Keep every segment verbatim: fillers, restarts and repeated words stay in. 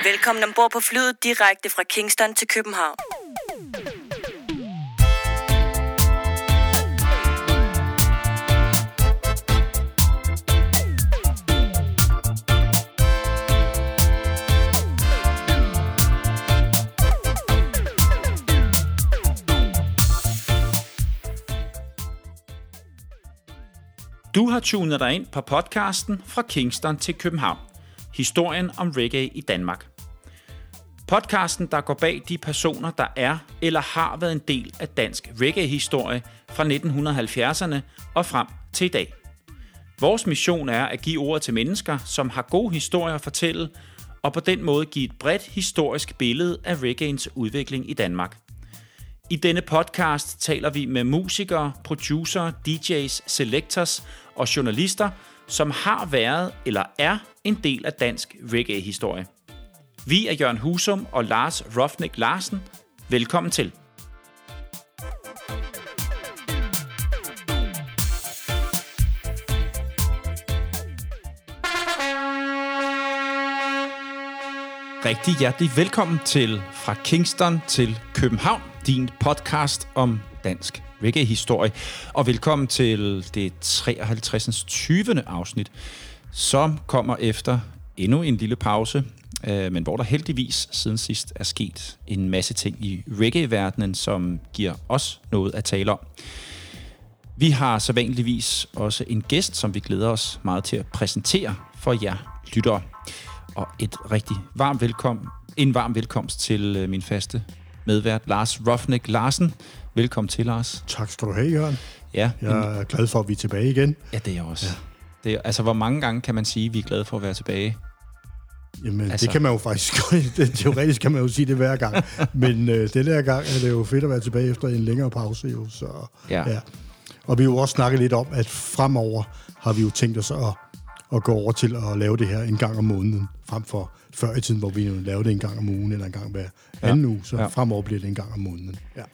Velkommen ombord på flyet direkte fra Kingston til København. Du har tunet dig ind på podcasten Fra Kingston til København. Historien om reggae i Danmark. Podcasten, der går bag de personer, der er eller har været en del af dansk reggae-historie fra nitten halvfjerdserne og frem til i dag. Vores mission er at give ordet til mennesker, som har gode historier at fortælle, og på den måde give et bredt historisk billede af reggaeens udvikling i Danmark. I denne podcast taler vi med musikere, producer, D J's, selectors og journalister, som har været eller er en del af dansk reggae-historie. Vi er Jørgen Husum og Lars Roughneck Larsen. Velkommen til. Rigtig hjertelig velkommen til Fra Kingston til København, din podcast om dansk reggae-historie. Og velkommen til det treoghalvtreds. tyvende afsnit, som kommer efter endnu en lille pause, øh, men hvor der heldigvis siden sidst er sket en masse ting i reggae-verdenen, som giver os noget at tale om. Vi har så vanligvis også en gæst, som vi glæder os meget til at præsentere for jer lyttere. Og et rigtig varmt velkommen, en varm velkomst til øh, min faste medvært, Lars Roughneck Larsen. Velkommen til, Lars. Tak skal du have, Jørgen. Ja, jeg er glad for, at vi er tilbage igen. Ja, det er jeg også. Ja. Det er, altså, hvor mange gange kan man sige, at vi er glade for at være tilbage? Jamen, altså, det kan man jo faktisk godt. Teoretisk kan man jo sige det hver gang. Men øh, den her gang er det jo fedt at være tilbage efter en længere pause. Jo, så, ja. Ja. Og vi har jo også snakket lidt om, at fremover har vi jo tænkt os at, at gå over til at lave det her en gang om måneden, frem for før i tiden, hvor vi jo lavede det en gang om ugen eller en gang hver anden ja. uge. Så ja. Fremover bliver det en gang om måneden. Ja.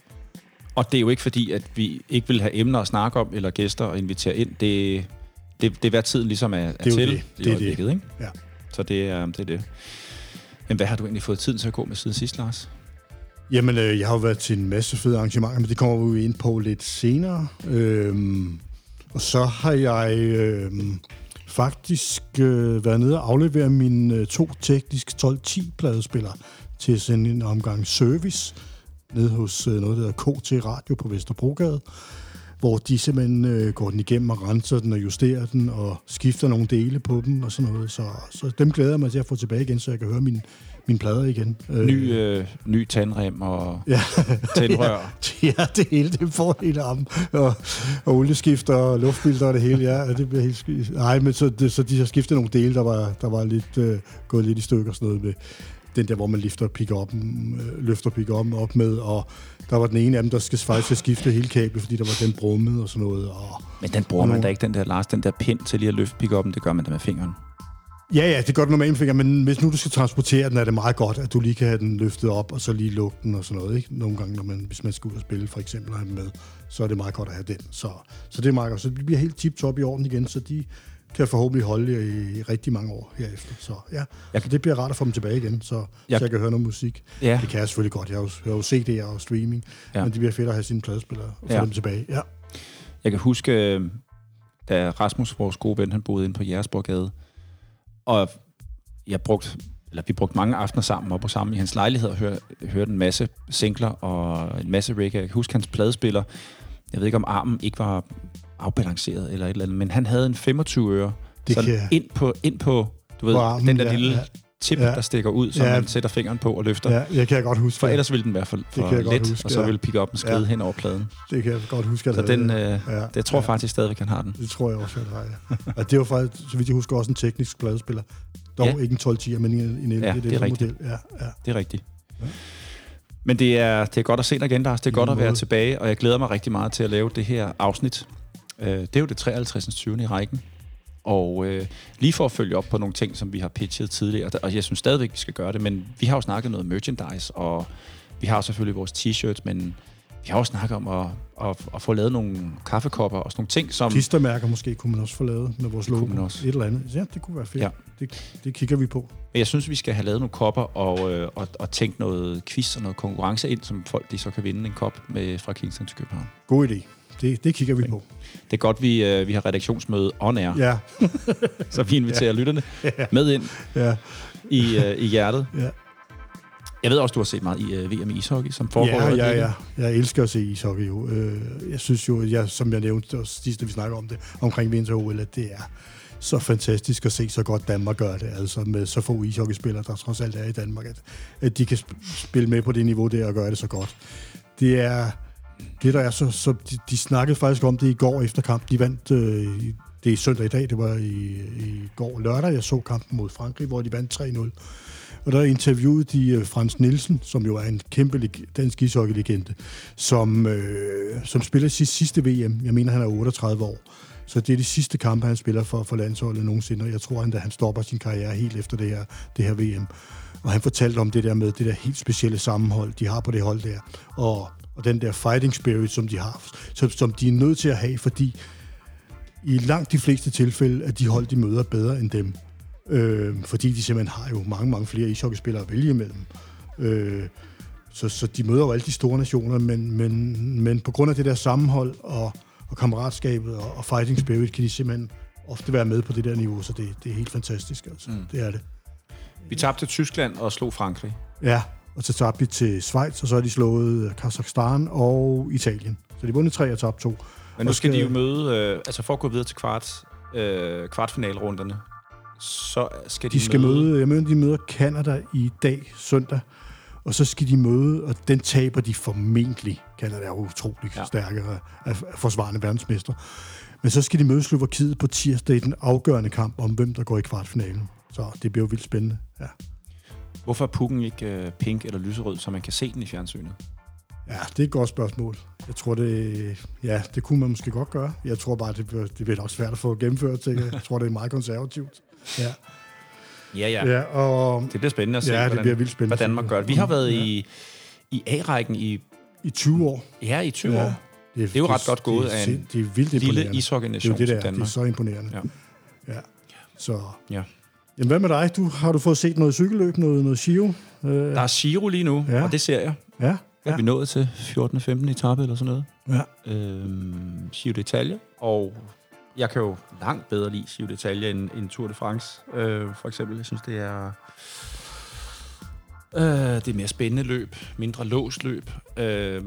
Og det er jo ikke fordi, at vi ikke vil have emner at snakke om, eller gæster at invitere ind. Det, det, det er hvad tiden ligesom er, er det er til. Det, det er det. Ikke? Ja. Så det er, det er det. Men hvad har du egentlig fået tiden til at gå med siden sidst, Lars? Jamen, øh, jeg har jo været til en masse fede arrangementer, men det kommer vi ind på lidt senere. Øhm, og så har jeg øh, faktisk øh, været nede og aflevere mine øh, to teknisk tolv ti pladespillere til at sende en omgang service nede hos øh, noget, der hedder K T Radio på Vesterbrogade, hvor de simpelthen øh, går den igennem og renser den og justerer den og skifter nogle dele på dem og sådan noget. Så, så dem glæder jeg mig til at få tilbage igen, så jeg kan høre mine, mine plader igen. Ny, øh, ny tandrem og ja. tændrør. Ja, det hele, det får hele armen. Og, og olieskifter og luftfilter og det hele, ja, det bliver helt skidt. Nej, men så, det, så de har skiftet nogle dele, der var, der var lidt, øh, gået lidt i stykker og sådan noget med den der, hvor man lifter pick-up'en, øh, løfter pick-up'en op med, og der var den ene af dem, der skal faktisk skifte hele kablet, fordi der var den brummede og sådan noget. Og, men den bruger man da ikke, den der, Lars, den der pind til lige at løfte pick-up'en, det gør man da med fingeren. Ja, ja, det gør du normalt med fingeren, men hvis nu du skal transportere den, er det meget godt, at du lige kan have den løftet op, og så lige lukke den og sådan noget, ikke? Nogle gange, når man, hvis man skal ud og spille, for eksempel, og have den med, så er det meget godt at have den. Så, så det er meget godt. Så det bliver helt tip-top i orden igen, så de kan forhåbentlig holde i, i rigtig mange år herefter. Så ja, jeg, så det bliver rart at få dem tilbage igen, så, jeg, så jeg kan høre noget musik. Ja. Det kan jeg selvfølgelig godt. Jeg har jo, jeg har jo C D'er og streaming, ja. Men det bliver fedt at have sine pladespillere og få ja. dem tilbage. Ja. Jeg kan huske, da Rasmus, vores gode ven, han boede inde på Jægersborggade, og jeg brugte, eller vi brugte mange aftener sammen op og sammen i hans lejlighed og hørte, hørte en masse singler og en masse reggae. Jeg kan huske hans pladespiller. Jeg ved ikke, om armen ikke var afbalanceret eller et eller andet, men han havde en femogtyve øre så ind på, ind på du ved, armen, den der ja, lille ja. tip, ja. der stikker ud, så ja. man sætter fingeren på og løfter. Ja, jeg kan jeg godt huske. For ellers ville den være for, for let, huske, og så ja. ville pick-up'en skride ja. hen over pladen. Det kan jeg godt huske. Så den, øh, ja. det tror jeg ja. faktisk stadigvæk, han har den. Det tror jeg også, han har, ja. Og det var faktisk, så vidt jeg husker, også en teknisk pladespiller. Dog ja. ikke en tolv ti, men en, en, en ja, det, det er rigtigt. Model. Ja, ja. Det er rigtigt. Ja. Men det er, det er godt at se dig igen, Lars. Det er godt at være tilbage, og jeg glæder mig rigtig meget til at lave det her afsnit. Det er jo det treoghalvtreds. tyvende i rækken. Og øh, lige for at følge op på nogle ting, som vi har pitchet tidligere, og jeg synes stadigvæk, vi skal gøre det, men vi har jo snakket noget merchandise, og vi har selvfølgelig vores t-shirts, men vi har også snakket om at, at, at få lavet nogle kaffekopper og sådan nogle ting, som... Klistermærker måske kunne man også få lavet med vores logo. Også. Et eller andet. Ja, det kunne være fedt. Ja. Det, det kigger vi på. Men jeg synes, vi skal have lavet nogle kopper og, øh, og, og tænkt noget quiz og noget konkurrence ind, som folk de så kan vinde en kop med fra Kingston til København. God idé. Det, det kigger vi på. Det er godt, vi, øh, vi har redaktionsmøde on air. Ja. Så vi inviterer ja. lytterne ja. med ind ja. i, øh, i hjertet. Ja. Jeg ved også, du har set meget i øh, V M i ishockey, som foregår. Ja, ja, ja. Jeg elsker at se ishockey jo. Jeg synes jo, jeg, som jeg nævnte også sidst, vi snakker om det, omkring vinter-O L, at det er så fantastisk at se så godt Danmark gør det, altså med så få ishockeyspillere, der trods alt er i Danmark, at, at de kan spille med på det niveau der og gøre det så godt. Det er det, der er så... så de, de snakkede faktisk om det i går efter kamp. De vandt... Øh, det er søndag i dag, det var i, i går lørdag, jeg så kampen mod Frankrig, hvor de vandt tre nul. Og der interviewede de Frans Nielsen, som jo er en kæmpe dansk ishockey-legende, som, øh, som spiller sit sidste V M. Jeg mener, han er otteogtredive år. Så det er de sidste kampe, han spiller for, for landsholdet nogensinde. Og jeg tror, at han stopper sin karriere helt efter det her, det her V M. Og han fortalte om det der med det der helt specielle sammenhold, de har på det hold der. Og, og den der fighting spirit, som de har, som, som de er nødt til at have, fordi i langt de fleste tilfælde, at de hold, de møder bedre end dem. Øh, fordi de simpelthen har jo mange, mange flere ishockeyspillere at vælge imellem. Øh, så, så de møder jo alle de store nationer, men, men, men på grund af det der sammenhold og, og kammeratskabet og, og fighting spirit, kan de simpelthen ofte være med på det der niveau, så det, det er helt fantastisk. Altså. Mm. Det er det. Vi tabte til Tyskland og slog Frankrig. Ja, og så tabte vi til Schweiz, og så har de slået Kazakhstan og Italien. Så de vundet tre og tabte to. Men nu skal, skal de jo møde, øh, altså for at gå videre til kvart, øh, kvartfinalrunderne, så skal de, de skal møde... møde... Jeg mener, de møder Canada i dag, søndag, og så skal de møde, og den taber de formentlig. Canada er jo utrolig ja. stærkere af forsvarende verdensmester. Men så skal de møde Slovakiet på tirsdag i den afgørende kamp om, hvem der går i kvartfinalen. Så det bliver jo vildt spændende, ja. Hvorfor er pucken ikke uh, pink eller lyserød, så man kan se den i fjernsynet? Ja, det er et godt spørgsmål. Jeg tror, det... Ja, det kunne man måske godt gøre. Jeg tror bare, det, det bliver nok svært at få gennemført til. Jeg tror, det er meget konservativt. Ja. Ja, ja. ja og, det bliver spændende at se, ja, hvordan, det bliver vildt spændende. hvordan man gør det. Vi har været ja. i, i A-rækken i... I tyve år. Ja, i tyve ja. år. Det er, det er jo ret godt gået det, af en det er vildt lille ishockeynation det er det der, som Danmark. Det er så imponerende. Ja. ja. Så... Ja. Jamen, hvad med dig? Du, har du fået set noget cykelløb, noget, noget Giro? Øh, der er Giro lige nu, ja. og det ser jeg. Ja. Ja. Er vi nået til fjortende femtende etape eller sådan noget? Ja. Øhm, Giro d'Italia, og jeg kan jo langt bedre lide Giro d'Italia end, end Tour de France, øh, for eksempel. Jeg synes, det er... Øh, det er mere spændende løb, mindre låst løb. Øh,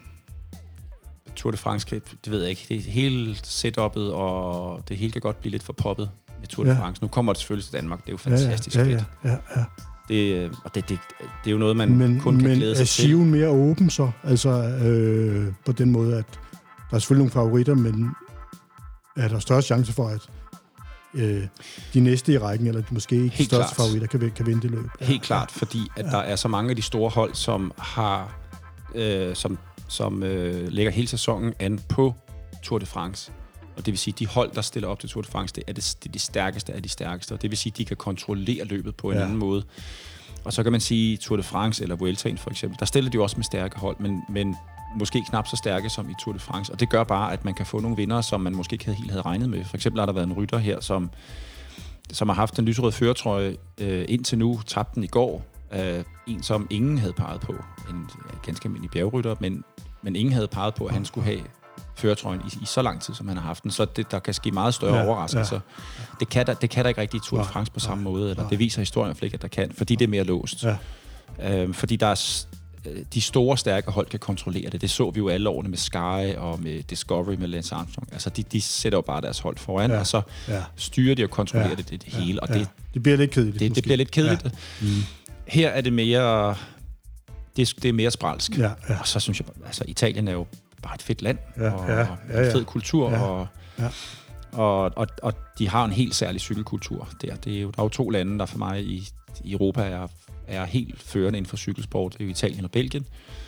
Tour de France, det ved jeg ikke, det er hele setup'et, og det hele kan godt blive lidt for poppet med Tour de ja. France. Nu kommer det selvfølgelig til Danmark, det er jo fantastisk ja, ja, fedt. Ja, ja, ja. Det, og det, det, det er jo noget, man men, kun kan men glæde sig til. Men er Giroen mere åben så? Altså øh, på den måde, at der er selvfølgelig nogle favoritter, men er der større chance for, at øh, de næste i rækken, eller måske ikke de største favoritter, kan, kan vinde det løb? Ja, Helt klart, fordi at ja. der er så mange af de store hold, som har øh, som, som øh, lægger hele sæsonen an på Tour de France. Og det vil sige, at de hold, der stiller op til Tour de France, det er, det, det er de stærkeste af de stærkeste. Og det vil sige, at de kan kontrollere løbet på en ja. anden måde. Og så kan man sige, Tour de France eller Vueltaen for eksempel, der stiller de også med stærke hold, men, men måske knap så stærke som i Tour de France. Og det gør bare, at man kan få nogle vindere, som man måske ikke havde helt havde regnet med. For eksempel har der været en rytter her, som, som har haft en lyserød førertrøje øh, indtil nu, tabte den i går. Øh, en, som ingen havde peget på. En ganske almindelig bjergrytter, men, men ingen havde peget på, at han skulle have førertrøjen i, i så lang tid, som han har haft den. Så det, der kan ske meget større ja, overraskelser. Ja. Det, kan der, det kan der ikke rigtig i Tour de France på samme ja, måde, eller ja. det viser historien i hvert fald, at der kan, fordi det er mere låst. Ja. Øhm, fordi der er, de store, stærke hold kan kontrollere det. Det så vi jo alle årene med Sky og med Discovery med Lance Armstrong. Altså, de, de sætter jo bare deres hold foran, ja. og så ja. styrer de og kontrollerer ja. det, det, det hele. Og ja. det, det bliver lidt kedeligt. Det, det bliver lidt kedeligt. Ja. Mm. Her er det mere... Det, det er mere spralsk. Ja, ja. Og så synes jeg, altså Italien er jo bare et fedt land, ja, og, ja, ja, ja. en fed kultur, ja, og, ja. Og, og, og de har en helt særlig cykelkultur der. Det er jo, der er jo to lande, der for mig i, i Europa er, er helt førende inden for cykelsport. Det er jo Italien og Belgien.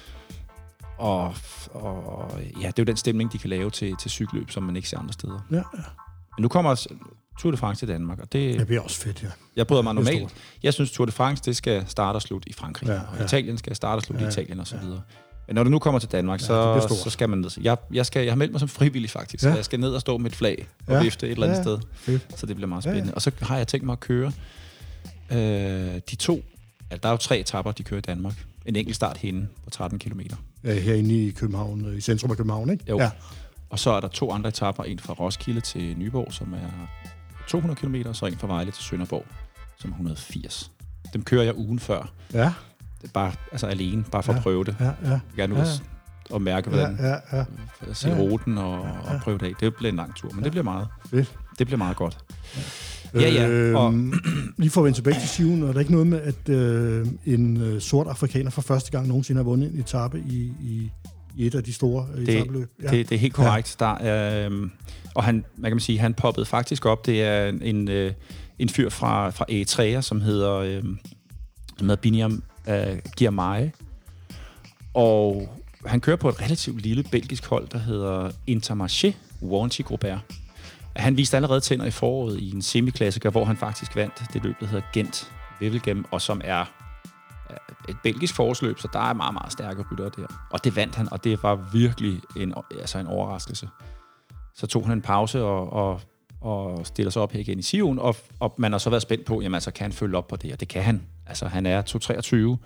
Og, og ja, det er jo den stemning, de kan lave til, til cykelløb, som man ikke ser andre steder. Ja, ja. Men nu kommer Tour de France til Danmark, og det... Det bliver også fedt, ja. Jeg bryder mig normalt. Jeg synes, Tour de France, det skal starte og slutte i Frankrig. Ja, ja. Og ja. Italien skal starte og slutte ja, i Italien, og så ja. videre. Men når du nu kommer til Danmark, Ja, så, så skal man ned. Jeg, jeg, skal, jeg har meldt mig som frivillig, faktisk. Ja. Jeg skal ned og stå med et flag og ja. vifte et eller andet ja. sted. Fedt. Så det bliver meget spændende. Ja, ja. Og så har jeg tænkt mig at køre øh, de to... Altså, der er jo tre etapper, de kører i Danmark. En enkelt start henne på tretten kilometer. Ja, herinde i København, i centrum af København, ikke? Jo. Ja. Og så er der to andre etapper. En fra Roskilde til Nyborg, som er to hundrede kilometer, og så en fra Vejle til Sønderborg, som er et hundrede og firs. Dem kører jeg ugen før. Ja. Det er bare altså alene, bare for ja. at prøve det. Ja, ja. Jeg gerne ud ja. og mærke, hvordan ja, ja, ja. at se ruten og, ja, ja. og prøve det af. Det bliver en lang tur, men ja. det bliver meget. Fedt. Det bliver meget godt. Ja, ja. ja. Og øhm, lige for at vende tilbage til Sion, er der ikke noget med, at øh, en øh, sort afrikaner for første gang nogensinde har vundet en etape i, i, i et af de store etapeløb? Ja. Det, det er helt korrekt. Ja. Der er, øh, og han, man kan sige, han poppede faktisk op. Det er en, øh, en fyr fra, fra Eritrea, som hedder, øh, som hedder Biniam øh, Girmay. Og han kører på et relativt lille belgisk hold, der hedder Intermarché Wanty Grouper. Han viste allerede tænder i foråret i en semiklassiker, hvor han faktisk vandt det løb, der hedder Gent Wevelgem, og som er et belgisk forårsløb, så der er meget, meget stærke ryttere der. Og det vandt han, og det var virkelig en, altså en overraskelse. Så tog han en pause og, og, og stiller sig op her igen i Sion, og, og man har så været spændt på, jamen altså, kan han følge op på det? Og det kan han. Altså, han er to treogtyve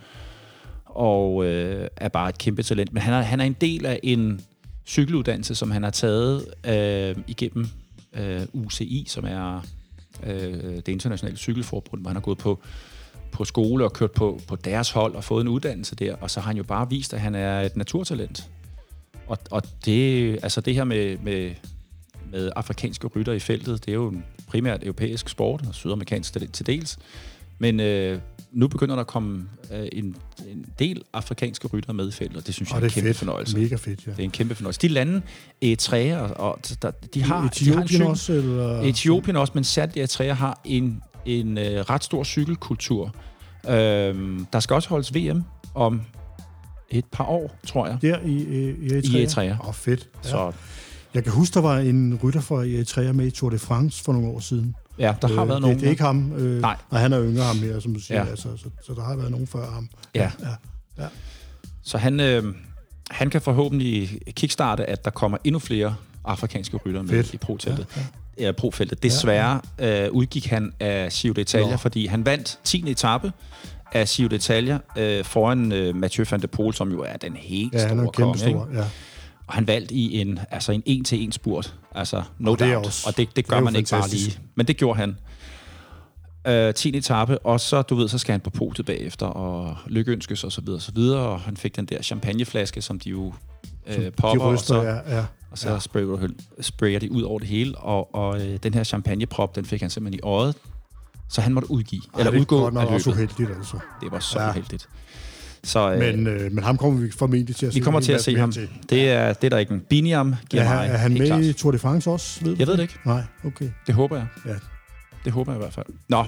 og øh, er bare et kæmpe talent. Men han er, han er en del af en cykeluddannelse, som han har taget øh, igennem øh, U C I, som er øh, det internationale cykelforbund, hvor han har gået på, på skole og kørt på, på deres hold og fået en uddannelse der, og så har han jo bare vist, at han er et naturtalent. Og, og det, altså det her med, med, med afrikanske rytter i feltet, det er jo en primært europæisk sport, og sydamerikansk til dels, men øh, nu begynder der at komme øh, en, en del afrikanske rytter med i feltet, og det synes jeg er en kæmpe fedt. fornøjelse. Mega fedt, ja. Det er en kæmpe fornøjelse. De lande, Eritrea, og der, de har... Etiopien de har en også? Eller? Etiopien også, men særligt Eritrea har en, en øh, ret stor cykelkultur. Øhm, der skal også holdes V M om et par år, tror jeg. Der i, i Eritrea? I Eritrea. Åh, oh, fedt. Ja. Så. Jeg kan huske, der var en rytter fra Eritrea med i Tour de France for nogle år siden. Ja, der har øh, været nogen. Det, det er ikke ham. Øh, nej. nej, han er yngre ham her, som du siger. Ja. Altså, så, så der har været nogen før ham. Ja. ja, ja. Så han, øh, han kan forhåbentlig kickstarte, at der kommer endnu flere afrikanske rytter med fedt. I pro-teltet. Ja, ja. Ja, pro-feltet. Desværre ja, ja. Øh, udgik han af Giro d'Italia, fordi han vandt tiende etape af Giro d'Italia øh, foran øh, Mathieu van der Poel, som jo er den helt ja, store konge. Stor, ja. Og han valgte i en altså en en-til-en spurt. Altså, no og det doubt. Også, og det, det gør det man ikke fantastisk. bare lige. Men det gjorde han. Øh, tiende etape, og så, du ved, så skal han på podiet bagefter, og lykkeønskes, og så videre, og så videre. Og han fik den der champagneflaske, som de jo øh, popper, de ryster, og så, ja, ja. og så ja. sprayer, sprayer de ud over det hele. Og, og øh, den her champagneprop, den fik han simpelthen i øjet, så han måtte udgive, Ej, eller udgå af løbet. Også uheldigt, altså. Det var så ja. uheldigt. Så, øh, men, øh, men ham kommer vi formentlig til at se. Vi kommer til at se ham. Til. Det er, det er der ikke en Biniam giver ja, mig. Er han med klart. i Tour de France også? Ved jeg ved det ikke. Nej, okay. Det håber jeg. Ja. Det håber jeg i hvert fald. Nå.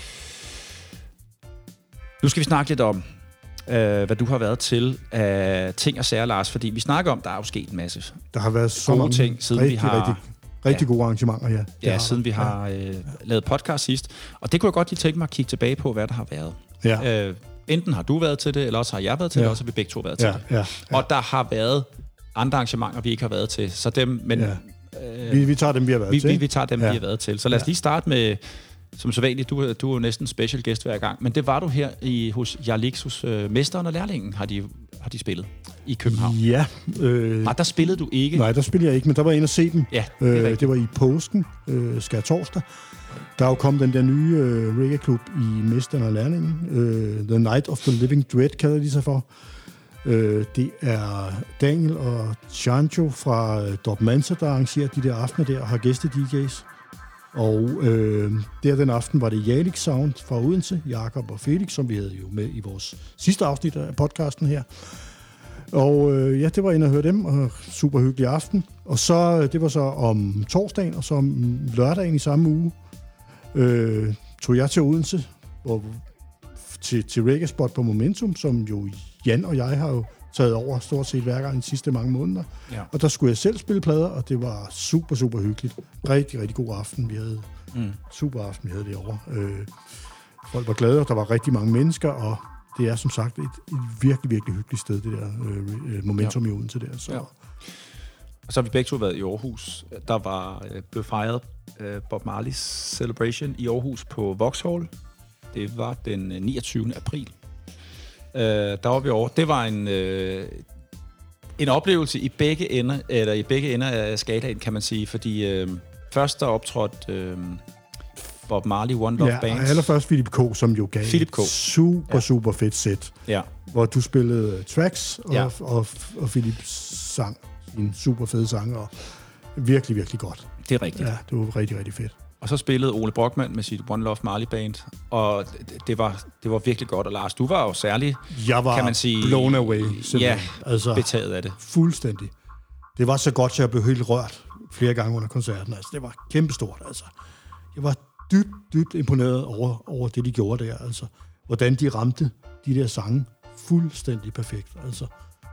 Nu skal vi snakke lidt om, øh, hvad du har været til af ting og sager, Lars, fordi vi snakker om, der er jo sket en masse. Der har været så gode ting, siden rigtig, vi har... Rigtig, rigtig ja. gode arrangementer, ja. Det ja, siden der. vi har øh, lavet podcast sidst. Og det kunne jeg godt lige tænke mig at kigge tilbage på, hvad der har været. Ja. Øh, enten har du været til det, eller også har jeg været til ja. det, eller også har vi begge to været til ja, det. Ja, ja. Og der har været andre arrangementer, vi ikke har været til. Så dem, men, ja. øh, vi, vi tager dem, vi har været vi, til. Vi, vi tager dem, ja. vi har været til. Så lad os ja. lige starte med, som så vanligt, du, du er jo næsten special guest hver gang, men det var du her i, hos Jarlix, hos øh, Mesteren og Lærlingen, har de, har de spillet i København. Ja. Øh, Nej, der spillede du ikke. Nej, der spillede jeg ikke, men der var en at se dem. Ja, det, øh, det var i påsken, øh, skærtorsdag. Der er jo kommet den der nye øh, reggae-klub i Mesteren og Lærlingen. Øh, The Night of the Living Dread kalder de sig for. Øh, det er Daniel og Chancho fra øh, Dorp Mansa, der arrangerer de der aftener der og har gæste-D J's. Og øh, der den aften var det Jalix Sound fra Odense, Jakob og Felix, som vi havde jo med i vores sidste afsnit af podcasten her. Og øh, ja, det var ind at høre dem, og super hyggelig aften. Og så, det var så om torsdagen, og så om lørdagen i samme uge, øh, tog jeg til Odense, og til, til Reggae Spot på Momentum, som jo Jan og jeg har jo taget over stort set hver gang de sidste mange måneder. Ja. Og der skulle jeg selv spille plader, og det var super, super hyggeligt. Rigtig, rigtig god aften, vi havde. Mm. Super aften, vi havde derovre. Øh, folk var glade, og der var rigtig mange mennesker, og det er som sagt et, et virkelig, virkelig hyggeligt sted, det der øh, Momentum ja. i Odense der. Så. Ja. Og så har vi begge to været i Aarhus. Der var øh, blevet fejret øh, Bob Marley's Celebration i Aarhus på Vauxhall. Det var den niogtyvende april. Øh, der var vi over. Det var en, øh, en oplevelse i begge ender, eller i begge ender af skalaen, kan man sige, fordi øh, først der optrådte øh, Bob Marley One Love ja, Band. Ja, allerførst Philip K., som jo gav Philip K. super, ja. super fedt sæt, ja. hvor du spillede tracks, og, ja. og, og, og Philip sang en super fed sang, og virkelig, virkelig godt. Det er rigtigt. Ja, det var rigtig, rigtig fedt. Og så spillede Ole Brockmann med sit One Love Marley Band, og det, det, var, det var virkelig godt. Og Lars, du var jo særlig, jeg var kan man sige... blown away, simpelthen. Ja, altså, betaget af det. Fuldstændig. Det var så godt, at jeg blev helt rørt flere gange under koncerten. Altså, det var kæmpestort, altså. Jeg var dybt, dybt imponeret over, over det, de gjorde der, altså. Hvordan de ramte de der sange fuldstændig perfekt, altså.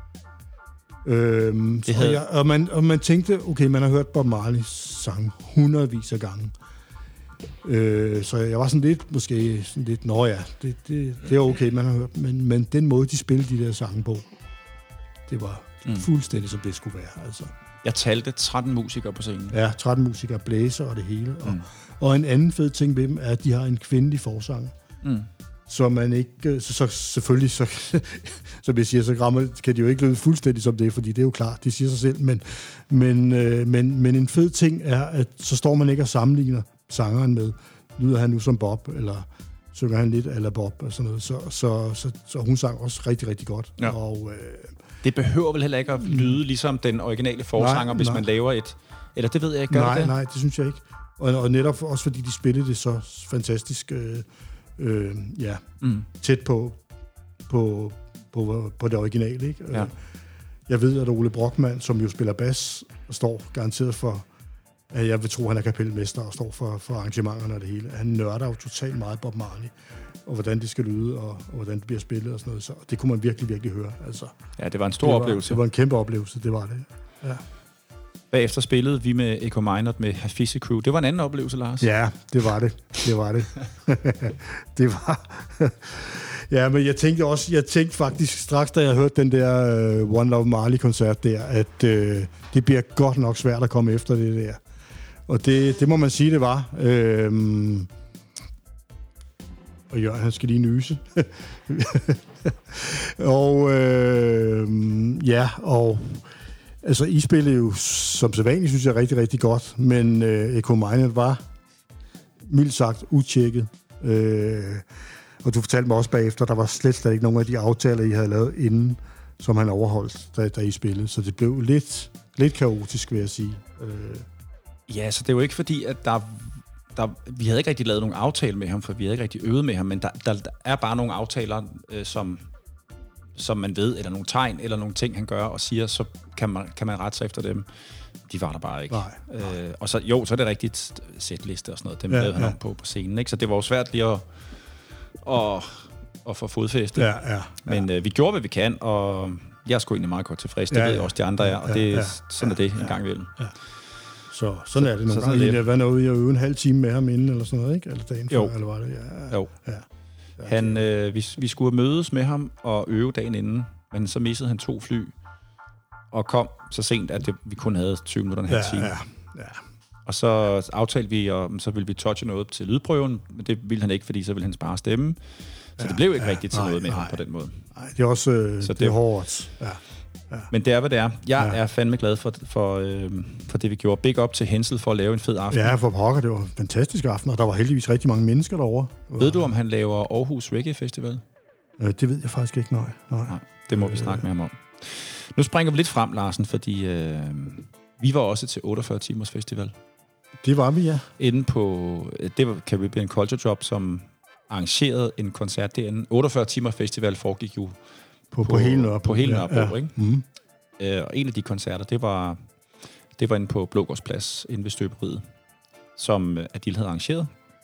Øhm, havde... og, jeg, og, man, og man tænkte, okay, man har hørt Bob Marley sang hundredvis af gange. Øh, så jeg var sådan lidt, måske sådan lidt, nå ja, det, det, det er okay, man har hørt, men, men den måde, de spillede de der sange på, det var mm. fuldstændig, som det skulle være, altså. Jeg talte tretten musikere på scenen. Ja, tretten musikere, blæser og det hele. Og, mm. og en anden fed ting ved dem er, at de har en kvindelig forsanger. Mm. Så man ikke, så, så selvfølgelig, så, som jeg siger, så rammer, kan de jo ikke lyde fuldstændig som det, fordi det er jo klart, de siger sig selv, men, men, øh, men, men en fed ting er, at så står man ikke og sammenligner sangeren med, lyder han nu som Bob, eller synger han lidt eller Bob, og sådan noget, så, så, så, så hun sang også rigtig, rigtig godt. Ja. Og, øh, det behøver vel heller ikke at lyde ligesom den originale forsanger, nej, hvis nej. man laver et, eller det ved jeg ikke, gør nej, det? Nej, det synes jeg ikke. Og, og netop også fordi de spillede det så fantastisk, øh, øh, ja, mm. tæt på, på, på, på det originale, ikke? Ja. Jeg ved, at Ole Brockmann, som jo spiller bas, står garanteret for, at jeg vil tro, han er kapelmester og står for, for arrangementerne og det hele. Han nørder jo totalt meget Bob Marley, og hvordan det skal lyde, og, og hvordan det bliver spillet og sådan noget. Så det kunne man virkelig, virkelig høre. Altså, ja, det var en stor det var, oplevelse. Det var en kæmpe oplevelse, det var det. Ja. Bagefter spillede vi med Echo Minot med Hafizi Crew. Det var en anden oplevelse, Lars. Ja, det var det. Det var det. det var... ja, men jeg tænkte også, jeg tænkte faktisk straks, da jeg hørte den der uh, One Love Marley-koncert der, at uh, det bliver godt nok svært at komme efter det der. Og det, det må man sige, det var. Øhm, og Jørgen, han skal lige nyse. og øh, ja, og altså, I spillede jo som sædvanligt, synes jeg, rigtig, rigtig godt, men øh, Echo Minot var mildt sagt utjekket. Øh, og du fortalte mig også bagefter, der var slet, slet ikke nogen af de aftaler, I havde lavet inden, som han overholdt, da, da I spillede. Så det blev lidt, lidt kaotisk, vil jeg sige. Øh. Ja, så det er jo ikke fordi, at der, der... Vi havde ikke rigtig lavet nogen aftale med ham, for vi havde ikke rigtig øvet med ham, men der, der, der er bare nogle aftaler, øh, som... som man ved, eller nogle tegn, eller nogle ting, han gør og siger, så kan man, kan man rette sig efter dem. De var der bare ikke. Nej, nej. Øh, og så, jo, så er det rigtigt sætliste og sådan noget. Dem ja, lavede han ja. om på på scenen, ikke? Så det var jo svært lige at, at, at få fodfæste. Ja, ja, ja. Men øh, vi gjorde, hvad vi kan, og jeg er sgu egentlig meget godt tilfreds. Det ja, ved jeg også, de andre er, og det, ja, ja, sådan er det ja, en gang imellem. Ja. Så sådan så, er det nogle gange. Det. Hvad nåede I at øve en halv time med ham inden, eller sådan noget, ikke? Eller dagen jo. før, eller var det? Ja, jo. Ja. Han, øh, vi, vi skulle mødes med ham og øve dagen inden, men så missede han to fly og kom så sent, at det, vi kun havde tyve minutter og en halv time. Ja, ja. Og så aftalte vi, og så ville vi touche noget til lydprøven, men det ville han ikke, fordi så ville han spare stemme. Så ja, det blev ikke ja, rigtigt til noget med nej, ham på den måde. Nej, det er også øh, så det, det er hårdt. Ja. Ja. Men det er, hvad det er. Jeg ja. er fandme glad for, for, øh, for det, vi gjorde. Big up til Hensel for at lave en fed aften. Ja, for pokker. Det var en fantastisk aften, og der var heldigvis rigtig mange mennesker derovre. Ved du, om han laver Aarhus Reggae Festival? Øh, det ved jeg faktisk ikke, nej. nej. nej det må øh. vi snakke med ham om. Nu springer vi lidt frem, Larsen, fordi øh, vi var også til otteogfyrre timers festival. Det var vi, ja. Inde på, det var Caribbean Culture Drop, som arrangerede en koncert derinde. otteogfyrre timer festival foregik jo På, på, på hele Nørrebro. På hele Nørrebro, ja, ja. Ikke? Mm. Øh, og en af de koncerter, det var, det var inde på Blågårdsplads, inde ved Støberiet, som Adil havde arrangeret.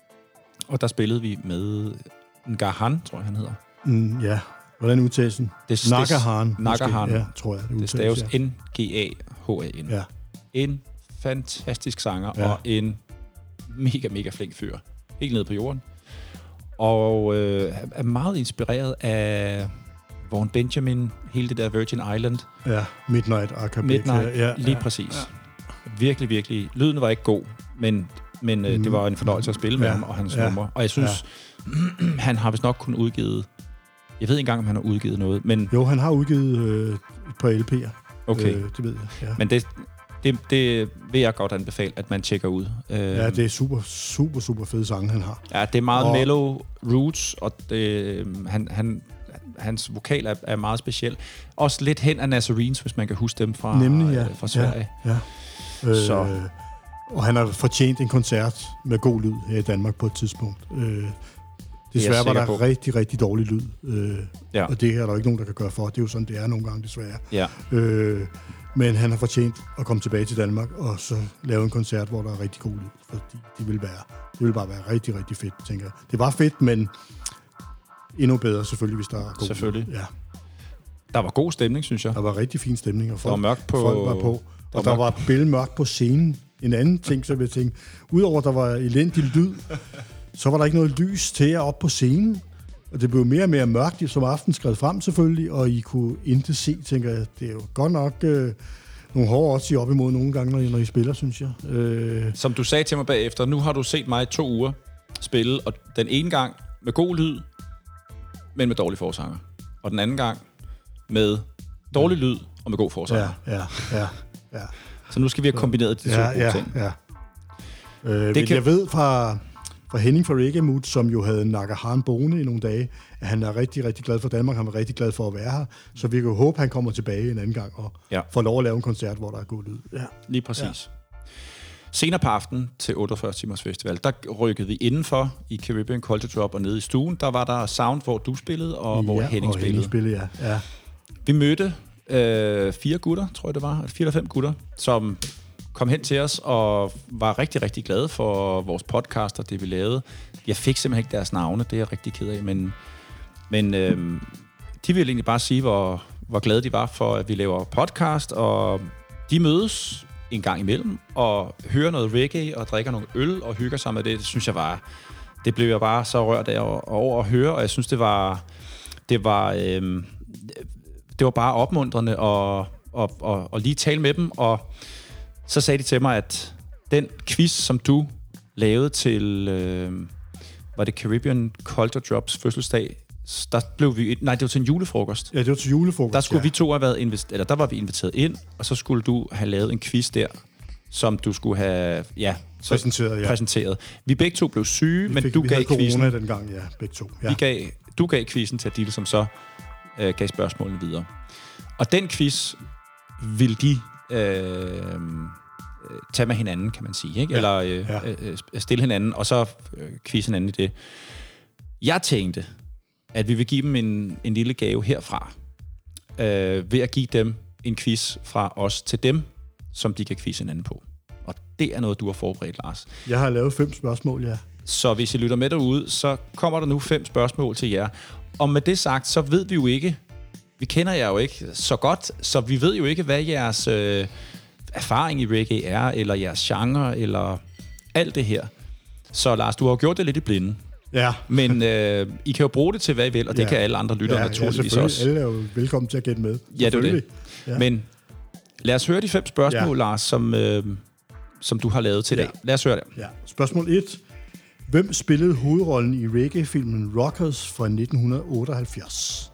Og der spillede vi med Ngahan, tror jeg, han hedder. Mm, ja, hvordan udtales den? Nagahan. Nagahan. Ja, tror jeg, det udtales. Det staves ja. N G A H A N. Ja. En fantastisk sanger, ja. og en mega, mega flink fyr. Helt nede på jorden. og øh, er meget inspireret af Vaughan Benjamin, hele det der Virgin Island. Ja, Midnight Acapella. Midnight, ja, lige ja, præcis. Ja. Virkelig, virkelig. Lyden var ikke god, men, men øh, det var en fornøjelse at spille med ja, ham og hans ja, numre. Og jeg synes, ja. han har vist nok kun udgivet... Jeg ved ikke engang, om han har udgivet noget, men... Jo, han har udgivet øh, et par L P'er. Okay. Øh, det ved jeg, ja. Men det, det, det vil jeg godt anbefale, at man tjekker ud. Ja, det er super, super, super fede sange, han har. Ja, det er meget og... mellow roots, og det, han, han, hans vokal er, er meget speciel. Også lidt hen af Nazarines, hvis man kan huske dem fra, Nemlig, ja. fra Sverige. Ja, ja. Øh, Så. Og han har fortjent en koncert med god lyd her i Danmark på et tidspunkt. Øh, desværre var der på. rigtig, rigtig dårlig lyd. Øh, ja. Og det er der jo ikke nogen, der kan gøre for. Det er jo sådan, det er nogle gange, desværre. Ja. Øh, men han har fortjent at komme tilbage til Danmark og så lave en koncert, hvor der er rigtig god lyd. Fordi det vil, være, det vil bare være rigtig, rigtig fedt, tænker jeg. Det var fedt, men endnu bedre selvfølgelig, hvis der er god selvfølgelig. lyd. Ja. Der var god stemning, synes jeg. Der var rigtig fin stemning, og folk, der var mørkt på, folk var på. Der og der var bælmørkt på scenen. En anden ting, så vil jeg tænke, udover at der var elendig lyd, så var der ikke noget lys til jer op på scenen. Og det blev mere og mere mørkt, som aften skred frem selvfølgelig, og I kunne ikke se, tænker jeg, det er jo godt nok øh, nogle hårde odds, I op imod nogle gange, når I, når I spiller, synes jeg. Øh. Som du sagde til mig bagefter, nu har du set mig i to uger spille, og den ene gang med god lyd, men med dårlig forsanger. Og den anden gang med dårlig lyd og med god forsanger. Ja, ja, ja, ja. Så nu skal vi have kombineret de to ja, gode ja, ting. Ja. Øh, det kan... Jeg ved fra, fra Henning fra Reggae Mood, som jo havde Nagahan boende i nogle dage, at han er rigtig, rigtig glad for Danmark. Han var rigtig glad for at være her. Så vi kan jo håbe, at han kommer tilbage en anden gang og ja. får lov at lave en koncert, hvor der er god lyd. Ja. Lige præcis. Ja. Senere på aftenen til otteogfyrre timers festival, der rykkede vi indenfor i Caribbean Culture Drop, og nede i stuen, der var der sound, hvor du spillede, og ja, hvor Henning og spillede. Henning spillede, ja. ja. Vi mødte øh, fire gutter, tror jeg det var, fire eller fem gutter, som kom hen til os og var rigtig, rigtig glade for vores podcast og det, vi lavede. Jeg fik simpelthen ikke deres navne, det er jeg rigtig ked af, men, men øh, de ville egentlig bare sige, hvor, hvor glade de var for, at vi laver podcast, og de mødes en gang imellem og hører noget reggae og drikker nogle øl og hygger sig med det. Det synes jeg var, det blev jeg bare så rørt af over at høre, og jeg synes, det var, det var, øh, det var bare opmuntrende at, at, at, at lige tale med dem, og så sagde de til mig, at den quiz, som du lavede til, øh, var det Caribbean Culture Drops fødselsdag, der blev vi, nej, det var til en julefrokost. Ja, det var til julefrokost, Der skulle ja. vi to have været inviteret, eller der var vi inviteret ind, og så skulle du have lavet en quiz der, som du skulle have, ja, præsenteret, ja. præsenteret. Vi begge to blev syge, vi men fik, du vi gav quizzen. corona dengang, ja, begge to. Ja. Vi gav, du gav quizzen til Adil, som så øh, gav spørgsmålene videre. Og den quiz ville de øh, tage med hinanden, kan man sige, ikke? Ja. Eller øh, ja. øh, stille hinanden, og så øh, quiz hinanden i det. Jeg tænkte, at vi vil give dem en, en lille gave herfra, øh, ved at give dem en quiz fra os til dem, som de kan quizze hinanden på. Og det er noget, du har forberedt, Lars. Jeg har lavet fem spørgsmål, ja. Så hvis I lytter med derude, så kommer der nu fem spørgsmål til jer. Og med det sagt, så ved vi jo ikke, vi kender jer jo ikke så godt, så vi ved jo ikke, hvad jeres øh, erfaring i reggae er, eller jeres genre, eller alt det her. Så Lars, du har jo gjort det lidt i blinde. Ja. Men øh, I kan jo bruge det til, hvad I vil, og det ja. kan alle andre lyttere ja, naturligvis ja, også. Alle er jo velkommen til at gætte med. Ja, det er det. Ja. Men lad os høre de fem spørgsmål, ja. Lars, som, øh, som du har lavet til i ja. dag. Lad os høre det. Ja. Spørgsmål et. Hvem spillede hovedrollen i reggae-filmen Rockers fra nitten otteoghalvfjerds?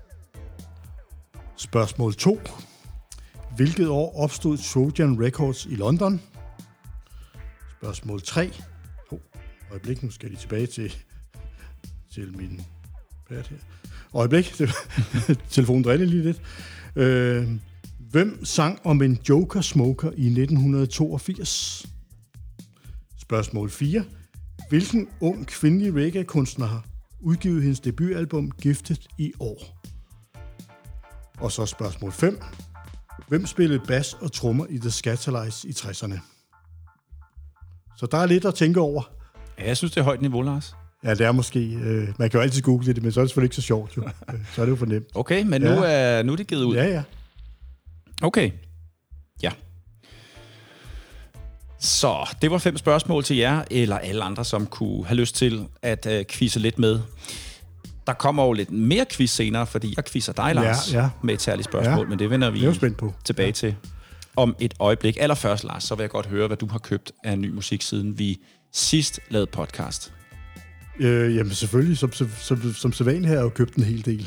Spørgsmål to. Hvilket år opstod Trojan Records i London? Spørgsmål tre. Oh, øjeblik, nu skal de tilbage til, til min pad her. Øjeblik, telefonen driller lige lidt. Øh, hvem sang om en Joker Smoker i nitten toogfirs? Spørgsmål fire. Hvilken ung kvindelig reggae-kunstner har udgivet hendes debutalbum Gifted i år? Og så spørgsmål fem. Hvem spillede bas og trommer i The Skatalites i tresserne? Så der er lidt at tænke over. Ja, jeg synes, det er højt niveau, Lars. Ja, det er måske. Øh, man kan jo altid google det, men så er det selvfølgelig ikke så sjovt. Jo. Så er det jo for nemt. Okay, men ja. nu, er, nu er det givet ud. Ja, ja. Okay. Ja. Så det var fem spørgsmål til jer, eller alle andre, som kunne have lyst til at uh, quizze lidt med. Der kommer jo lidt mere quiz senere, fordi jeg quizzer dig, Lars, ja, ja. med et særligt spørgsmål, ja. men det vender vi det på. tilbage ja. til om et øjeblik. Allerførst, Lars, så vil jeg godt høre, hvad du har købt af ny musik, siden vi sidst lavede podcast. Øh, jamen selvfølgelig, som, som, som, som sædvanligt har jeg jo købt en hel del.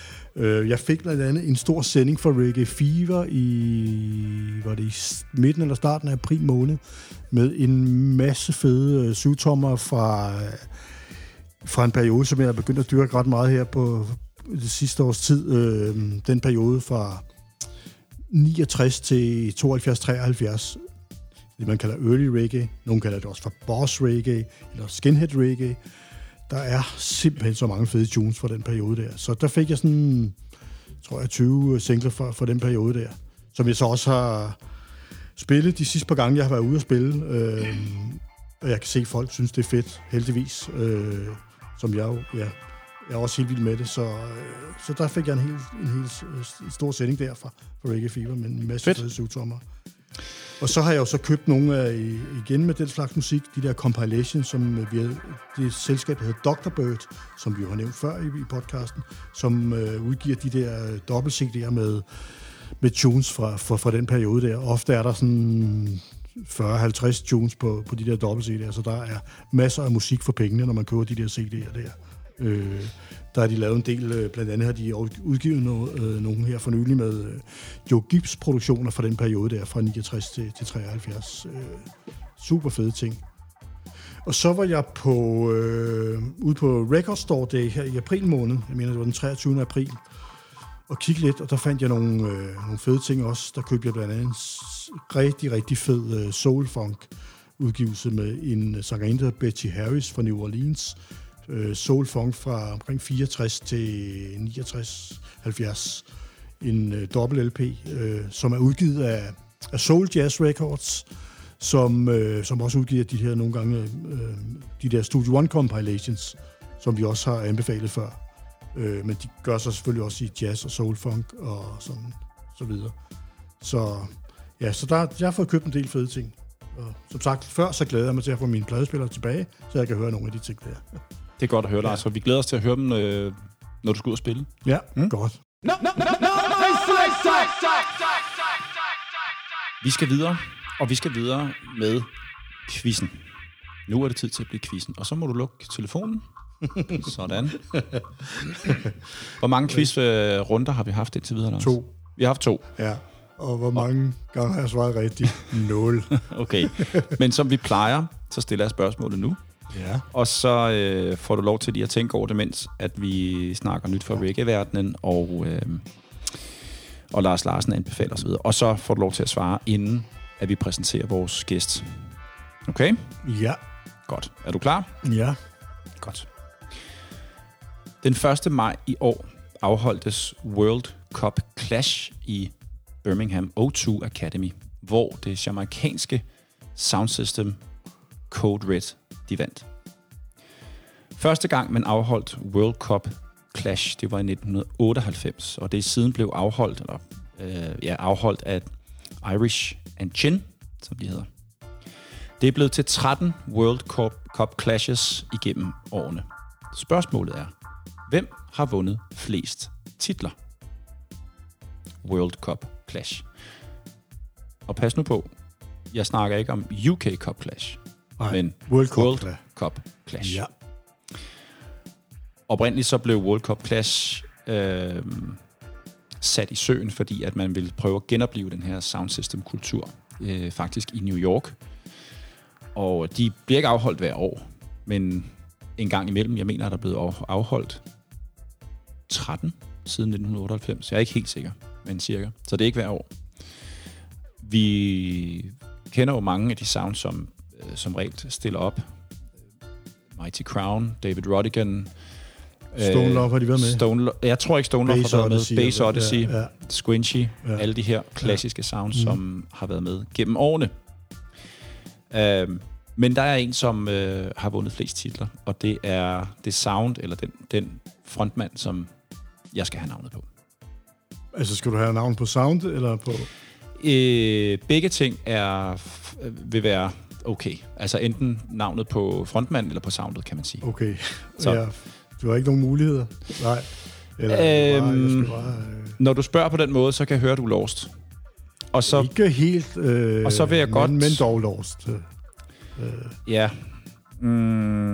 Jeg fik blandt andet en stor sending for Reggae Fever i, var det i midten eller starten af april måned, med en masse fede syvtommer fra, fra en periode, som jeg har begyndt at dyrke ret meget her på det sidste års tid. Den periode fra niogtres til tooghalvfjerds treoghalvfjerds. Det man kalder early reggae. Nogle kalder det også for boss reggae eller skinhead reggae. Der er simpelthen så mange fede tunes fra den periode der. Så der fik jeg sådan, tror jeg, tyve singler fra, fra den periode der, som jeg så også har spillet de sidste par gange, jeg har været ude at spille. Øh, og jeg kan se, at folk synes, det er fedt, heldigvis. Øh, som jeg jo, ja, jeg er også helt vild med det. Så, øh, så der fik jeg en helt, en helt en stor sending der fra, fra Reggae Fever med en masse fede syvtommer. Og så har jeg jo så købt nogle af, igen med den slags musik, de der compilations, som vi har, det selskab, der hedder doktor Bird, som vi jo har nævnt før i, i podcasten, som øh, udgiver de der dobbelt-C D'er med, med tunes fra, fra, fra den periode der. Ofte er der sådan fyrre til halvtreds tunes på, på de der dobbelt-C D'er, så der er masser af musik for pengene, når man køber de der C D'er der. Øh, der har de lavet en del, blandt andet har de udgivet no, øh, nogle her for nylig med øh, Joe Gibbs produktioner fra den periode der, fra niogtres til, til treoghalvfjerds. Øh, super fede ting. Og så var jeg på øh, ude på Record Store Day her i april måned, jeg mener det var den treogtyvende april, og kiggede lidt, og der fandt jeg nogle, øh, nogle fede ting også. Der købte jeg blandt andet en rigtig, rigtig fed øh, soul-funk udgivelse med en sangerinde, der hedder Betty Harris fra New Orleans. Soul Funk fra omkring fireogtres til niogtres halvfjerds. En uh, dobbelt L P, uh, som er udgivet af, af Soul Jazz Records, som, uh, som også udgiver de her nogle gange, uh, de der Studio One compilations, som vi også har anbefalet før. Uh, men de gør sig selvfølgelig også i jazz og soul funk og sådan, så videre. Så ja, så der, jeg har fået købt en del fede ting. Og som sagt før, så glæder jeg mig til at få mine pladespillere tilbage, så jeg kan høre nogle af de ting der. Det er godt at høre, Lars. Ja. Vi glæder os til at høre dem, øh, når du skal ud og spille. Ja, mm? godt. No, no, no, no, vi skal videre, og vi skal videre med quizzen. Nu er det tid til at blive quizzen, og så må du lukke telefonen. Sådan. Hvor mange quizrunder har vi haft indtil videre, Lars? To. Vi har haft to. Ja, og hvor mange gange har jeg svaret rigtigt? Nul. Okay, men som vi plejer, så stiller jeg spørgsmålet nu. Ja. Og så øh, får du lov til lige at tænke over det, mens at vi snakker nyt fra reggae-verdenen, og, øh, og Lars Larsen anbefaler osv. Og så får du lov til at svare, inden at vi præsenterer vores gæst. Okay? Ja. Godt. Er du klar? Ja. Godt. Den første maj i år afholdtes World Cup Clash i Birmingham O to Academy, hvor det jamaikanske soundsystem Code Red de vandt. Første gang man afholdt World Cup Clash, det var i nitten otteoghalvfems, og det siden blev afholdt, eller, øh, ja, afholdt af Irish and Chin, som de hedder. Det er blevet til tretten World Cup, Cup Clashes igennem årene. Spørgsmålet er, hvem har vundet flest titler? World Cup Clash. Og pas nu på, jeg snakker ikke om U K Cup Clash, Nej, men World Cup, World Cup Clash. Ja. Oprindeligt så blev World Cup Clash øh, sat i søen, fordi at man ville prøve at genopleve den her soundsystem-kultur, øh, faktisk i New York. Og de bliver ikke afholdt hver år, men en gang imellem, jeg mener, at der er blevet afholdt tretten siden nitten otteoghalvfems. Jeg er ikke helt sikker, men cirka. Så det er ikke hver år. Vi kender jo mange af de sounds, som øh, som regel stiller op. Mighty Crown, David Rodigan. Stone Love har de været med. Stone, jeg tror ikke Stone Love har været Odyssey, med. Bass Odyssey, ja, ja. Squinchy, ja. Alle de her klassiske sounds, ja. som mm. har været med gennem årene. Uh, men der er en, som uh, har vundet flest titler, og det er det sound, eller den, den frontmand, som jeg skal have navnet på. Altså, skal du have navn på sound, eller på... Uh, begge ting er f- vil være okay. Altså enten navnet på frontmand eller på soundet, kan man sige. Okay. Så. Ja, du har ikke nogen muligheder? Nej. Eller, øhm, bare, bare, øh... Når du spørger på den måde, så kan jeg høre, at du er lost. Og så, ikke helt, øh, og så vil jeg men, godt... men dog lost. Øh. Ja. Mm.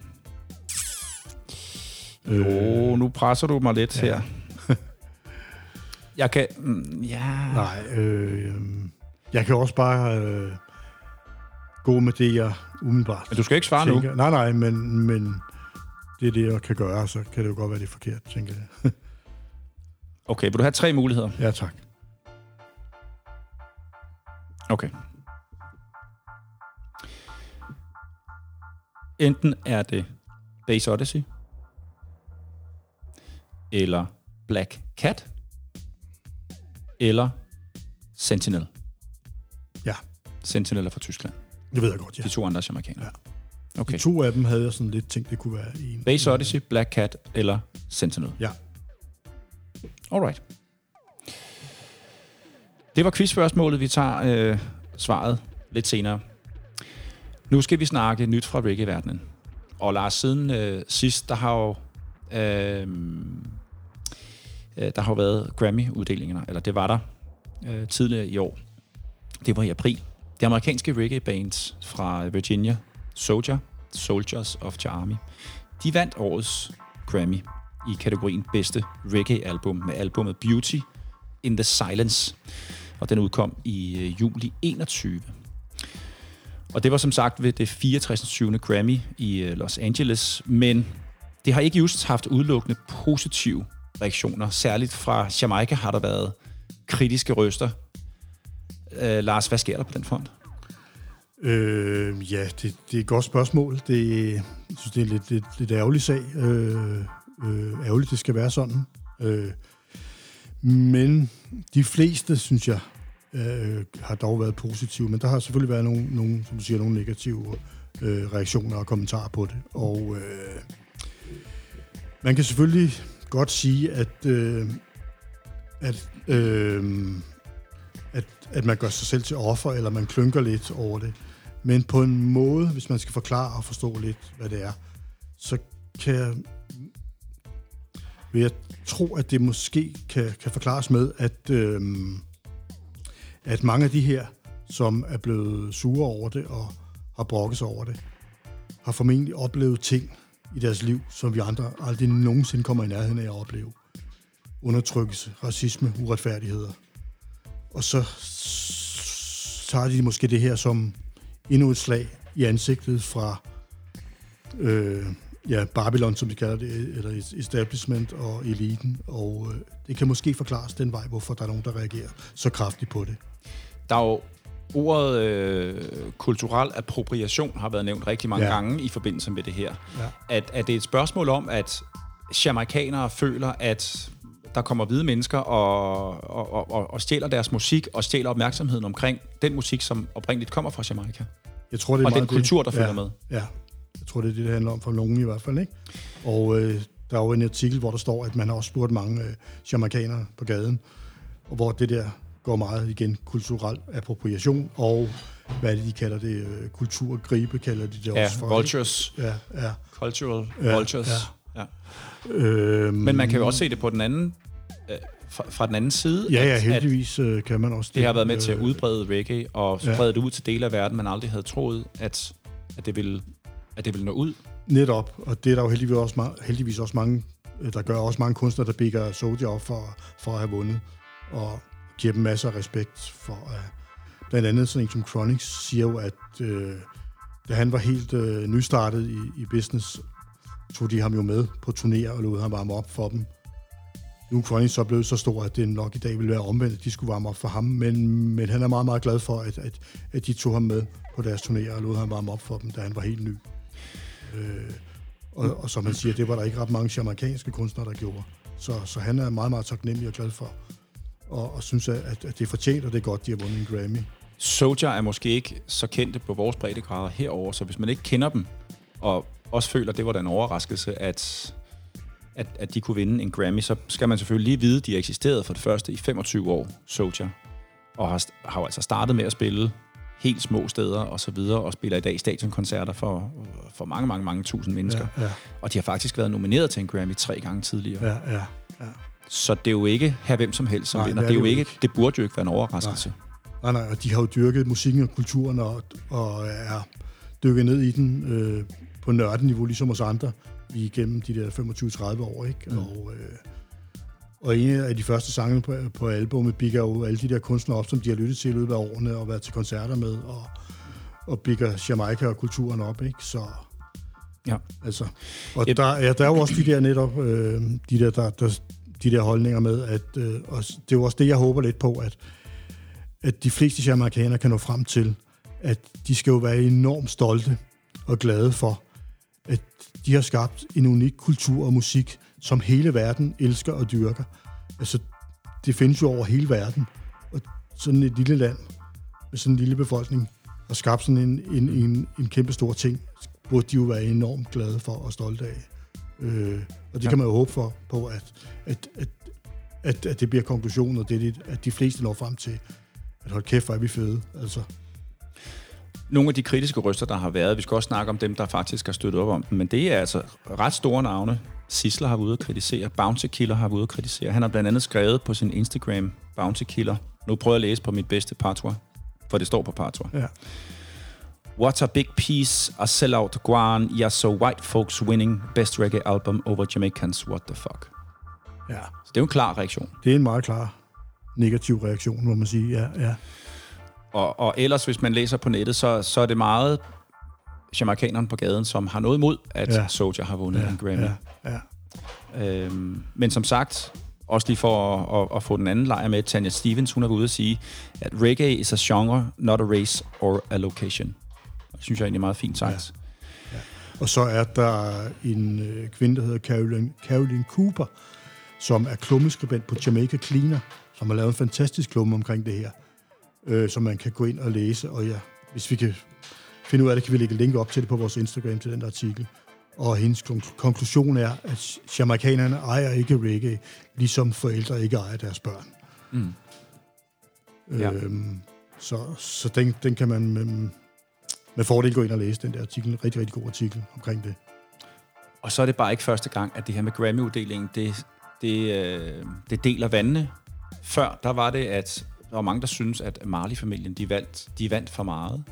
Jo, øh. nu presser du mig lidt ja. her. Jeg kan... Mm, ja... Nej, øh, jeg kan også bare øh, gå med det, jeg umiddelbart... Men du skal ikke svare tænker. nu? Nej, nej, men, men det er det, jeg kan gøre, så kan det jo godt være, det er forkert, tænker jeg. Okay, vil du have tre muligheder? Ja, tak. Okay. Enten er det Space Odyssey, eller Black Cat, eller Sentinel. Ja. Sentinel er fra Tyskland. Det ved jeg godt, ja. De to andre er amerikanere. Ja. Okay. De to af dem havde jeg sådan lidt tænkt, det kunne være en. Space Odyssey, Black Cat eller Sentinel. Ja. Alright. Det var quizspørgsmålet. Vi tager øh, svaret lidt senere. Nu skal vi snakke nyt fra reggae-verdenen. Og Lars, siden øh, sidst, der har jo øh, der har jo været Grammy-uddelingerne, eller det var der øh, tidligere i år. Det var i april. Det amerikanske reggae-bands fra Virginia, Soldier, Soldiers of the Army, de vandt årets Grammy i kategorien bedste reggae-album med albumet Beauty in the Silence. Og den udkom i øh, juli enogtyve. Og det var som sagt ved det fireogtres. Grammy i øh, Los Angeles, men det har ikke just haft udelukkende positive reaktioner. Særligt fra Jamaica har der været kritiske røster. Øh, Lars, hvad sker der på den front? Øh, ja, det, det er et godt spørgsmål. Det, jeg synes, det er en lidt, lidt, lidt ærgerlig sag. Øh, øh, ærgerligt, det skal være sådan. Øh, men de fleste, synes jeg, øh, har dog været positive. Men der har selvfølgelig været nogle, nogle som du siger, nogle negative øh, reaktioner og kommentarer på det. Og øh, man kan selvfølgelig godt sige, at, øh, at, øh, at, at man gør sig selv til offer, eller man klynker lidt over det. Men på en måde, hvis man skal forklare og forstå lidt, hvad det er, så kan jeg, vil jeg tro, at det måske kan, kan forklares med, at, øh, at mange af de her, som er blevet sure over det og har brokket sig over det, har formentlig oplevet ting i deres liv, som vi andre aldrig nogensinde kommer i nærheden af at opleve. Undertrykkelse, racisme, uretfærdigheder. Og så tager de måske det her som endnu et slag i ansigtet fra øh, ja, Babylon, som de kalder det, eller establishment og eliten. Og øh, det kan måske forklares den vej, hvorfor der er nogen, der reagerer så kraftigt på det. Der er jo ordet øh, kulturel appropriation har været nævnt rigtig mange ja. gange i forbindelse med det her. Ja. At, at det er et spørgsmål om, at jamaikanere føler, at der kommer hvide mennesker og, og, og, og stjæler deres musik og stjæler opmærksomheden omkring den musik, som oprindeligt kommer fra Jamaica. Jeg tror, det er og meget den kultur, der det. følger ja, med. Ja, jeg tror, det er det, det handler om for nogen i hvert fald. Ikke? Og øh, der er jo en artikel, hvor der står, at man har også spurgt mange øh, jamaikanere på gaden, og hvor det der går meget igen kulturel appropriation, og hvad er det, de kalder det? Øh, kulturgribe kalder de det ja, også for. Vultures. Ja, ja. Cultural ja, vultures. Ja. Ja. Øhm, Men man kan jo også se det på den anden Fra, fra den anden side. Ja, ja, heldigvis at, kan man også det. Det har været med til at udbrede reggae og sprede ja. det ud til dele af verden, man aldrig havde troet, at, at, det, ville, at det ville nå ud. Netop, og det er der jo heldigvis også, heldigvis også mange, der gør også mange kunstnere, der bigger Soldier op for, for at have vundet, og giver dem masser af respekt for at, blandt andet sådan en som Chronix siger jo, at øh, da han var helt øh, nystartet i, i business, tog de ham jo med på turnéer og lod ham varme op for dem. Nu er Chronix så blevet så stor, at det nok i dag ville være omvendt, at de skulle varme op for ham, men, men han er meget, meget glad for, at, at, at de tog ham med på deres turnéer og lod ham varme op for dem, da han var helt ny. Øh, og, og som han siger, det var der ikke ret mange jamaikanske kunstnere, der gjorde. Så, så han er meget, meget taknemmelig og glad for, og, og synes, at, at det er fortjent, og det er godt, de har vundet en Grammy. Soldier er måske ikke så kendte på vores breddegrader herover, så hvis man ikke kender dem, og også føler, at det var da en overraskelse, at, at, at de kunne vinde en Grammy, så skal man selvfølgelig lige vide, at de har eksisteret for det første i femogtyve år, Soldier, og har, har jo altså startet med at spille helt små steder og så videre, og spiller i dag stadionkoncerter for, for mange, mange, mange tusind mennesker. Ja, ja. Og de har faktisk været nomineret til en Grammy tre gange tidligere. Ja, ja, ja. Så det er jo ikke her hvem som helst som nej, vinder. Det, er det, er jo ikke, ikke. det burde jo ikke være en overraskelse. Nej, nej, nej, og de har jo dyrket musikken og kulturen og, og er dykket ned i den øh, på nørdeniveau, ligesom os andre, igennem de der femogtyve til tredive år, ikke? Mm. Og, øh, og en af de første sange på, på albumet bygger jo alle de der kunstnere op, som de har lyttet til i løbet af årene og været til koncerter med, og, og bygger Jamaica og kulturen op, ikke? Så, ja. Altså, og yep. der, ja, der er jo også de der netop, øh, de der, der, der, de der holdninger med, at, øh, og det er jo også det, jeg håber lidt på, at, at de fleste jamaicanere kan nå frem til, at de skal jo være enormt stolte og glade for, at de har skabt en unik kultur og musik, som hele verden elsker og dyrker. Altså, det findes jo over hele verden. Og sådan et lille land med sådan en lille befolkning har skabt sådan en, en, en, en kæmpe stor ting, burde de jo være enormt glade for og stolte af. Øh, og det ja. kan man jo håbe for, på, at, at, at, at, at det bliver konklusionen, og det, at de fleste når frem til, at hold kæft, hvor er vi fede. Altså. Nogle af de kritiske røster, der har været, vi skal også snakke om dem, der faktisk har støttet op om dem, men det er altså ret store navne. Sisler har været ude at kritisere, Bounty Killer har været ude at kritisere. Han har blandt andet skrevet på sin Instagram, Bounty Killer. Nu prøver jeg at læse på mit bedste patois, for det står på patois. Ja. What a big piece, a sellout, Guan, yeah, so white folks winning best reggae album over Jamaicans, what the fuck. Ja. Så det er jo en klar reaktion. Det er en meget klar negativ reaktion, må man sige, ja, ja. Og, og ellers, hvis man læser på nettet, så, så er det meget jamaicanerne på gaden, som har noget imod, at ja. Soulja har vundet ja. en Grammy. Ja. Ja. Øhm, men som sagt, også lige for at, at, at få den anden lejr med, Tanya Stevens, hun er ude at sige, at reggae is a genre, not a race or a location. Det synes jeg egentlig er meget fint sagt. Ja. Ja. Og så er der en øh, kvinde, der hedder Caroline, Caroline Cooper, som er klummeskribent på Jamaica Cleaner, som har lavet en fantastisk klumme omkring det her, øh, som man kan gå ind og læse. Og ja, hvis vi kan finde ud af det, kan vi lægge link op til det på vores Instagram til den der artikel. Og hendes konklusion er, at jamaicanerne ejer ikke reggae, ligesom forældre ikke ejer deres børn. Mm. Ja. Øhm, så så den, den kan man med, med fordel gå ind og læse, den der artikel. En rigtig, rigtig god artikel omkring det. Og så er det bare ikke første gang, at det her med Grammy-uddelingen, det, det, øh, det deler vandene. Før, der var det, at der var mange, der synes, at Marley-familien, de vandt, de vandt for meget.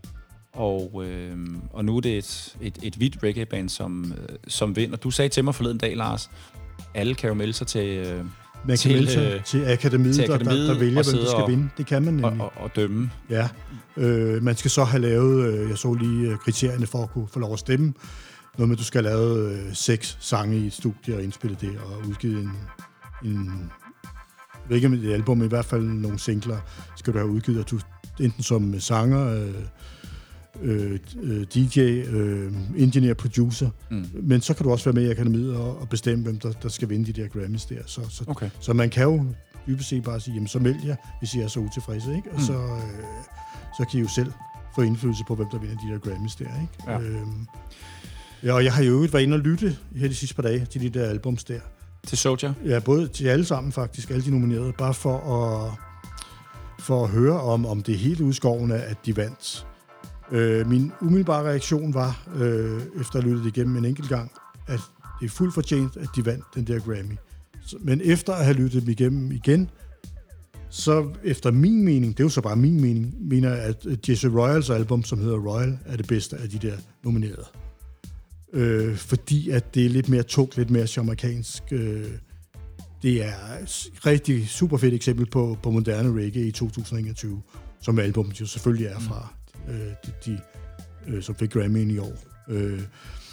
Og, øh, og nu er det et, et, et hvidt reggae-band, som, øh, som vinder. Du sagde til mig forleden dag, Lars, alle kan jo melde sig til, øh, Man til, kan melde sig øh, til akademiet, til akademiet der, der, der vælger, hvem der skal og, vinde. Det kan man nemlig. Og, og, og dømme. Ja. Øh, man skal så have lavet, øh, jeg så lige kriterierne for at kunne få lov at stemme. Noget med, at du skal have lavet øh, seks sange i et studie og indspille det, og udgivet en, en ikke med et album, men i hvert fald nogle singler, skal du have udgivet, at du enten som sanger, øh, øh, D J, øh, engineer, producer, mm. men så kan du også være med i akademiet og, og bestemme, hvem der, der skal vinde de der Grammys der. Så, så, okay. så man kan jo dybest set bare sige, jamen så meld jer, hvis I er så utilfredse, ikke? Og mm. så, øh, så kan I jo selv få indflydelse på, hvem der vinder de der Grammys der, ikke? Ja. Øhm, ja, og jeg har jo øvrigt været inde og lytte her de sidste par dage til de der albums der. Til Soulja? Ja, både til alle sammen faktisk, alle de nominerede, bare for at, for at høre om, om det er helt udskovende, at de vandt. Øh, min umiddelbare reaktion var, øh, efter at have lyttet igennem en enkelt gang, at det er fuldt fortjent, at de vandt den der Grammy. Så, men efter at have lyttet dem igennem igen, så efter min mening, det er jo så bare min mening, mener jeg, at Jesse Royals album, som hedder Royal, er det bedste af de der nominerede. Øh, fordi at det er lidt mere tungt, lidt mere jamaicansk. Øh, det er et rigtig super fedt eksempel på, på moderne reggae i to tusind og enogtyve, som albummet jo selvfølgelig er fra, øh, de, de øh, som fik Grammy'en i år. Øh,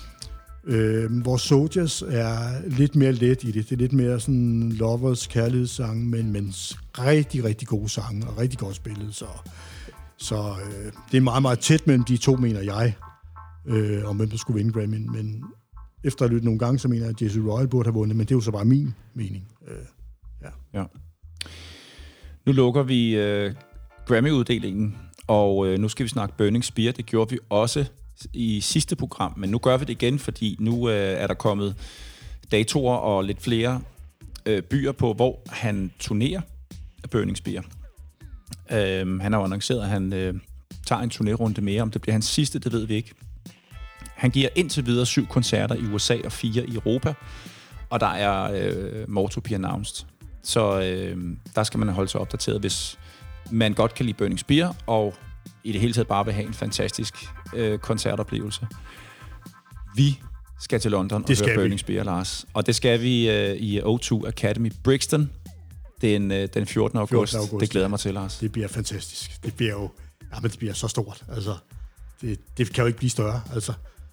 øh, hvor Souljas er lidt mere let i det. Det er lidt mere sådan lovers kærlighedssange, men, men rigtig, rigtig gode sange og rigtig godt spillet. Så, så øh, det er meget, meget tæt mellem de to, mener jeg. Øh, om hvem der skulle vinde Grammy, men efter at lytte nogle gange, så mener jeg, at Jesse Royal burde have vundet, men det er jo så bare min mening. Øh, ja. Ja. Nu lukker vi øh, Grammy-uddelingen, og øh, nu skal vi snakke Burning Spear. Det gjorde vi også i sidste program, men nu gør vi det igen, fordi nu øh, er der kommet datoer og lidt flere øh, byer på, hvor han turnerer Burning Spear. Øh, han har jo annonceret, at han øh, tager en turnérunde mere. Om det bliver hans sidste, det ved vi ikke. Han giver indtil videre syv koncerter i U S A og fire i Europa, og der er øh, more to be announced. Så øh, der skal man holde sig opdateret, hvis man godt kan lide Burning Spear, og i det hele taget bare vil have en fantastisk øh, koncertoplevelse. Vi skal til London og høre Burning Spear, Lars. Og det skal vi øh, i O to Academy Brixton den, øh, den fjortende august. august. Det glæder mig til, Lars. Det bliver fantastisk. Det bliver jo ja, men det bliver så stort. Altså, det, det kan jo ikke blive større. Altså,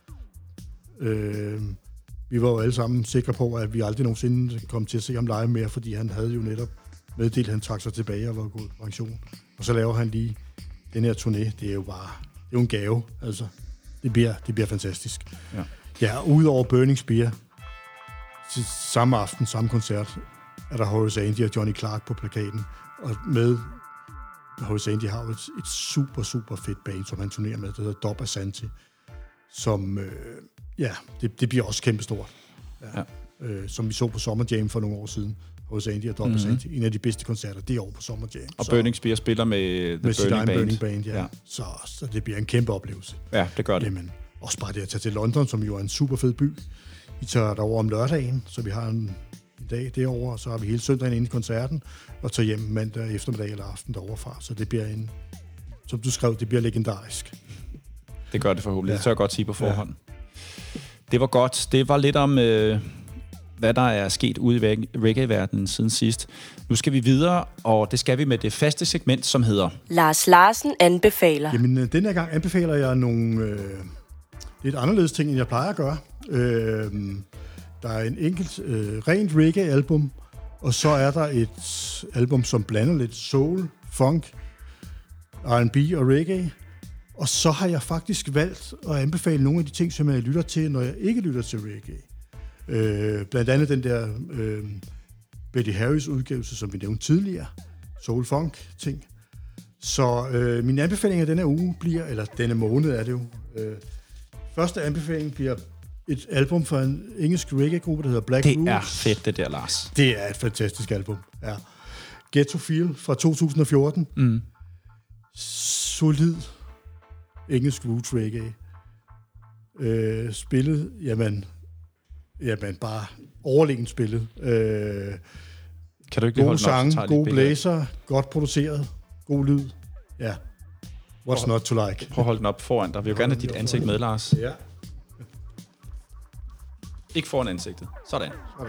øh, vi var jo alle sammen sikre på, at vi aldrig nogensinde kom til at se ham live mere, fordi han havde jo netop meddelt, at han trak sig tilbage og var gået på pension. Og så laver han lige den her turné. Det er jo bare det er jo en gave. Altså, det bliver, det bliver fantastisk. Ja. Ja, udover Burning Spear, samme aften, samme koncert, er der Horace Andy og Johnny Clark på plakaten. Og med Horace Andy har jo et, et super, super fedt band, som han turnerer med, det hedder Dub Asante, som, øh, ja, det, det bliver også kæmpestort. Ja. Ja. Øh, som vi så på Summer Jam for nogle år siden. Horace Andy og Dub mm-hmm. Asante, en af de bedste koncerter det år på Summer Jam. Og så, Burning Spear spiller med The med Burning Band. Burning Band, ja. ja. Så, så det bliver en kæmpe oplevelse. Ja, det gør det. Jamen, også bare det at tage til London, som jo er en super fed by. Vi tager derover om lørdagen, så vi har en dag derovre, og så har vi hele søndagen inde i koncerten, og tager hjem mandag eftermiddag eller aften derovre fra. Så det bliver en, som du skrev, det bliver legendarisk. Det gør det forhåbentlig. Ja. Det tør jeg godt sige på forhånd. Ja. Det var godt. Det var lidt om, øh, hvad der er sket ude i reggae-verdenen siden sidst. Nu skal vi videre, og det skal vi med det faste segment, som hedder Lars Larsen anbefaler. Jamen, denne gang anbefaler jeg nogle øh, lidt anderledes ting, end jeg plejer at gøre. Øh, der er en enkelt øh, rent reggae-album, og så er der et album, som blander lidt soul, funk, R and B og reggae. Og så har jeg faktisk valgt at anbefale nogle af de ting, som jeg lytter til, når jeg ikke lytter til reggae. Øh, blandt andet den der øh, Betty Harris udgivelse, som vi nævnte tidligere, soul funk ting. Så øh, min anbefaling af denne uge bliver, eller denne måned er det jo, øh, første anbefaling bliver et album fra en engelsk reggae-gruppe, der hedder Black Det Roots. er fedt, det der, Lars. Det er et fantastisk album, ja. Ghetto Feel fra to tusind og fjorten. Mm. Solid engelsk roots reggae. Øh, spillet, jamen, jamen bare overlegent spillet. Øh, kan du ikke gode sange, gode blæser, godt produceret, god lyd. Ja. What's prøv, not to like? Prøv at holde den op foran dig. Vi vil gerne have dit ansigt med, Lars. Ja. Ikke foran ansigtet. Sådan. Sådan.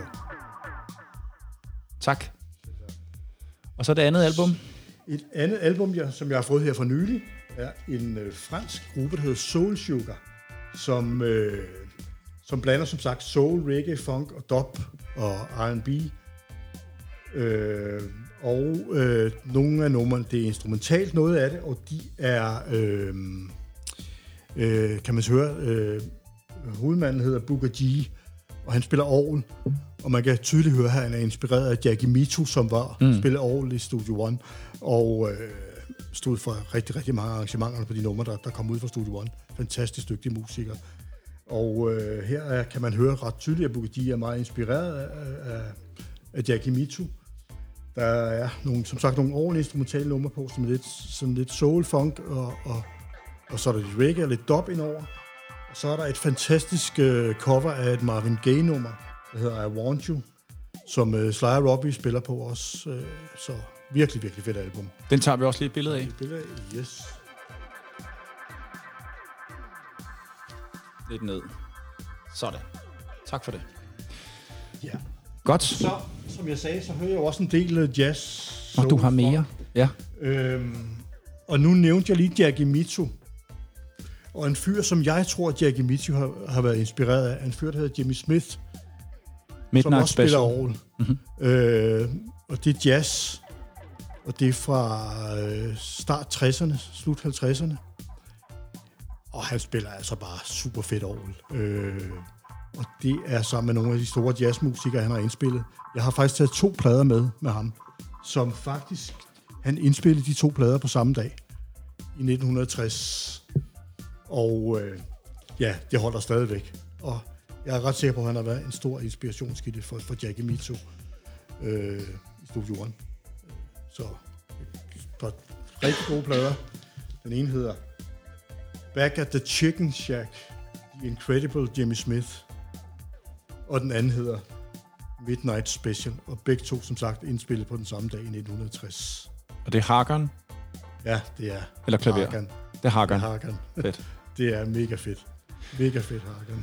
Tak. Og så det andet album. Et andet album, jeg, som jeg har fået her for nylig, er en øh, fransk gruppe, der hedder Soul Sugar, som, øh, som blander, som sagt, soul, reggae, funk og dub og R and B. Øh, og øh, nogle af numrene, det er instrumentalt noget af det, og de er, øh, øh, kan man så høre, øh, hovedmanden hedder Booker G, og han spiller orgel, og man kan tydeligt høre, at han er inspireret af Jackie Mittoo, som var mm. spillet orgel i Studio One, og øh, stod for rigtig, rigtig mange arrangementer på de numre, der, der kom ud fra Studio One. Fantastisk dygtig musiker. Og øh, her er, kan man høre ret tydeligt, at Booker G er meget inspireret af, af, af Jackie Mittoo. Der er nogle, som sagt nogle ordentlige instrumentale numre på, som er lidt, sådan lidt soul, funk, og, og, og så er der lidt reggae og lidt dub indover. Og så er der et fantastisk øh, cover af et Marvin Gaye-nummer, der hedder I Want You, som øh, Sly og Robbie spiller på også. Øh, så virkelig, virkelig fedt album. Den tager vi også lige et billede af. Et billede af, yes. Lidt ned. Sådan. Tak for det. Ja. Godt. Så, som jeg sagde, så hører jeg også en del jazz. Og du har mere. Ja. Øhm, og nu nævnte jeg lige Jackie Mittoo. Og en fyr, som jeg tror, Jackie Mittoo har, har været inspireret af, en fyr, der hedder Jimmy Smith, Midnight som også Special. spiller orgel. Mm-hmm. Øh, og det er jazz, og det er fra øh, start tresserne, slut halvtredserne. Og han spiller altså bare super fedt orgel. Øh, og det er sammen med nogle af de store jazzmusikere, han har indspillet. Jeg har faktisk taget to plader med med ham, som faktisk, han indspillede de to plader på samme dag i nitten tres. Og øh, ja, det holder stadigvæk. Og jeg er ret sikker på, at han har været en stor inspirationskilde for, for Jackie Mittoo øh, i Studio One. Så et par rigtig gode plader. Den ene hedder Back at the Chicken Shack, The Incredible Jimmy Smith. Og den anden hedder Midnight Special, og begge to, som sagt, indspillet på den samme dag i nitten tres. Og det er Hagan? Ja, det er Eller klaver? Hagan. Det er Hagan. Det er Hagan. Fedt. Det er mega fedt. Mega fedt, Hagan.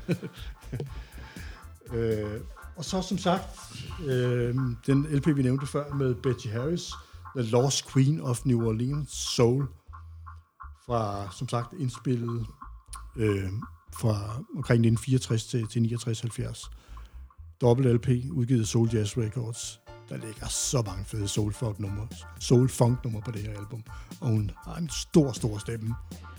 øh, og så som sagt, øh, den L P, vi nævnte før, med Betty Harris, The Lost Queen of New Orleans Soul, fra, som sagt, indspillet øh, fra omkring nitten fireogtres til, til niogtres halvfjerds. Dobbelt L P, udgivet af Soul Jazz Records. Der ligger så mange fede soul-funk-numre soul funk-numre på det her album. Og hun har en stor, stor stemme.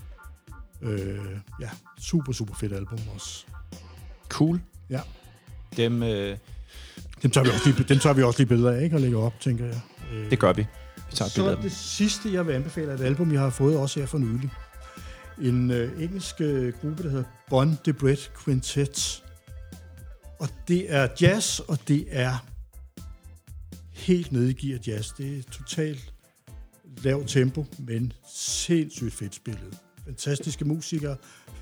Øh, ja, super, super fedt album også. Cool. Ja. Dem, øh... dem, tager vi også lige, dem tager vi også lige billeder af, ikke? Og lægger op, tænker jeg. Øh, det gør vi. Vi tager så det sidste, jeg vil anbefale, er et album, jeg har fået også her for nylig. En øh, engelsk øh, gruppe, der hedder Bon Debret Quintet. Og det er jazz, og det er helt nede i gear jazz. Det er totalt lavt tempo, men sindssygt fedt spillet. Fantastiske musikere,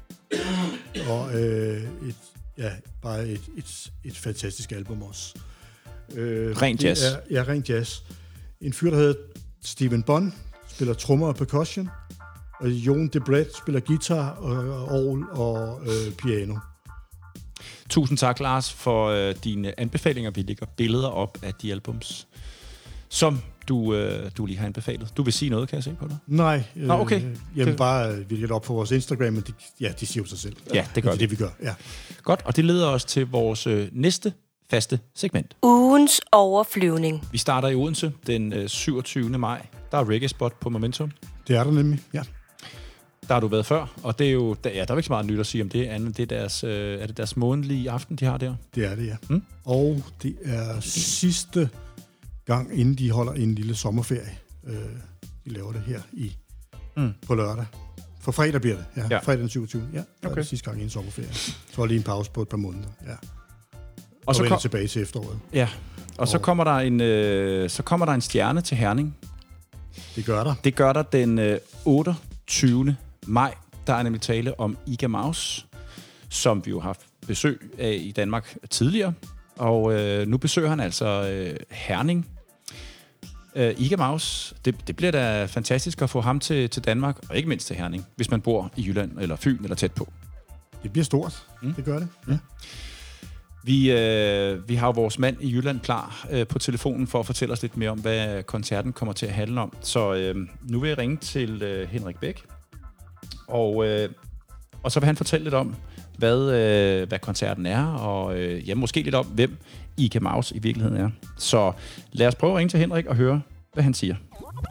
og øh, et, ja, bare et, et, et fantastisk album også. Øh, rent jazz. Er, ja, rent jazz. En fyr, der hedder Stephen Bon, spiller trommer og percussion, og Jon Debret spiller guitar og, og orgel og øh, piano. Tusind tak, Lars, for øh, dine anbefalinger. Vi lægger billeder op af de albums, som du, øh, du lige har anbefalet. Du vil sige noget, kan jeg se på dig? Nej. Øh, Nå, okay. Jamen bare, vi lægger det op på vores Instagram, men de, ja, de siger jo sig selv. Ja, det gør det. Er det, vi gør, ja. Godt, og det leder os til vores øh, næste faste segment. Ugens overflyvning. Vi starter i Odense den øh, syvogtyvende maj. Der er reggae spot på Momentum. Det er der nemlig, ja. Der har du været før, og det er jo, ja, der er jo ikke så meget nyt at sige om det, andet det er deres, øh, er det deres månedlige aften, de har der? Det er det, ja. Mm? Og det er sidste gang, inden de holder en lille sommerferie. Øh, de laver det her i mm. på lørdag. For fredag bliver det, ja. ja. Fredag den syvogtyvende Ja, der okay. er det sidste gang inden sommerferie. Så er lige en pause på et par måneder, ja. Og, og så vender kom... tilbage til efteråret. Ja, og, og så kommer der en øh, så kommer der en stjerne til Herning. Det gør der. Det gør der den øh, otteogtyvende maj. Der er nemlig tale om Iga Mouse, som vi jo har haft besøg af i Danmark tidligere. Og øh, nu besøger han altså øh, Herning. Øh, Iga Mouse, det, det bliver da fantastisk at få ham til, til Danmark, og ikke mindst til Herning, hvis man bor i Jylland eller Fyn eller tæt på. Det bliver stort. Mm. Det gør det. Ja. Vi, øh, vi har vores mand i Jylland klar øh, på telefonen for at fortælle os lidt mere om, hvad koncerten kommer til at handle om. Så øh, nu vil jeg ringe til øh, Henrik Bæk, og, øh, og så vil han fortælle lidt om, hvad, øh, hvad koncerten er, og øh, ja, måske lidt om, hvem Iga Mouse i virkeligheden er. Så lad os prøve at ringe til Henrik og høre, hvad han siger.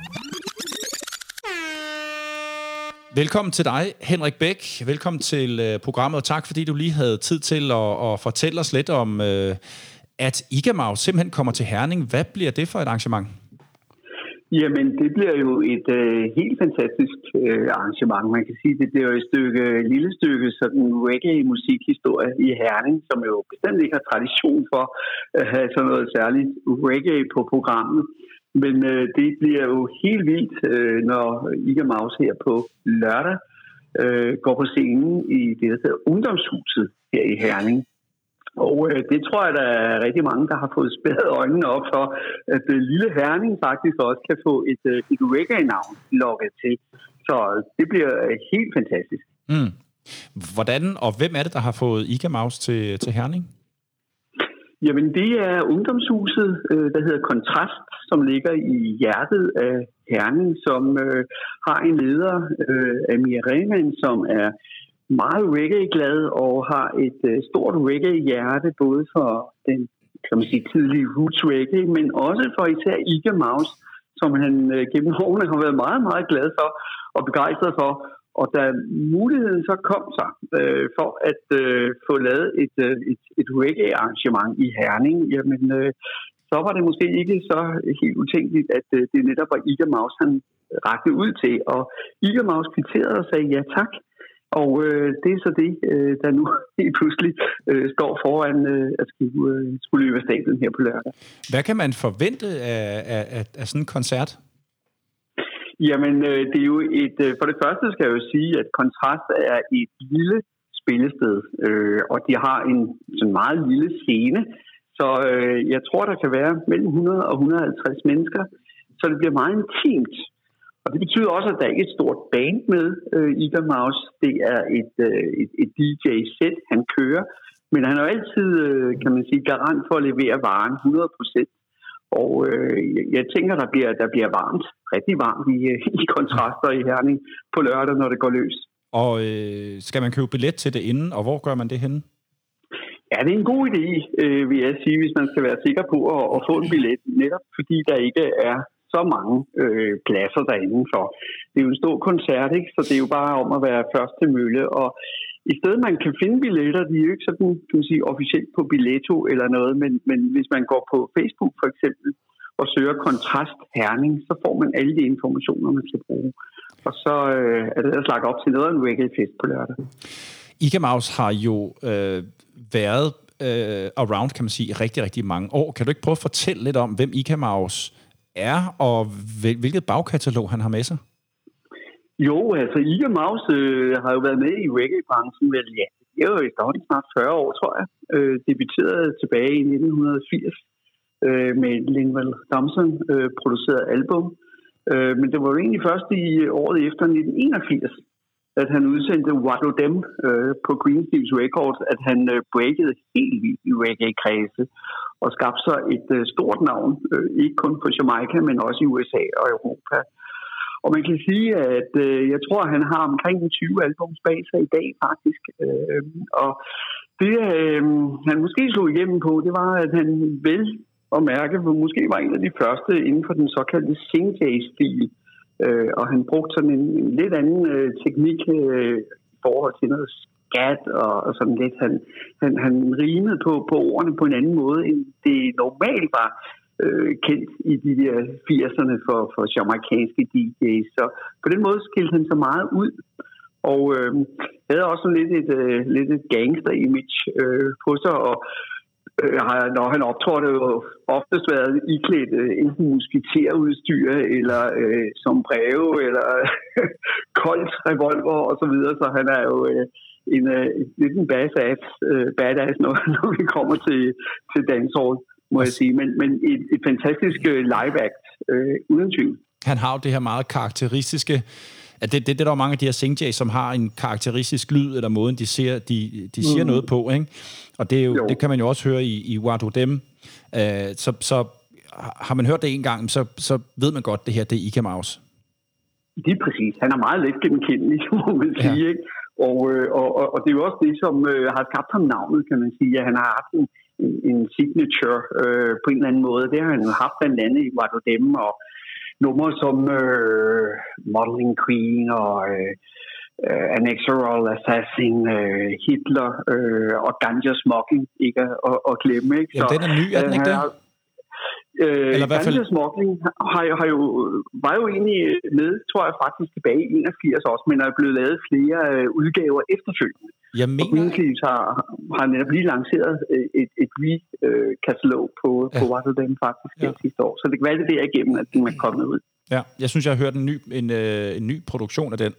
Velkommen til dig, Henrik Bæk. Velkommen til øh, programmet, og tak fordi du lige havde tid til at, at fortælle os lidt om, øh, at Iga Mouse simpelthen kommer til Herning. Hvad bliver det for et arrangement? Jamen, det bliver jo et øh, helt fantastisk øh, arrangement. Man kan sige, det bliver jo et stykke, et lille stykke sådan reggae-musikhistorie i Herning, som jo bestemt ikke har tradition for at have sådan noget særligt reggae på programmet. Men øh, det bliver jo helt vildt, øh, når Iga Mouse her på lørdag øh, går på scenen i det, der hedder Ungdomshuset her i Herning. Og øh, det tror jeg, der er rigtig mange, der har fået spærret øjnene op for, at øh, lille Herning faktisk også kan få et, øh, et reggae-navn lukket til. Så det bliver øh, helt fantastisk. Mm. Hvordan og hvem er det, der har fået Iga Mouse til, til Herning? Jamen, det er Ungdomshuset, øh, der hedder Kontrast, som ligger i hjertet af Herning, som øh, har en leder, øh, Amir Rehman, som er meget reggae-glad og har et øh, stort reggae-hjerte, både for den kan man sige, tidlige roots reggae, men også for især Iga Mouse, som han øh, gennem årene har været meget, meget glad for og begejstret for. Og da muligheden så kom så øh, for at øh, få lavet et, øh, et, et reggae-arrangement i Herning, jamen øh, så var det måske ikke så helt utænkeligt, at øh, det netop var Iga Mouse, han rakte ud til. Og Iga Mouse kvitterede og sagde ja tak. Og øh, det er så det, øh, der nu helt pludselig øh, står foran øh, at skulle, øh, skulle løbe af stablen her på lørdag. Hvad kan man forvente af, af, af, af sådan en koncert? Jamen, øh, det er jo et... Øh, for det første skal jeg jo sige, at Kontrast er et lille spillested, øh, og de har en sådan meget lille scene, så øh, jeg tror, der kan være mellem hundrede og et hundrede og halvtreds mennesker, så det bliver meget intimt. Og det betyder også, at der ikke er et stort band med øh, Eager-Mouse. Det er et, øh, et, et D J-sæt, han kører, men han er jo altid, øh, kan man sige, garant for at levere varen hundrede procent. Og øh, jeg tænker, der bliver, der bliver varmt, rigtig varmt i, i Kontraster i Herning på lørdag, når det går løs. Og øh, skal man købe billet til det inden, og hvor gør man det henne? Ja, det er en god idé, øh, vil jeg sige, hvis man skal være sikker på at, at få en billet, netop fordi der ikke er så mange øh, pladser derinde for. Det er jo en stor koncert, ikke? Så det er jo bare om at være først til mølle, og i stedet man kan finde billetter, de er jo ikke sådan, kan man sige, officielt på Billetto eller noget, men, men hvis man går på Facebook for eksempel og søger Kontrast Herning, så får man alle de informationer, man skal bruge. Og så øh, er det ellers lagt op til noget af en reggae-fest på lørdag. Eager-Mouse har jo øh, været øh, around, kan man sige, i rigtig, rigtig mange år. Kan du ikke prøve at fortælle lidt om, hvem Eager-Mouse er, og hvilket bagkatalog han har med sig? Jo, altså Eager-Mouse øh, har jo været med i reggae-branchen, vel ja, det er jo efterhånden snart fyrre år, tror jeg. Øh, debuterede tilbage i nitten firs øh, med Linval Thompson øh, produceret album. Øh, men det var jo egentlig først i året efter nitten enogfirs, at han udsendte What Do Dem øh, på Green Steves Records, at han øh, breakede helt vildt i reggae-kredse og skabte sig et øh, stort navn, øh, ikke kun på Jamaica, men også i U S A og Europa. Og man kan sige, at øh, jeg tror, at han har omkring tyve albums bag sig i dag, faktisk. Øh, og det, øh, han måske slog igennem på, det var, at han vel og mærke, måske var en af de første inden for den såkaldte sing-jay-stil. Øh, og han brugte sådan en, en lidt anden øh, teknik øh, i forhold til noget skat og, og sådan lidt. Han, han, han rimede på, på ordene på en anden måde, end det normalt var øh, kendt i de der firserne for, for jamaikanske D J's. Så på den måde skilte han så meget ud. Og øh, havde også lidt et, øh, lidt et gangster-image øh, på sig, og øh, når han optrådte, jo oftest været iklædt øh, enten musketerudstyr, eller øh, som breve, eller koldt revolver og så videre, så han er jo øh, en, øh, lidt en badass, øh, badass når, når vi kommer til, til dancehall, må jeg sige. Men, men et, et fantastisk øh, live-act, øh, uden tvivl. Han har jo det her meget karakteristiske. Det, det, det er der mange af de her sing-jays, som har en karakteristisk lyd, eller måden, de, ser, de, de siger mm. noget på, ikke? Og det, er jo, jo. det kan man jo også høre i, i What Do Dem. Uh, så, så har man hørt det en gang, så, så ved man godt, det her det er Eager-Mouse. Det er præcis. Han er meget let gennemkendelig, må man sige, ja. Ikke? Og, og, og, og det er jo også det, som øh, har skabt ham navnet, kan man sige. At han har haft en, en, en signature øh, på en eller anden måde. Det har han haft blandt andet i What Do Dem, og numre som øh, Modeling Queen og øh, Annexural Assassin, øh, Hitler øh, og Ganja Smoking, ikke at, at glemme. Ikke? Så, ja, den er ny, er den ikke det? Øh, Ganja Smoking har, har jo, var jo egentlig med, tror jeg faktisk tilbage i enogfirs også, men der er blevet lavet flere øh, udgaver efterfølgende. Jeg mener... Og Green Steves har, har netop lige lanceret et, et re-katalog på, ja. på What Do Dem faktisk ja. sidste år. Så det kan være det der igennem, at den er kommet ud. Ja, jeg synes, jeg har hørt en ny, en, øh, en ny produktion af den.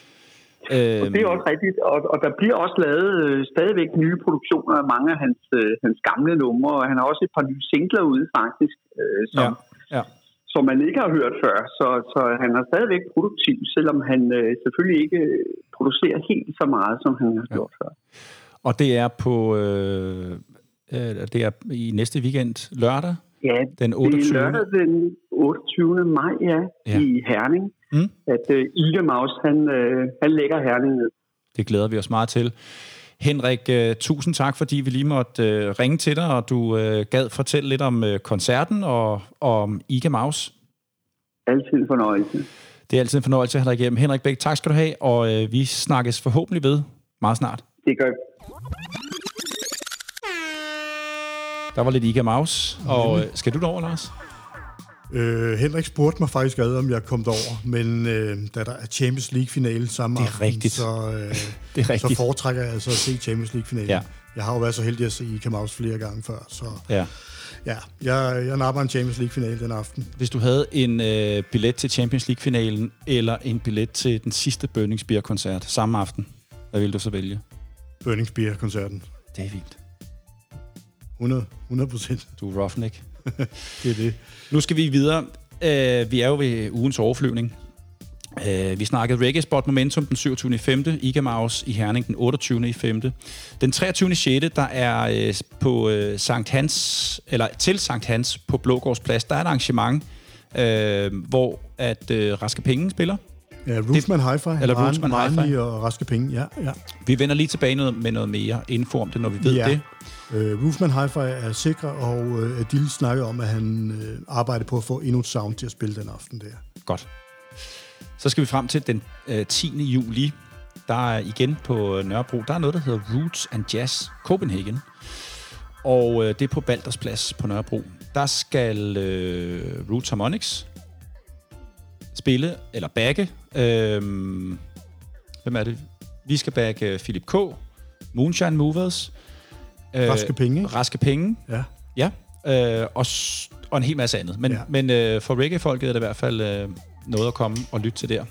Og det er også rigtigt, og, og der bliver også lavet øh, stadigvæk nye produktioner af mange af hans, øh, hans gamle numre, og han har også et par nye singler ude faktisk, øh, som, ja. Ja. som man ikke har hørt før, så, så han er stadigvæk produktiv, selvom han øh, selvfølgelig ikke producerer helt så meget, som han har gjort ja. før. Og det er på øh, øh, det er i næste weekend, lørdag? Ja, den otteogtyvende det er lørdag den otteogtyvende maj, ja, ja. i Herning. Mm. At uh, Eager-Mouse, han, uh, han lægger Herning ned. Det glæder vi os meget til. Henrik, uh, tusind tak, fordi vi lige måtte uh, ringe til dig, og du uh, gad fortælle lidt om uh, koncerten og, og om Eager-Mouse. Altid en fornøjelse. Det er altid en fornøjelse, Henrik. Henrik Bæk, tak skal du have, og uh, vi snakkes forhåbentlig ved meget snart. Det gør vi. Der var lidt Eager-Mouse, og uh, skal du derover, Lars? Øh, Henrik spurgte mig faktisk ad, om jeg kom derover, men øh, da der er Champions League-finale samme aften, så, øh, det er så foretrækker jeg altså at se Champions League-finale. Ja. Jeg har jo været så heldig at se Eager-Mouse flere gange før, så ja. Ja, jeg, jeg napper en Champions League-finale den aften. Hvis du havde en øh, billet til Champions League-finalen, eller en billet til den sidste Burning Spear-koncert samme aften, hvad ville du så vælge? Burning Spear-koncerten. Det er vildt. hundrede procent. Du er roughneck. Det er det. Nu skal vi videre. Uh, vi er jo ved ugens overflyvning. Uh, vi snakkede Reggae Spot Momentum den syvogtyvende femte I G A Maus i Herning den otteogtyvende femte Den treogtyvende sjette der er uh, på uh, Sankt Hans, eller til Sankt Hans på Blågårds Plads, der er et arrangement, uh, hvor at uh, Raske Penge spiller. Ja, Roofman Hi-Fi. Eller Roofman Hi-Fi. Og Raske Penge, ja, ja. Vi vender lige tilbage med noget mere info om det, når vi ved ja. det. Uh, Roofman Hi-Fi er sikre, og uh, Adil snakkede om, at han uh, arbejder på at få endnu et sound til at spille den aften der. Godt. Så skal vi frem til den uh, tiende juli. Der er igen på Nørrebro, der er noget, der hedder Roots and Jazz Copenhagen. Og uh, det er på Balders Plads på Nørrebro. Der skal uh, Roots Harmonics spille, eller bagge. Uh, hvem er det? Vi skal bagge Philip K., Moonshine Movers, Raske Penge. Øh, Raske Penge. Ja. Ja. Øh, og, og en hel masse andet. Men, ja. men øh, for reggae-folket er det i hvert fald øh, noget at komme og lytte til der.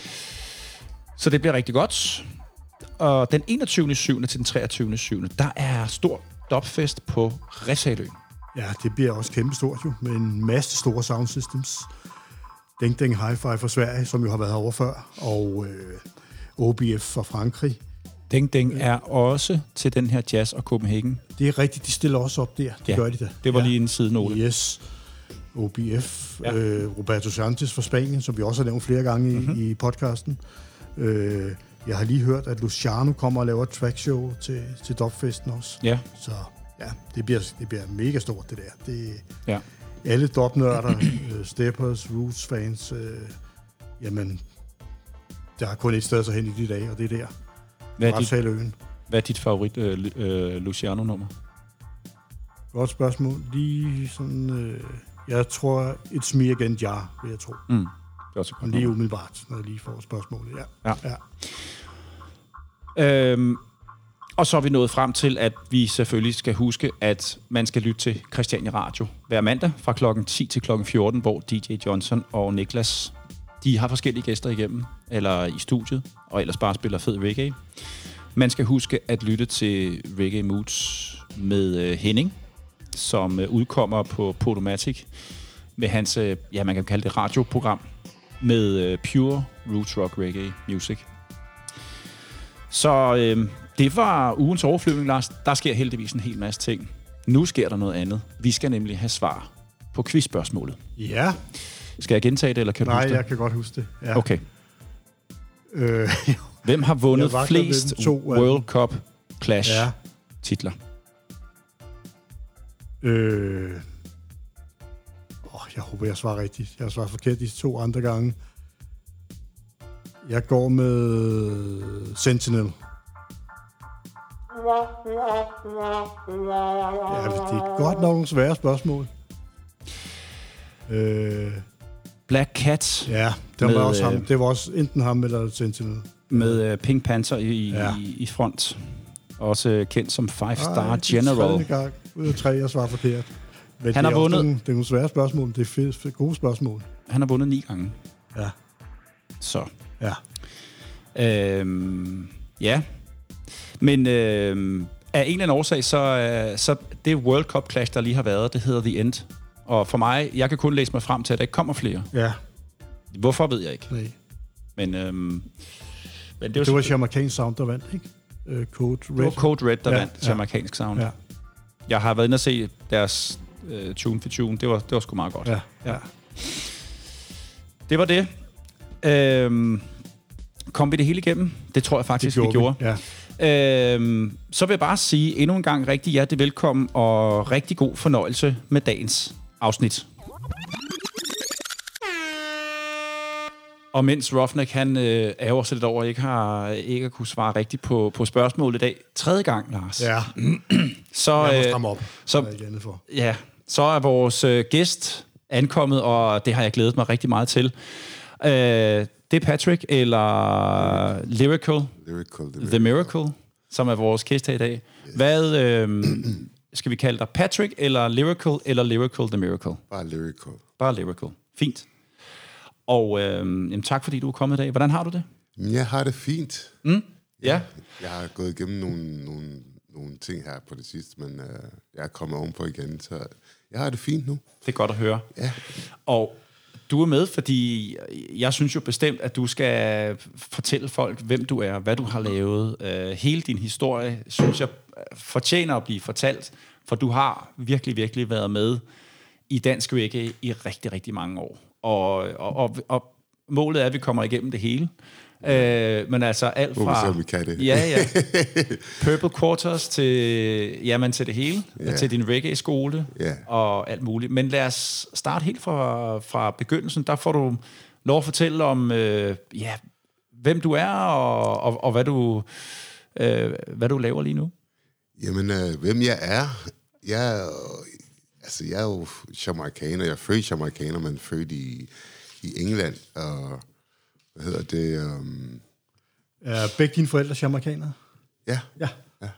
Så det bliver rigtig godt. Og den enogtyvende syvende til den treogtyvende syvende der er stor dubfest på Refshaleøen. Ja, det bliver også kæmpestort jo, med en masse store sound systems. Ding Ding Hi-Fi fra Sverige, som jo har været herovre før, og øh, O B F fra Frankrig. Ding Ding er også til den her jazz og Copenhagen. Det er rigtigt, de stiller også op der. Det ja, gør de da. Det var ja. lige en sidenote. Yes. O B F. Ja. Øh, Roberto Sanchez fra Spanien, som vi også har nævnt flere gange mm-hmm. i, i podcasten. Øh, jeg har lige hørt, at Luciano kommer og laver et trackshow til, til dubfesten også. Ja. Så ja, det bliver, det bliver mega stort, det der. Det, ja. Alle dubnørder, øh, steppers, roots fans, øh, jamen, der er kun et sted så hen i de dage, og det er der. Hvad er, dit, øen. hvad er dit favorit øh, øh, Luciano-nummer? Godt spørgsmål. Lige sådan, øh, jeg tror, It's Me Again, ja, vil jeg tro. Mm. Det er også godt. Lige umiddelbart, når jeg lige får spørgsmålet. Ja. Ja. ja. Øhm, og så er vi nået frem til, at vi selvfølgelig skal huske, at man skal lytte til Christiania Radio hver mandag fra klokken ti til klokken fjorten, hvor D J Johnson og Niklas, de har forskellige gæster igennem, eller i studiet, og ellers bare spiller fed reggae. Man skal huske at lytte til Reggae Moods med øh, Henning, som øh, udkommer på Podomatic, med hans, øh, ja, man kan kalde det radioprogram, med øh, pure roots rock reggae music. Så øh, det var ugens overflyvning, Lars. Der sker heldigvis en hel masse ting. Nu sker der noget andet. Vi skal nemlig have svar på quizspørgsmålet. Ja. Skal jeg gentage det, eller kan du Nej, huske det? jeg kan godt huske det. Ja. Okay. Øh, Hvem har vundet flest to, World Cup Clash ja. titler? Øh, åh, jeg håber, jeg svarer rigtigt. Jeg har svaret forkert de to andre gange. Jeg går med Sentinel. Ja, det er godt nok nogle svære spørgsmål. Øh, Black Cat. Ja, det var, med, også ham. Det var også enten ham eller Sentinel. Med uh, Pink Panther i, ja. i, i front. Også kendt som Five Star Ej, General. Gang ud af tre, jeg svarer forkert. Men han har vundet... Nogle, det er nogle svære spørgsmål, det er fede, fede, gode spørgsmål. Han har vundet ni gange. Ja. Så. Ja. Øhm, ja. Men øhm, af en eller anden årsag, så, øh, så det World Cup Clash, der lige har været, det hedder The End. Og for mig, jeg kan kun læse mig frem til, at der ikke kommer flere. Ja. Hvorfor, ved jeg ikke. Nej. Men, øhm, men det, det var Jamaicansk Sound, der vandt, ikke? Uh, Code Red. Det var Code Red, der ja, vandt ja. Jamaicansk Sound. Ja. Jeg har været inde og se deres uh, tune for tune. Det var, det var sgu meget godt. Ja. Ja. Det var det. Øhm, kom vi det hele igennem? Det tror jeg faktisk, det gjorde vi gjorde. Vi. Ja. Øhm, så vil jeg bare sige endnu en gang rigtig hjertelig velkommen og rigtig god fornøjelse med dagens afsnit. Og mens Roughneck, han øh, ærger sig lidt over, ikke har ikke at kunne svare rigtigt på, på spørgsmålet i dag. Tredje gang, Lars. Ja. så, jeg må stramme op. Så, for. Ja, så er vores øh, gæst ankommet, og det har jeg glædet mig rigtig meget til. Øh, det er Patrick, eller Lyrical, Lyrical The, The Miracle, som er vores gæst her i dag. Yes. Hvad, øh, skal vi kalde dig Patrick, eller Lyrical, eller Lyrical the Miracle? Bare Lyrical. Bare Lyrical. Fint. Og øh, jamen, tak, fordi du er kommet i dag. Hvordan har du det? Jeg har det fint. Mm? Ja. Jeg har gået igennem nogle, nogle, nogle ting her på det sidste, men øh, jeg er kommet ovenpå igen, så jeg har det fint nu. Det er godt at høre. Ja. Og du er med, fordi jeg synes jo bestemt, at du skal fortælle folk, hvem du er, hvad du har lavet. Uh, hele din historie, synes jeg, fortjener at blive fortalt, for du har virkelig, virkelig været med i dansk reggae i rigtig, rigtig mange år. Og, og, og, og målet er, at vi kommer igennem det hele. Uh, men altså alt fra... Hvor vi kan det. Ja, ja. Purple Quarters til, jamen, til det hele. Ja. Til din reggae-skole. Ja. Og alt muligt. Men lad os starte helt fra, fra begyndelsen. Der får du lov at fortælle om, øh, ja, hvem du er, og, og, og hvad, du, øh, hvad du laver lige nu. Jamen, øh, hvem jeg er? Jeg er, altså, jeg er jo jamaicaner. Jeg er født jamaicaner, men født i, i England. Og hvad hedder det? Um... Er begge dine forældre jamaicanere? Ja. Ja. ja.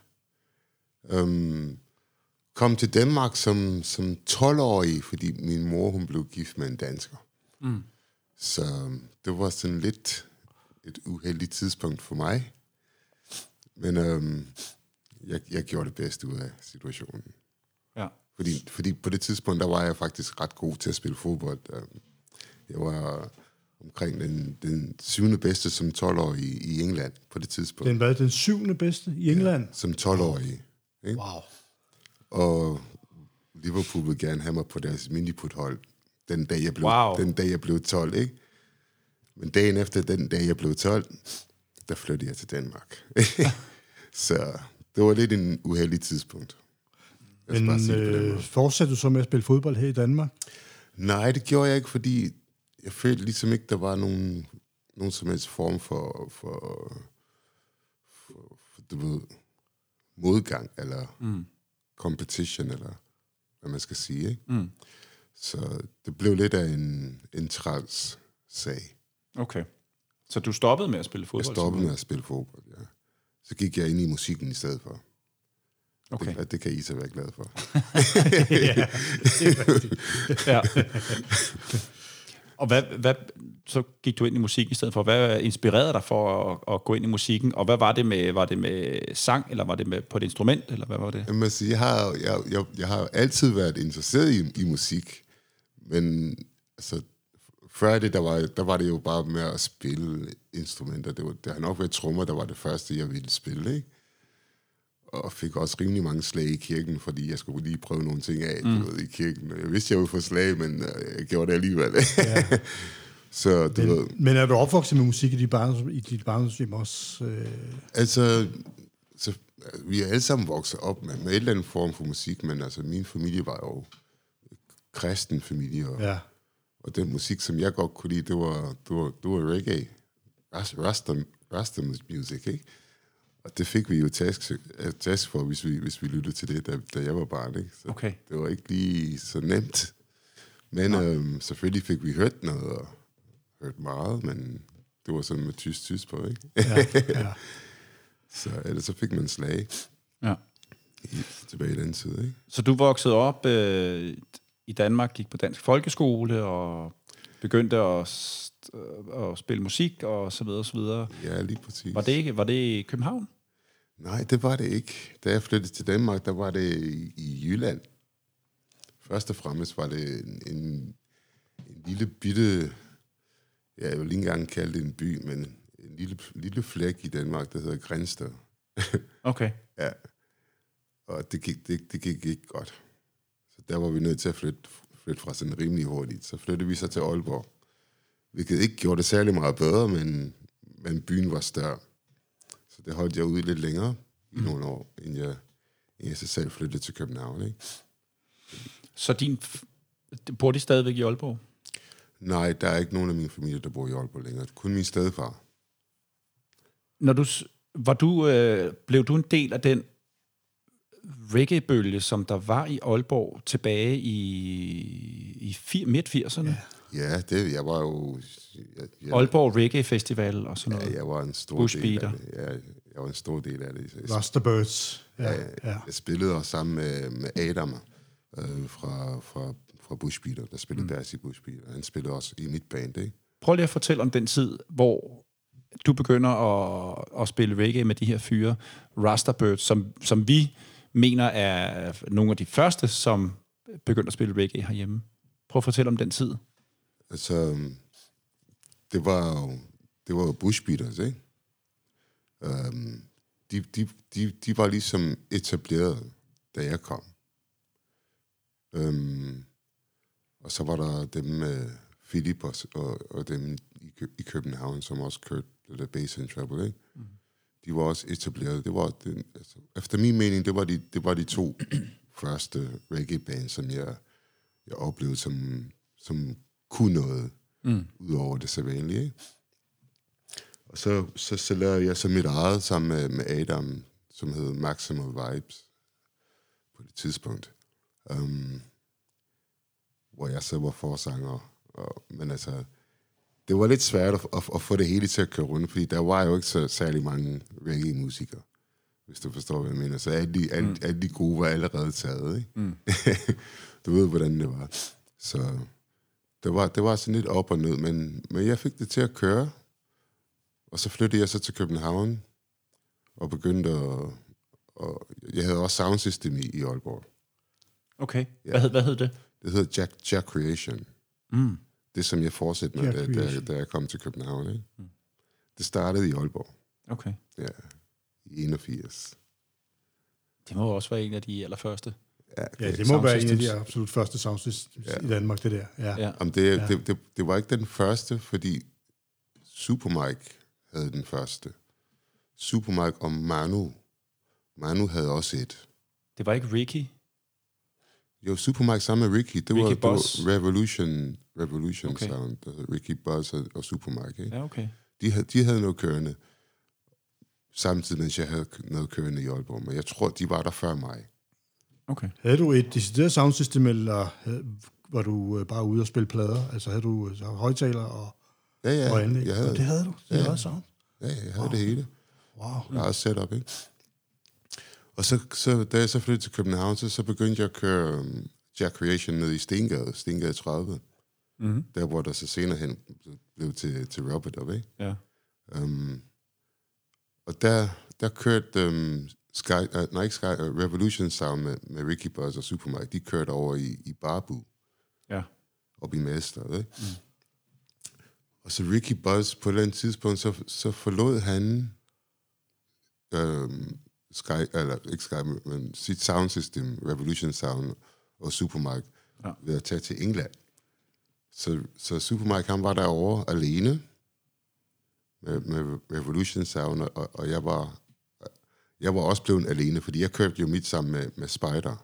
Um, kom til Danmark som, som tolv-årig, fordi min mor, hun blev gift med en dansker. Mm. Så det var sådan lidt et uheldigt tidspunkt for mig. Men um, jeg, jeg gjorde det bedste ud af situationen. Ja. Fordi, fordi på det tidspunkt, der var jeg faktisk ret god til at spille fodbold. Jeg var omkring den, den syvende bedste som tolv-årig i, i England på det tidspunkt. Den var den syvende bedste i England? Ja, som tolv-årig. Ikke? Wow. Og Liverpool ville gerne have mig på deres miniput-hold, den dag jeg blev, wow. den dag jeg blev tolv, ikke? Men dagen efter den dag jeg blev tolv, der flyttede jeg til Danmark. Så det var lidt en uheldig tidspunkt. Men øh, fortsatte du så med at spille fodbold her i Danmark? Nej, det gjorde jeg ikke, fordi jeg følte ligesom ikke, der var nogen, nogen som helst form for, for, for, for du ved, modgang, eller mm. competition, eller hvad man skal sige, ikke? Mm. Så det blev lidt af en, en træls sag. Okay. Så du stoppede med at spille fodbold? Jeg stoppede med at spille fodbold, ja. Så gik jeg ind i musikken i stedet for. Okay. Det, det kan I så være glad for. Ja, det er rigtigt. Ja. Og hvad, hvad, så gik du ind i musik i stedet for. Hvad inspirerede dig for at, at gå ind i musikken? Og hvad var det med? Var det med sang, eller var det med på et instrument, eller hvad var det? Jamen, altså, jeg har, jeg, jeg, jeg har altid været interesseret i, i musik, men altså, før det, der var, der var det jo bare med at spille instrumenter. Det, var, det har nok været trommer, der var det første, jeg ville spille, ikke? Og fik også rimelig mange slag i kirken, fordi jeg skulle lige prøve nogle ting af mm. ved, i kirken. Jeg vidste, jeg ville få slag, men jeg gjorde det alligevel. Ja. Så, du men, ved. men er du opvokset med musik i dit barndomshjem i dit barndomshjem også? Øh? Altså, så, vi er alle sammen vokset op med, med et eller andet form for musik, men altså, min familie var jo kristen familie, og, ja. og den musik, som jeg godt kunne lide, det var, det var, det var reggae. Rasta, Rasta music, ikke? Og det fik vi jo task, task for, hvis vi, hvis vi lyttede til det, da, da jeg var barn, ikke? Så okay. Det var ikke lige så nemt. Men øhm, selvfølgelig fik vi hørt noget, og hørt meget, men det var sådan med tysk-tysk på, ikke? Ja, ja. Så ellers så fik man slag. Ja. I, tilbage i den tid, ikke? Så du voksede op øh, i Danmark, gik på dansk folkeskole, og begyndte at, at spille musik, og så videre, og så videre. Ja, lige præcis. Var det, var det i København? Nej, det var det ikke. Da jeg flyttede til Danmark, der var det i, i Jylland. Først og fremmest var det en, en, en lille bitte, ja, jeg vil ikke engang kalde det en by, men en lille, lille flæk i Danmark, der hedder Grænsted. Okay. Ja. Og det gik, det, det gik ikke godt. Så der var vi nødt til at flytte, flytte fra sådan rimelig hurtigt. Så flyttede vi så til Aalborg, hvilket ikke gjorde det særlig meget bedre, men, men byen var større. Så det holdt jeg ude lidt længere i nogle år, inden jeg, inden jeg så selv flyttede til København, ikke? Så din, bor de stadigvæk i Aalborg? Nej, der er ikke nogen af mine familie, der bor i Aalborg længere. Kun min stedfar. Når du, var du, øh, blev du en del af den reggae-bølge, som der var i Aalborg tilbage i, i midt firserne? Ja, ja det, jeg var jo... Jeg, jeg, Aalborg Reggae Festival og sådan noget. Ja, jeg var en stor Bush del Beater. af det. Jeg, jeg jeg var en stor del af det. Rastafirts. Ja, ja, ja. Jeg spillede også sammen med, med Adam øh, fra, fra, fra Bushbeater, der spillede mm. deres i Bushbeater. Han spillede også i mit band, ikke? Prøv lige at fortælle om den tid, hvor du begynder at, at spille reggae med de her fyre, Rastafirts, som, som vi mener er nogle af de første, som begyndte at spille reggae herhjemme. Prøv at fortælle om den tid. Altså, det var jo, det var jo Bushbeaters, ikke? Um, de, de, de, de var ligesom etableret, da jeg kom. Um, og så var der dem med Philip og, og, og dem i, i København, som også kørte The Bass and Trouble, ikke? Mm. De var også etableret. Det var, det, altså, efter min mening, det var de, det var de to første reggae-bands, som jeg, jeg oplevede, som, som kunne noget, mm. ud over det sædvanlige, ikke? Og så, så, så lavede jeg så mit eget sammen med, med Adam, som hed Maximal Vibes, på det tidspunkt. Um, hvor jeg så var forsanger. Og, men altså, det var lidt svært at, at, at få det hele til at køre rundt, fordi der var jo ikke så særlig mange reggae-musikere, hvis du forstår, hvad jeg mener. Så alle de, mm. alle, alle de gode var allerede taget, ikke? Mm. Du ved, hvordan det var. Så det var, det var sådan lidt op og ned, men, men jeg fik det til at køre. Og så flyttede jeg så til København, og begyndte at... Og jeg havde også soundsystem i, i Aalborg. Okay. Ja. Hvad, hed, hvad hed det? Det hedder Jack, Jack Creation. Mm. Det, som jeg fortsatte med, da, da, da jeg kom til København. Ikke? Mm. Det startede i Aalborg. Okay. Ja, i enogfirs. Det må også være en af de allerførste. Ja, okay. Ja, det må være en af de absolut første soundsystems ja. i Danmark, det der. Ja. Ja. Om det, ja. det, det, det var ikke den første, fordi Supermike havde den første. Supermike og Manu. Manu havde også et. Det var ikke Ricky? Jo, Supermike sammen med Ricky. Det, Ricky var, det var Revolution, Revolution okay. Sound. Ricky Buzz og, og Supermike. Ikke? Ja, okay. De, havde, de havde noget kørende. Samtidig mens jeg havde noget kørende i Aalborg. Men jeg tror, de var der før mig. Okay. Havde du et decideret soundsystem, eller havde, var du bare ude og spille plader? Altså havde du så højtaler og, ja, ja, og anlæg? Jeg havde, og det havde du? Det ja, havde sound? Ja, jeg havde wow. det hele. Wow. Jeg har setup, ikke? Og så, så, da jeg så flyttede til København, så, så begyndte jeg at køre um, Jack Creation ned i Stengade, Stengade tredive. Mm-hmm. Der, hvor der så senere hen blev til, til Robert op, ikke? Ja. Um, og der, der kørte um, Sky, uh, nej, ikke Sky, uh, Revolution Sound med, med Ricky Buzz og Supermike. De kørte over i, i Barbu. Ja. Op i Mester, ikke? Mm. Og så Ricky Buzz, på et eller andet tidspunkt, så, så forlod han um, Sky, eller ikke Sky, men sit soundsystem, Revolution Sound og Supermike, ja. ved at tage til England. Så, så Supermike, han var derovre alene med, med Revolution Sound, og, og jeg var jeg var også blevet alene, fordi jeg kørte jo mit sammen med, med Spider.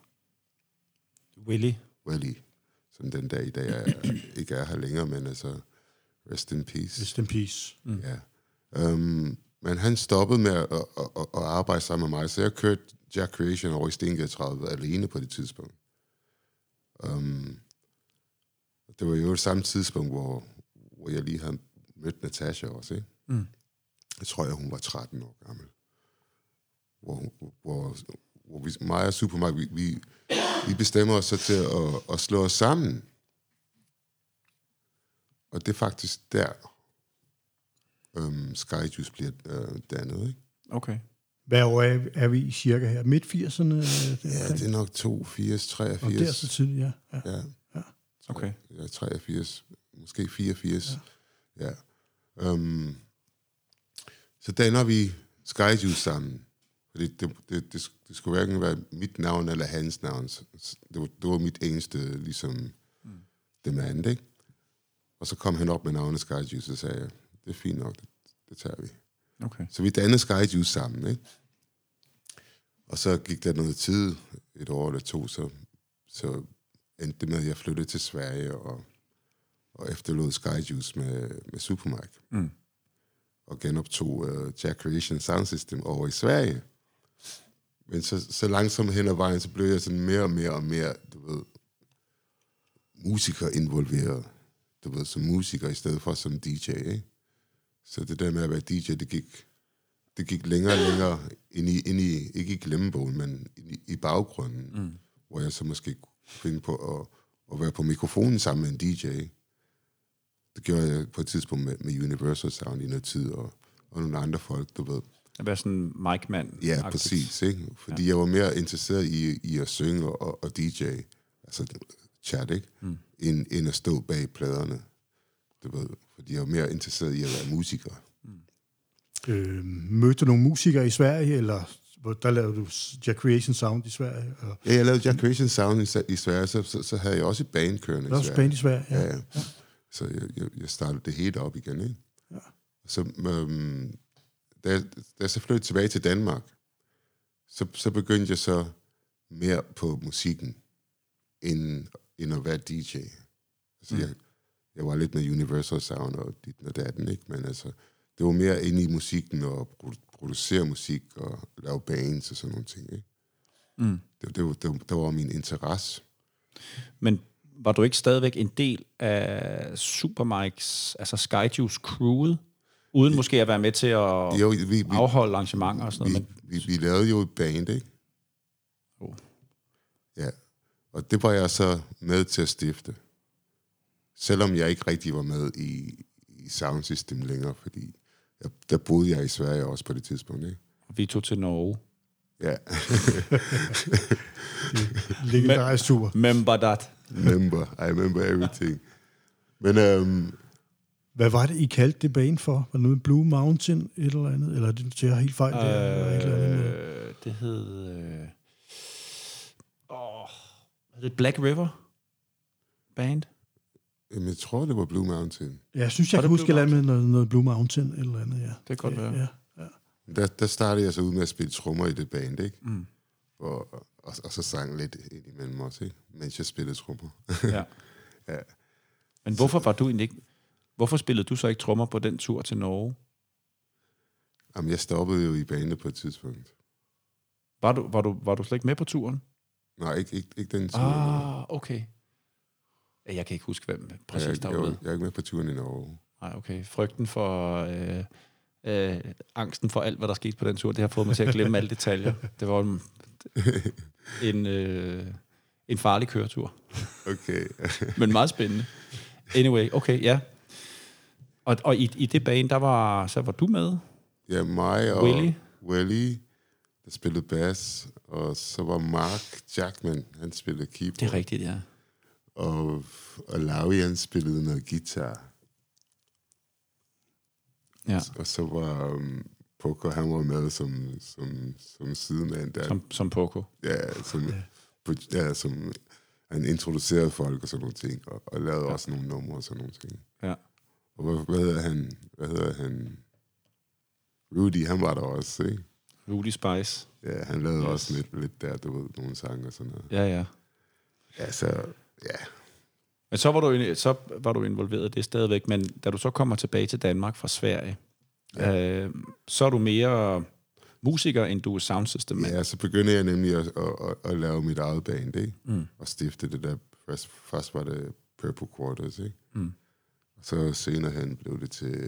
Willy. Willy, som den dag i dag er, ikke er her længere, men altså rest in peace. Rest in peace. Mm. Ja. Um, men han stoppede med at, at, at, at arbejde sammen med mig, så jeg kørte Jack Creation over i Stengade tredive alene på det tidspunkt. Um, det var jo det samme tidspunkt, hvor, hvor jeg lige havde mødt Natasha også, ikke? Mm. Jeg tror, jeg hun var tretten år gammel. Hvor, hvor, hvor vi, mig og Supermarket, vi, vi, vi bestemmer os så til at, at slå os sammen. Og det er faktisk der, um, Skyjuice bliver uh, dannet, ikke? Okay. Hvad år er, er vi cirka her? Midt firserne? Ja, det er nok toogfirs, treogfirs. Og det er så tidligt, ja. Ja. ja. ja. Okay. Ja, treogfirs, måske fireogfirs. Ja. ja. Um, så danner vi Skyjuice sammen. Det, det, det, det, det skulle hverken være mit navn eller hans navn. Det var, det var mit eneste, ligesom, mm. demand, ikke? Og så kom han op med navnet Skyjuice, og sagde, det er fint nok, det, det tager vi. Okay. Så vi dannede Skyjuice sammen, ikke? Og så gik der noget tid, et år eller to, så, så endte det med, at jeg flyttede til Sverige og, og efterlod Skyjuice med, med Supermike. Mm. Og genoptog uh, Jack Creation Sound System over i Sverige. Men så, så langsomt hen ad vejen, så blev jeg sådan mere og mere og mere, du ved, musiker involveret. Du ved, som musiker i stedet for som D J, ikke? Så det der med at være D J, det gik det gik længere og længere ind i, ind i ikke i glemmebogen, men i, i baggrunden, mm. hvor jeg så måske kunne finde på at, at være på mikrofonen sammen med en D J. Det gjorde jeg på et tidspunkt med, med Universal Sound i noget tid, og, og nogle andre folk, du ved. At være sådan en mic-mand. Ja, præcis, ikke? Fordi ja. jeg var mere interesseret i, i at synge og, og D J, altså chat, ikke? Mm. End, end at stå bag pladerne, du ved. Fordi jeg var mere interesseret i at være musiker. Mm. Øh, mødte du nogle musikere i Sverige, eller der lavede du Jack Creation Sound i Sverige? Og... Ja, jeg lavede Jack Creation Sound i, i Sverige, så, så, så havde jeg også et band kørende i Sverige. Også band i Sverige, ja. ja, ja. ja. Så jeg, jeg, jeg startede det helt op igen, ikke? Ja. Så, øhm, da, jeg, da jeg så flyttede tilbage til Danmark, så, så begyndte jeg så mere på musikken, end, end at være D J. Altså, mm. jeg, jeg var lidt med Universal Sound og dit og datten, ikke? Men altså, det var mere inde i musikken og producere musik og lave bands og sådan nogle ting, ikke? Mm. Det, det, det, det var min interesse. Men var du ikke stadigvæk en del af Supermikes, altså Skyjuice crewet, uden vi, måske at være med til at jo, vi, vi, afholde arrangementer og sådan noget? Vi, vi, vi lavede jo et band, ikke? Oh. Ja, og det var jeg så med til at stifte. Selvom jeg ikke rigtig var med i, i Sound System længere, fordi jeg, der boede jeg i Sverige også på det tidspunkt, ikke? Vi tog til Norge. Ja. Legendarisk tur. Remember that. Remember, I remember everything. Men um, hvad var det, I kaldte det bane for? Var det noget Blue Mountain, et eller andet? Eller det er helt fejl? Øh, der, eller et eller andet? Det hed... Øh, åh, det Black River Band? Jamen, jeg tror, det var Blue Mountain. Ja, jeg synes, jeg kan huske, at med noget, noget Blue Mountain eller andet, ja. Det kan godt være. Ja, ja. Der, der startede jeg så ud med at spille trommer i det band, ikke? Mm. Og, og, og så sang lidt ind imellem også, ikke? Mens jeg spillede trommer. Ja. Ja. Men hvorfor var du egentlig ikke... Hvorfor spillede du så ikke trommer på den tur til Norge? Jamen, jeg stoppede jo i bandet på et tidspunkt. Var du, var du, var du slet ikke med på turen? Nej, ikke, ikke, ikke den tur. Ah, okay. Jeg kan ikke huske, hvem præcis jeg, der jeg, var jeg, med. jeg er ikke med på turen i Norge. Nej, okay. Frygten for... Øh, øh, angsten for alt, hvad der skete på den tur, det har fået mig til at glemme alle detaljer. Det var en, en, øh, en farlig køretur. Okay. Men meget spændende. Anyway, okay, ja. Og, og i, i det bane, der var, så var du med? Ja, mig og Willy, Willy der spillede bass, og så var Mark Jackman, han spillede keyboard. Det er rigtigt, ja. Og, og Lavi, han spillede noget guitar. Ja. Og så var um, Poco, han var med som, som, som sidemand der. Som, som Poco. Ja, som, ja. ja, som han introducerede folk og sådan nogle ting, og, og lavede ja. også nogle numre og sådan nogle ting. Ja. Og hvad, hvad hedder han? Hvad hedder han? Rudy, han var der også, ikke? Rudy Spice. Ja, han lavede yes. også lidt, lidt der, du ved, nogle sange og sådan noget. Ja, ja. Ja, så, ja. Men så var du, så var du involveret i det stadigvæk, men da du så kommer tilbage til Danmark fra Sverige, ja. øh, så er du mere musiker, end du er soundsystem mand. Ja, så begyndte jeg nemlig at, at, at, at lave mit eget band, ikke? Mm. Og stifte det der, først, først var det Purple Quarters, ikke? Mm. Og så senere hen blev det til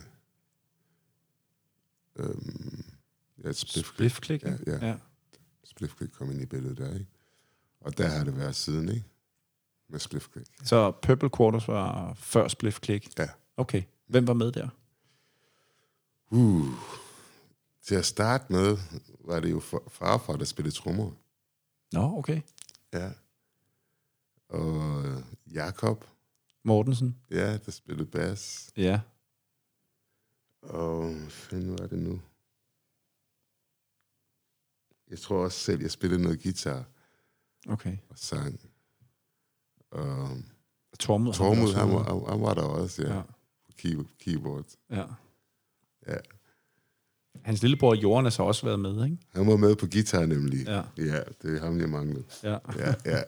øhm, ja, Spliff Click. Ja, ja. ja. Spliff Click kom ind i billedet der, ikke? Og der har det været siden, ikke? Med Spliff Click. Så Purple Quarters var før Spliff Click? Ja. Okay. Hvem var med der? Uh, til at starte med, var det jo farfar, der spillede trommer. Nå, okay. Ja. Og Jakob Mortensen? Ja, der spillede bass. Ja. Og hvad fanden var det nu? Jeg tror også selv, jeg spillede noget guitar. Okay. Og sang. Og Tormod, Tormod han, han, han var der også, ja. ja. På key, keyboard. Ja. Ja. Hans lillebror Jonas har også været med, ikke? Han var med på guitar nemlig. Ja. Ja, det er ham, jeg manglede. Ja. Ja, ja.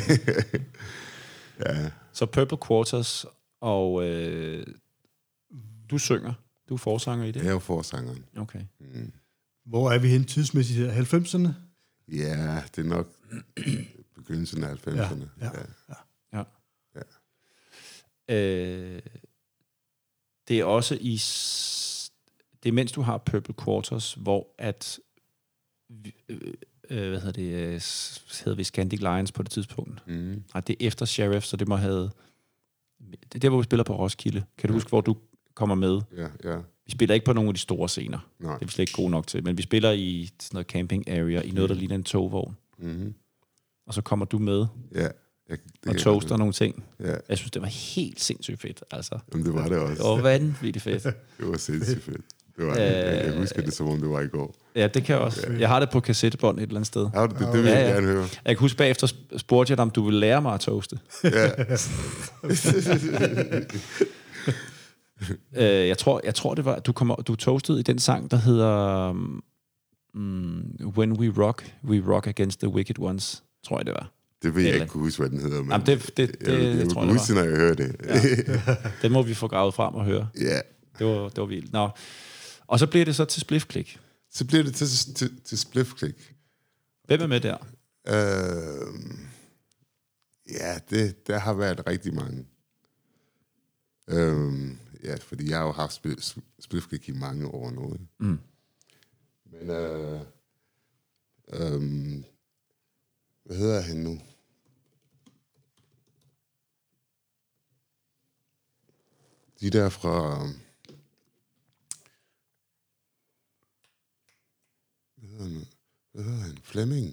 Ja. Så Purple Quarters, og øh, du synger. Du er forsanger i det? Jeg er forsangeren. Okay. Mm. Hvor er vi hen tidsmæssigt her? halvfemserne? Ja, det er nok begyndelsen af halvfemserne. Ja, ja, ja. ja. ja. Øh, det er også i... det er mens du har Purple Quarters, hvor at, øh, øh, hvad hedder det, øh, hedder vi Scandic Lions på det tidspunkt. Mm. Nej, det er efter Sheriff, så det må have, det er der, hvor vi spiller på Roskilde. Kan du ja. huske, hvor du kommer med? Ja, ja. Vi spiller ikke på nogle af de store scener. Nej. Det er vi slet ikke gode nok til, men vi spiller i sådan noget camping area, i noget, der ligner en togvogn. Mm-hmm. Og så kommer du med Ja. Jeg, det og toaster nogle ting. Ja. Jeg synes, det var helt sindssygt fedt. Altså. Jamen, det var det også. Det var vanvittigt fedt. Det var sindssygt fedt. Det var, jeg, jeg husker det, som om det var i går. Ja, det kan jeg også. Ja. Jeg har det på kassettebånd et eller andet sted. Ja, det, det vil jeg ja, ja. gerne høre. Jeg kan huske bagefter spurgte jeg dig, om du ville lære mig at toaste. Ja. øh, jeg, tror, jeg tror, det var, du, kom, du toastede i den sang, der hedder um, When We Rock, We Rock Against the Wicked Ones, tror jeg, det var. Det vil jeg eller... ikke kunne huske, hvad den hedder. Men Jamen, det, det, det, jeg, jeg, jeg tror kunne huske, når jeg hører det. Ja. Den må vi få gravet frem og høre. Ja. Det var, det var vildt. Nå. Og så bliver det så til Spliffklik. Så bliver det til, til, til Spliffklik. Hvem er med der? Øh, ja, det, der har været rigtig mange. Øh, ja, fordi jeg har jo haft Spliffklik i mange år nu. Mm. Men, øh, øh, hvad hedder han nu? De der fra... Hvad hedder han? Hvad hedder han? Flemming.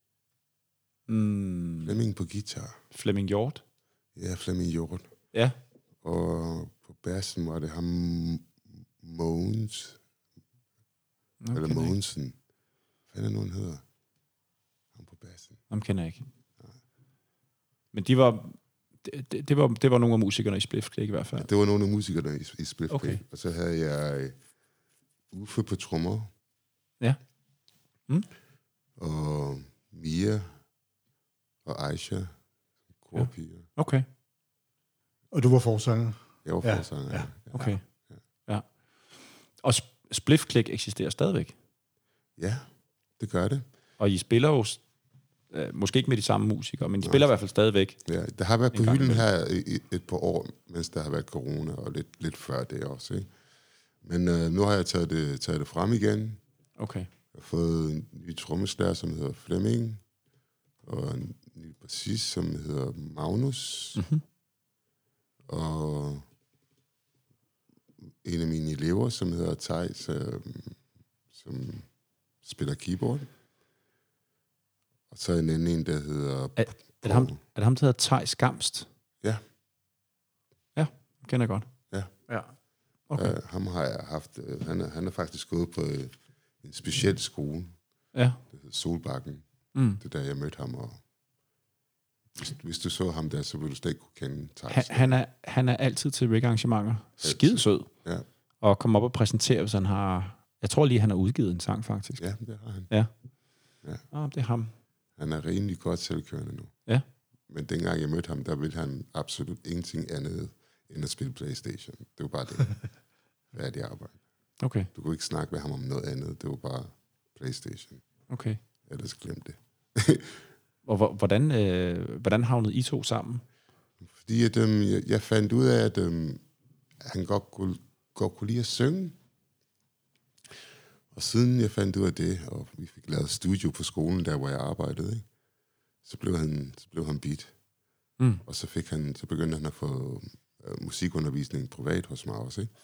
Mm. Flemming på guitar. Flemming Hjort? Ja, Flemming Hjort. Ja. Og på bassen var det ham Mogens. Okay, eller Mogensen. Hvad er det nu, han hedder? Ham på bassen. Ham kender jeg ikke. Nej. Men de var... Det, det, var, det var nogle af musikerne i Spliffklik i hvert fald. Det var nogle af musikerne i, i Spliffklik. Okay. Og så havde jeg Uffe på trommer. Ja. Mm. Og Mia og Aisha, korpiger. Ja. Okay. Og du var forsanger? Jeg var forsanger, ja. ja. Okay. Ja. ja. Og Spliffklik eksisterer stadigvæk? Ja, det gør det. Og I spiller jo... Øh, måske ikke med de samme musikere, men de spiller i hvert fald stadigvæk. Ja, der har været på hylden her i et par år, mens der har været corona, og lidt, lidt før det også. Ikke? Men øh, nu har jeg taget det, taget det frem igen. Okay. Jeg har fået en ny trommeslager, som hedder Flemming, og en ny bassist, som hedder Magnus, mm-hmm. og en af mine elever, som hedder Thijs, øh, som spiller keyboard. Og så en anden en, der hedder... Er, er, det ham, er det ham, der hedder Thijs Gamst? Ja. Ja, kender jeg godt. Ja. Ja. Okay. Uh, ham har jeg haft... Uh, han, er, han er faktisk gået på uh, en speciel skole. Ja. Det hedder Solbakken. Mm. Det er der, jeg mødte ham. Og hvis, hvis du så ham der, så ville du slet ikke kunne kende Thijs. Han, han, er, han er altid til reggae-arrangementer. Skidesød. Ja. Og kommer op og præsentere, hvis han har... Jeg tror lige, han har udgivet en sang, faktisk. Ja, det har han. Ja. Ja. Ah, det er ham. Han er rimelig godt selvkørende nu. Ja. Men dengang jeg mødte ham, der ville han absolut ingenting andet end at spille PlayStation. Det var bare det. Færdig arbejde. Okay. Du kunne ikke snakke med ham om noget andet. Det var bare PlayStation. Okay. Ellers glem det. Og hvordan, øh, hvordan havnede I to sammen? Fordi at, øhm, jeg, jeg fandt ud af, at øhm, han godt kunne, godt kunne lide at synge. Og siden jeg fandt ud af det, og vi fik lavet studio på skolen, der hvor jeg arbejdede, ikke? Så blev han, så blev han beat. Mm. Og så fik han, så begyndte han at få øh, musikundervisning privat hos mig også, ikke?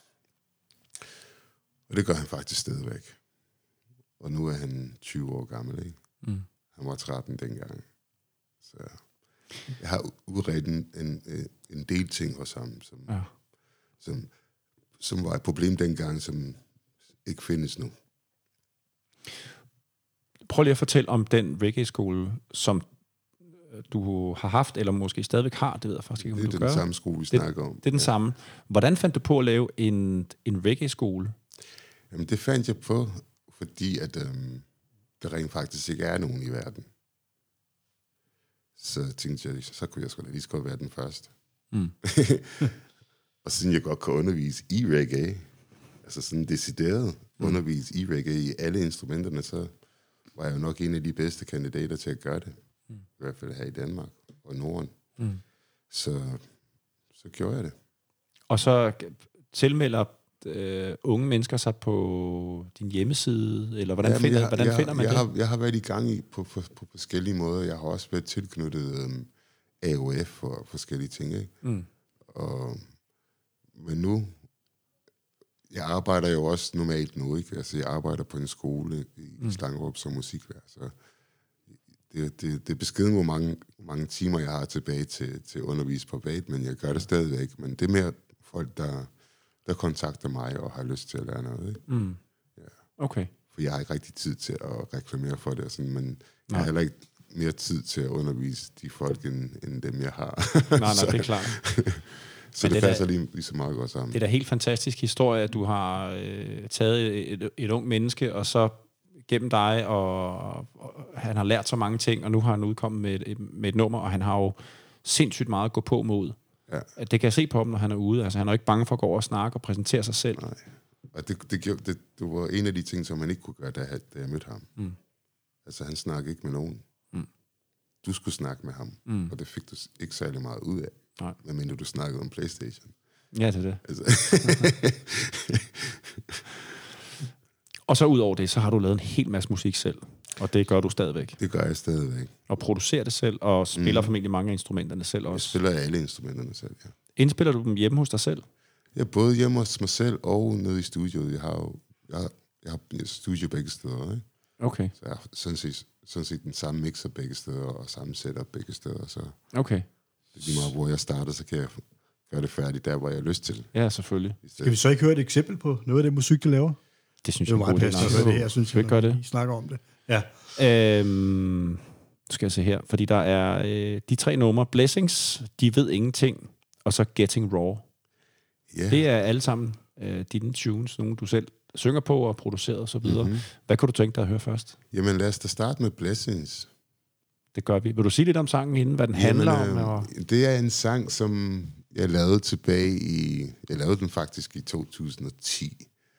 Og det gør han faktisk stadigvæk. Og nu er han tyve år gammel, ikke? Mm. Han var tretten dengang. Så jeg har udredt en, en, en del ting hos ham, som, ja. som, som var et problem dengang, som ikke findes nu. Prøv lige at fortælle om den reggae-skole, som du har haft, eller måske stadigvæk har, det ved jeg faktisk ikke, om det er du den gør. samme skole, vi det, snakker om. Det er den ja. samme. Hvordan fandt du på at lave en, en reggae-skole? Jamen, det fandt jeg på, fordi at øhm, der rent faktisk ikke er nogen i verden. Så tænkte jeg, så kunne jeg sgu da lige så godt være den første. Mm. Og siden jeg godt kan undervise i reggae, altså sådan decideret mm. undervise i reggae i alle instrumenterne, så var jeg jo nok en af de bedste kandidater til at gøre det. Mm. I hvert fald her i Danmark og Norden. Mm. Så, så gjorde jeg det. Og så tilmelder øh, unge mennesker sig på din hjemmeside, eller hvordan, Jamen, finder, jeg, hvordan jeg, finder man jeg det? Har, jeg har været i gang i, på, på, på forskellige måder. Jeg har også været tilknyttet um, A O F og forskellige ting, ikke? Mm. Og, men nu, jeg arbejder jo også normalt nu, ikke? Altså, jeg arbejder på en skole i mm. Slangerup som musiklærer, så det, det, det er beskeden, hvor mange, mange timer jeg har tilbage til, til at undervise privat, men jeg gør det stadigvæk. Men det er mere folk, der, der kontakter mig og har lyst til at lære noget, ikke? Mm. Ja. Okay. For jeg har ikke rigtig tid til at reklamere for det, og sådan, men jeg har heller ikke mere tid til at undervise de folk, end, end dem, jeg har. Nej, nej, så, det er klart. så det, det passer da, lige, lige så meget godt sammen. Det er da helt fantastisk historie, at du har øh, taget et, et ung menneske, og så gennem dig, og, og han har lært så mange ting, og nu har han udkommet med et, med et nummer, og han har jo sindssygt meget at gå på mod. Ja. Det kan jeg se på ham, når han er ude. Altså, han er ikke bange for at gå over og snakke og præsentere sig selv. Nej. Og det, det, det, det, det var en af de ting, som man ikke kunne gøre, da jeg, da jeg mødte ham. Mm. Altså, han snakkede ikke med nogen. Mm. Du skulle snakke med ham, mm. og det fik du ikke særlig meget ud af. Nej. Medmindre du snakkede om PlayStation. Ja, det er det. Altså. Og så ud over det, så har du lavet en hel masse musik selv. Og det gør du stadigvæk. Det gør jeg stadigvæk. Og producerer det selv, og spiller mm. formentlig mange af instrumenterne selv også. Jeg spiller alle instrumenterne selv, ja. Indspiller du dem hjemme hos dig selv? Ja, både hjemme hos mig selv og nede i studiet. Jeg har jo jeg har, jeg har studio begge steder, ikke? Okay. Så jeg har sådan set, sådan set den samme mixer begge steder, og samme setup begge steder. Så okay. Det er lige meget, hvor jeg starter, så kan jeg gøre det færdigt der, hvor jeg har lyst til. Ja, selvfølgelig. Skal vi så ikke høre et eksempel på noget af det musik, du laver? Det synes det jeg er meget passende. Det, jeg synes, skal vi gøre det? I snakker om det. Ja. Øhm, skal jeg se her, fordi der er øh, de tre numre. Blessings, De ved ingenting, og så Getting Raw. Yeah. Det er alle sammen øh, dine tunes, nogle du selv synger på og producerer og så videre. Mm-hmm. Hvad kunne du tænke dig at høre først? Jamen lad os da starte med Blessings. Det gør vi. Vil du sige lidt om sangen inden, hvad den Jamen, handler om? Øh, og... Det er en sang, som jeg lavede tilbage i... Jeg lavede den faktisk i to tusind og ti.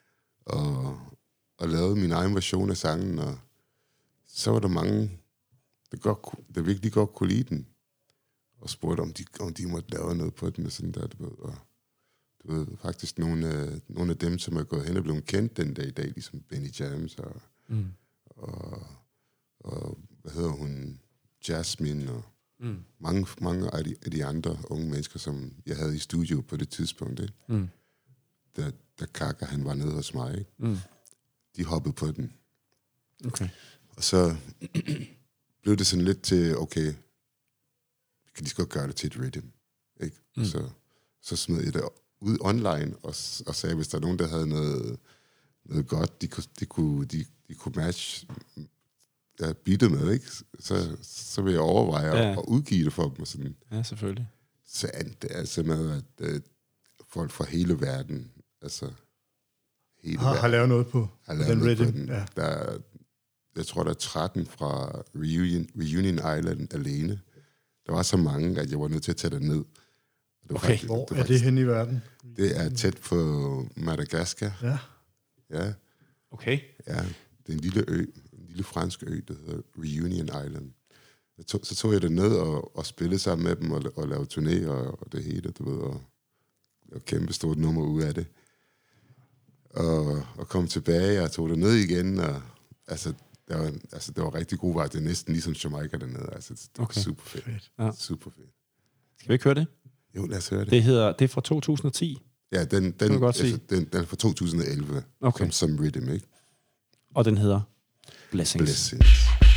Og, og lavede min egen version af sangen, og så var der mange, der, godt, der virkelig godt kunne lide den, og spurgte, om de, om de måtte lave noget på den, og sådan der, du ved. Og, du ved, faktisk nogle af, nogle af dem, som er gået hen og blevet kendt den dag i dag, ligesom Benny James, og, mm. og, og hvad hedder hun, Jasmine, og mm. mange, mange af, de, af de andre unge mennesker, som jeg havde i studio på det tidspunkt, ikke? Mm. Da, da Kaka, han var nede hos mig, ikke? Mm. De hoppede på den. Okay. Og så blev det sådan lidt til, okay, vi kan lige så godt gøre det til et rhythm, ikke? Mm. Så, så smed jeg det ud online, og, og sagde, hvis der er nogen, der havde noget, noget godt, de kunne, de kunne, de, de kunne match ja, beatet med, ikke? Så, så vil jeg overveje ja. at, at udgive det for dem. Og sådan. Ja, selvfølgelig. Så endte det altså med, at uh, folk fra hele verden, altså hele har, verden, har lavet noget på, har lavet den noget rhythm. På den. Ja. Der, jeg tror, der er tretten fra Reunion, Reunion Island alene. Der var så mange, at jeg var nødt til at tage det ned. Det okay, faktisk, hvor det er det henne i verden? Det er tæt på Madagaskar. Ja. Ja. Okay. Ja, det er en lille ø, en lille fransk ø, der hedder Reunion Island. Tog, så tog jeg det ned og, og spillede sammen med dem og, og lavede turné og, og det hele, du ved, og lavede kæmpe stort nummer ud af det. Og, og kom tilbage og tog det ned igen, og altså, det var, altså, det var rigtig god vej. Det er næsten ligesom Jamaica dernede. Altså, det var okay. super fedt. fedt. Ja. Super fedt. Skal vi ikke høre det? Jo, lad os høre det. Det, hedder, det er fra to tusind og ti. Ja, den, den, altså, den, den er fra to tusind og elleve, okay. som, som rhythm, ikke? Og den hedder Blessings. Blessings.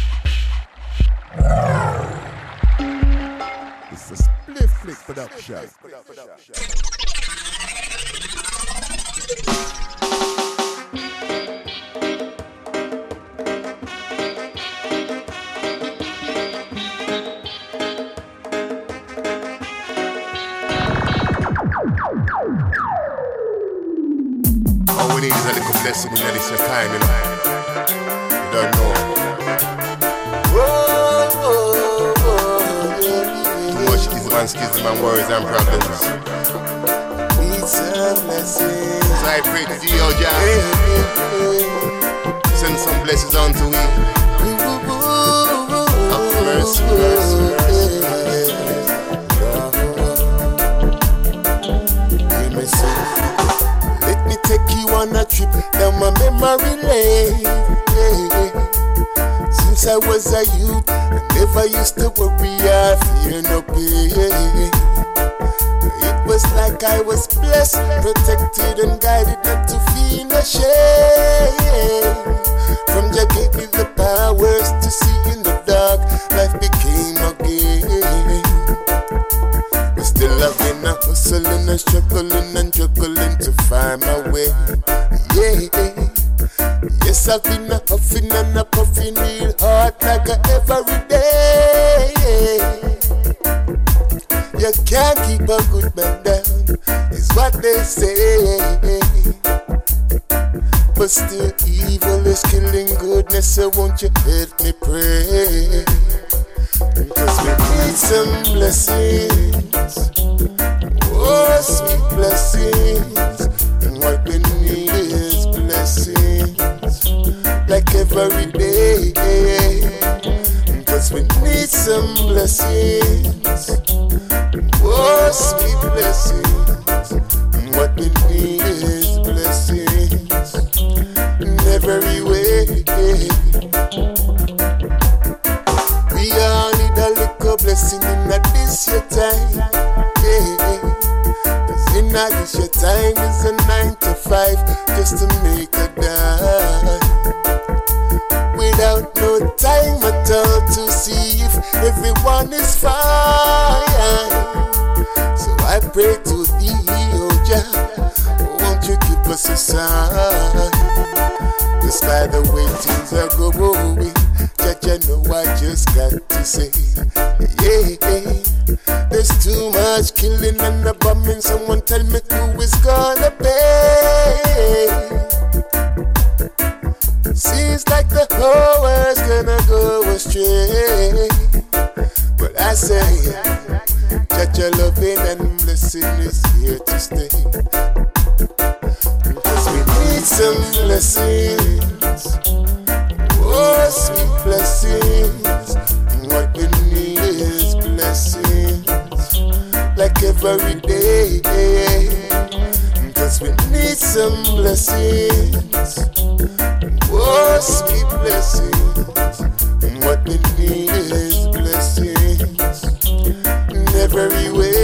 It's a Spliff Flick production. All we need is a little blessing and it's your time, you know. You don't know. Whoa, whoa, whoa. Too much schism and schism and worries and problems. It's a blessing. So I pray to thee, oh Jah, send some blessings unto me. Have mercy, mercy, mercy, mercy. Let me take I was a youth, I never used to worry or fear no pain. It was like I was blessed, protected and guided not to feel no shame. From Jah gave me the powers to see in the dark, life became a game. But still I've been a hustling and struggling and juggling to find my way. Yeah. Yes, I've been a huffing and a puffing real hard like a every day. You can't keep a good man down, is what they say. But still evil is killing goodness, so won't you help me pray? Cause we need some blessings, oh sweet blessings. And what we need is blessings, like every day. Cause we need some blessings, oh sweet blessings. And what we need is blessings in every way. We all need a little blessing in this your time. Yeah. Cause in this your time is a nine to five just to make a dime. Without no time at all to see if everyone is fine. So I pray to thee, oh Jah, won't you give us a sign? Despite the way things are going, Jah, Jah know I just got to say, yeah. There's too much killing and the bombing. Someone tell me who is gonna pay. Seems like the whole world's gonna go astray. But I say, Jah, Jah loving and blessing is here to stay. Cause we need some blessings, oh sweet blessings. And what we need is blessings, like every day. Cause we need some blessings, oh sweet blessings. And what we need is blessings in every way.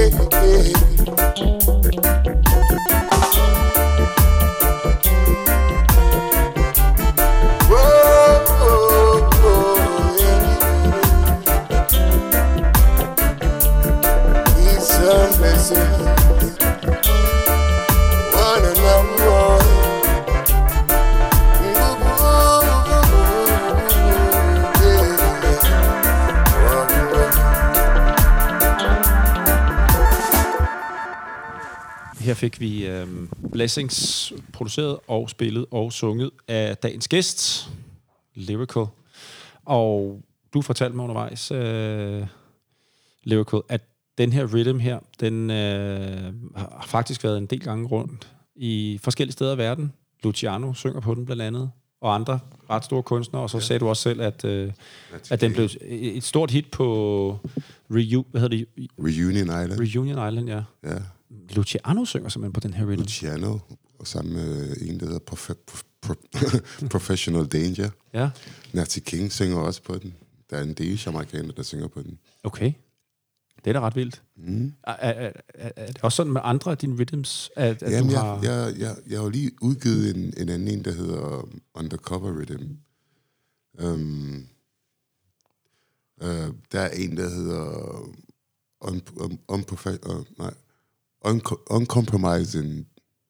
Her fik vi øh, Blessings produceret og spillet og sunget af dagens gæst, Lyrical. Og du fortalte mig undervejs, øh, Lyrical, at den her rhythm her, den øh, har faktisk været en del gange rundt i forskellige steder i verden. Luciano synger på den blandt andet, og andre ret store kunstnere. Og så ja. sagde du også selv, at, øh, at den blev et stort hit på Reu- hvad hedder det? Reunion Island. Reunion Island, ja. Ja. Luciano synger simpelthen på den her rhythm. Luciano, og sammen med en, der hedder Profe- Pro- Professional Danger. Ja. Natty King synger også på den. Der er en del amerikaner, der synger på den. Okay. Det er da ret vildt. Mm. Er, er, er, er det også sådan med andre af dine rhythms? At, at Jamen, du jeg, har... jeg, jeg, jeg har jo lige udgivet en, en anden en, der hedder Undercover Rhythm. Um, uh, der er en, der hedder un, um, unprofe- uh, nej, un- Uncompromising.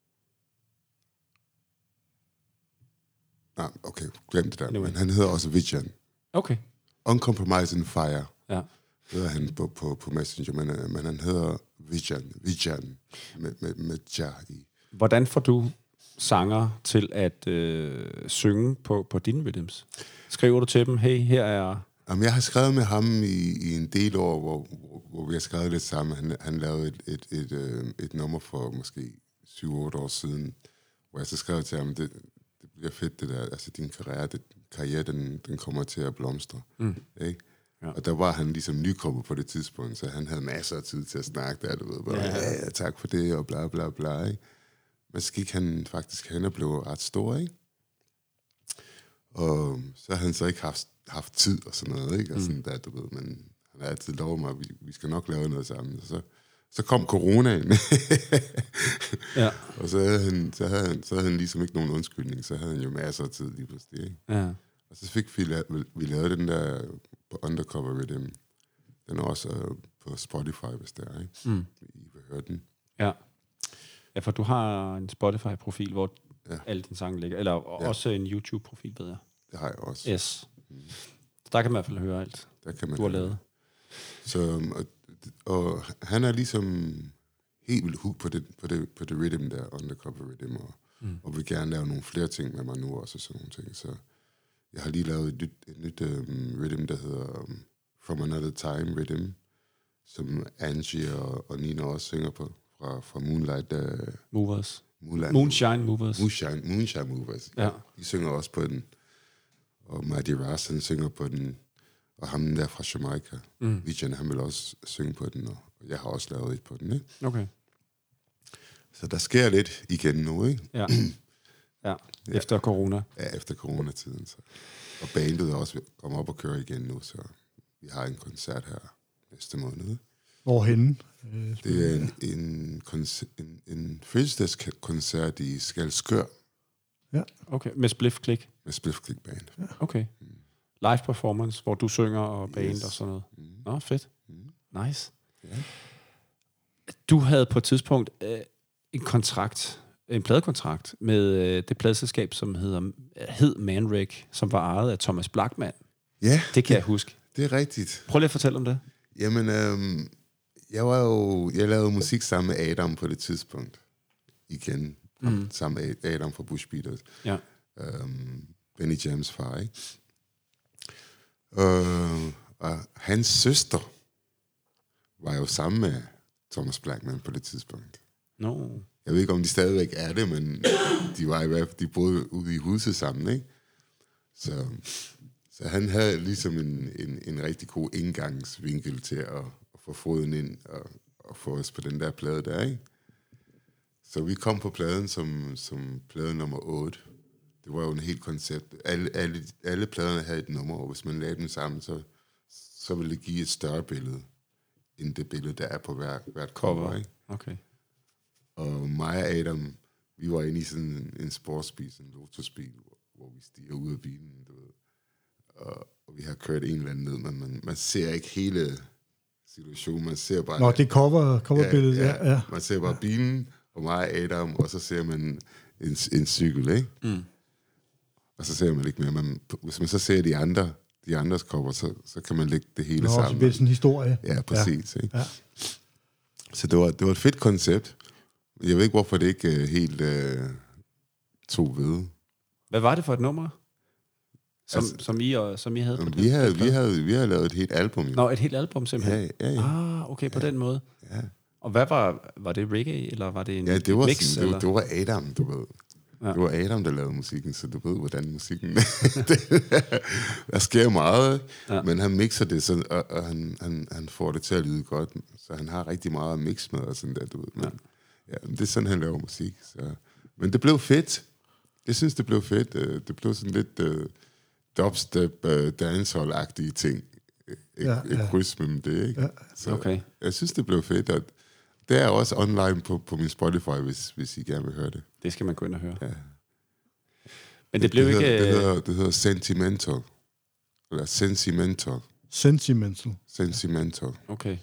Nej, okay, glem det der. Anyway. Men han hedder også Vision. Okay. Uncompromising Fire. Ja. Hedder han på, på, på Messenger, men, men han hedder Vision, Vision med, med, med Jah i. Hvordan får du sanger til at øh, synge på, på dine rhythms? Skriver du til dem, hey, her er... Jamen, jeg har skrevet med ham i, i en del år, hvor, hvor, hvor vi har skrevet lidt sammen. Han, han lavede et, et, et, et, et nummer for måske syv otte år siden, hvor jeg så skrev til ham, det, det bliver fedt det der, altså din karriere, det, karriere den, den kommer til at blomstre. Mm. Ikke? Ja. Og der var han ligesom nykommer på det tidspunkt, så han havde masser af tid til at snakke der, du ved, bare, ja, ja, tak for det, og bla bla bla, ikke? Men så gik han faktisk hen og blev ret stor, ikke? Og så havde han så ikke haft haft tid og sådan noget, ikke? Og sådan der, du ved, men han har altid lovet mig, at vi, vi skal nok lave noget sammen. Og så, så kom coronaen. Ja. Og så havde, han, så, havde han, så havde han ligesom ikke nogen undskyldning, så havde han jo masser af tid lige pludselig, ikke? Ja. Og så fik vi, la- vi lavet den der på Undercover Rhythm. Den er også uh, på Spotify, hvis det er, ikke? Mm. I vil høre den. Ja. Ja, for du har en Spotify-profil, hvor ja. alle dine sange ligger. Eller ja. også en YouTube-profil, ved jeg. Det har jeg også. Yes. Mm. Så der kan man i hvert fald høre alt, der kan man du har lavet. Så, og, og han er ligesom helt vildt hooked på det, på det, på det rhythm der, Undercover Rhythm, og, mm. og vil gerne lave nogle flere ting med mig nu også, og sådan nogle ting. Så jeg har lige lavet et nyt, et nyt um, rhythm, der hedder um, From Another Time Rhythm, som Angie og, og Nina også synger på, fra, fra Moonlight. Uh, Movers. Moonlight. Moonshine Movers. Moonshine, Moonshine Movers. Ja. De synger også på den. Og Maddie Ras, han synger på den. Og ham der fra Jamaica, mm. Vijan, han vil også synge på den. Og jeg har også lavet et på den, ikke? Okay. Så der sker lidt igen nu, ikke? Ja. Ja, efter corona. Ja, efter coronatiden. Så. Og bandet er også kommet op og køre igen nu, så vi har en koncert her næste måned. Hvorhenne? Det er en, en, koncer- en, en fødselsdagskoncert i Skalskør. Ja. Okay, med Spliff Click? Med Spliff Click Band. Ja. Okay. Mm. Live performance, hvor du synger og band yes. og sådan noget. Mm. Nå, fedt. Mm. Nice. Ja. Du havde på et tidspunkt øh, en kontrakt, en pladekontrakt med øh, det pladeselskab, som hedder, hed Manreg, som var ejet af Thomas Blachman. Ja. Det kan jeg huske. Det er rigtigt. Prøv lige at fortælle om det. Jamen, øhm, jeg var jo, jeg lavede musik sammen med Adam på det tidspunkt. Igen. Mm. Sammen med Adam fra Bush Beaters. Ja. Øhm, Benny Jams far, ikke? Øh, og hans søster var jo sammen med Thomas Blachman på det tidspunkt. No. Jeg ved ikke, om de stadigvæk er det, men de var i hvert fald, de boede ude i huset sammen, ikke? Så, så han havde ligesom en, en, en rigtig god indgangsvinkel til at, at få foden ind og, og få os på den der plade der, ikke? Så vi kom på pladen som, som plade nummer otte. Det var jo en helt koncept. Alle, alle, alle pladerne havde et nummer, og hvis man lagde dem sammen, så, så ville det give et større billede, end det billede, der er på hver, hvert cover, ikke? Okay. Og mig og Adam, vi var inde i sådan en, en sportsbil, en Lotusbil, hvor, hvor vi stiger ud af bilen, du ved. Og, og vi har kørt en eller anden ned, men man, man ser ikke hele situationen, man ser bare... Nå, det cover, coverbilledet, ja, ja, ja. Man ser bare bilen, og mig og Adam, og så ser man en, en cykel, ikke? Mm. Og så ser man ikke mere. Man, hvis man så ser de andre, de andres cover, så, så kan man lægge det hele Nå, sammen. Nå, så bliver det sådan en historie. Ja, præcis. Ja. Ikke? Ja. Så det var, det var et fedt koncept. Jeg ved ikke, hvorfor det ikke uh, helt uh, tog ved. Hvad var det for et nummer, som, altså, som, I, og, som I havde på vi det? Havde, vi, havde, vi havde lavet et helt album. Jo. Nå, et helt album simpelthen? Ja, ja, ja. Ah, okay, på ja. den måde. Ja. Og hvad var, var det reggae, eller var det en ja, det var mix? Sådan, det, var, det var Adam, du ved. Ja. Det var Adam, der lavede musikken, så du ved, hvordan musikken... der sker meget, ja. Men han mixer det, sådan, og, og han, han, han får det til at lyde godt. Så han har rigtig meget at mix med, og sådan der, du ved. Men, ja. Ja, det er sådan, han laver musik. Så. Men det blev fedt. Jeg synes, det blev fedt. Det blev sådan lidt uh, dubstep, uh, dancehall-agtige ting. Et, ja, et ja. kryds mellem det, ikke? Ja. Så okay. Jeg synes, det blev fedt, og det er også online på, på min Spotify, hvis, hvis I gerne vil høre det. Det skal man gå ind og høre. Ja. Men det blev det ikke... Hedder, det, hedder, det hedder Sentimental. Eller Sentimental. Sentimental. Sentimental. Okay.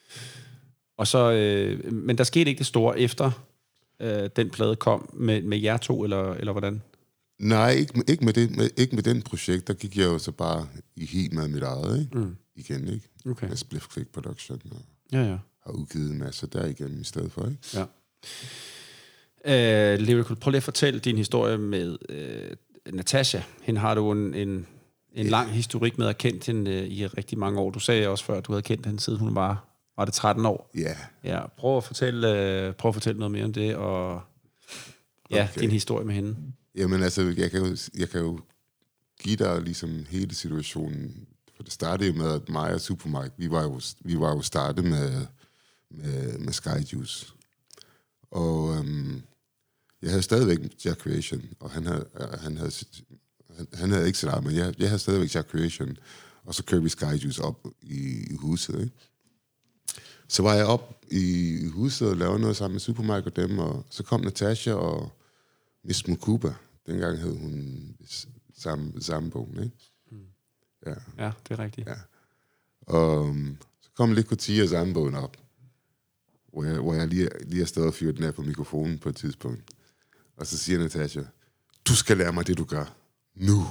Og så... Øh, men der skete ikke det store efter øh, den plade kom med, med jer to, eller, eller hvordan? Nej, ikke, ikke, med det, med, ikke med den projekt. Der gik jeg jo så bare i helt med mit eget, ikke? Mm. Igen, ikke? Okay. Med Spliff Click Production. Og ja, ja. Har udgivet en masse der igen i stedet for, ikke? Ja. Uh, Lyrical, prøv lige at fortælle din historie med uh, Natasha. Hende har du en, en, en yeah. lang historik med at kendt hende uh, i rigtig mange år. Du sagde også før, at du havde kendt hende siden hun var, var det tretten år. Ja. Yeah. Ja, prøv at fortælle, uh, prøv at fortælle noget mere om det, og ja, okay. din historie med hende. Jamen altså, jeg kan jo, jeg kan jo give dig ligesom hele situationen. For det startede jo med, at mig og Supermike, vi var jo, vi var jo startet med, med, med Skyjuice. Og øhm, jeg havde stadigvæk Jack Creation, og han havde, han havde, Han, han havde ikke så meget, men jeg, jeg havde stadigvæk Jack Creation, og så kørte vi Skyjuice op i, i huset, ikke? Så var jeg op i huset og lavede noget sammen med Supermarket og dem, og så kom Natasha og Miss Mukuba. Dengang hed hun samme, samme bogen, ikke? Mm. Ja. Ja, det er rigtigt. Ja. Og um, så kom lidt Couture samme bogen op, hvor jeg, hvor jeg lige, lige har stået og fyret den af på mikrofonen på et tidspunkt. Og så siger Natasha, du skal lære mig det, du gør. Nu.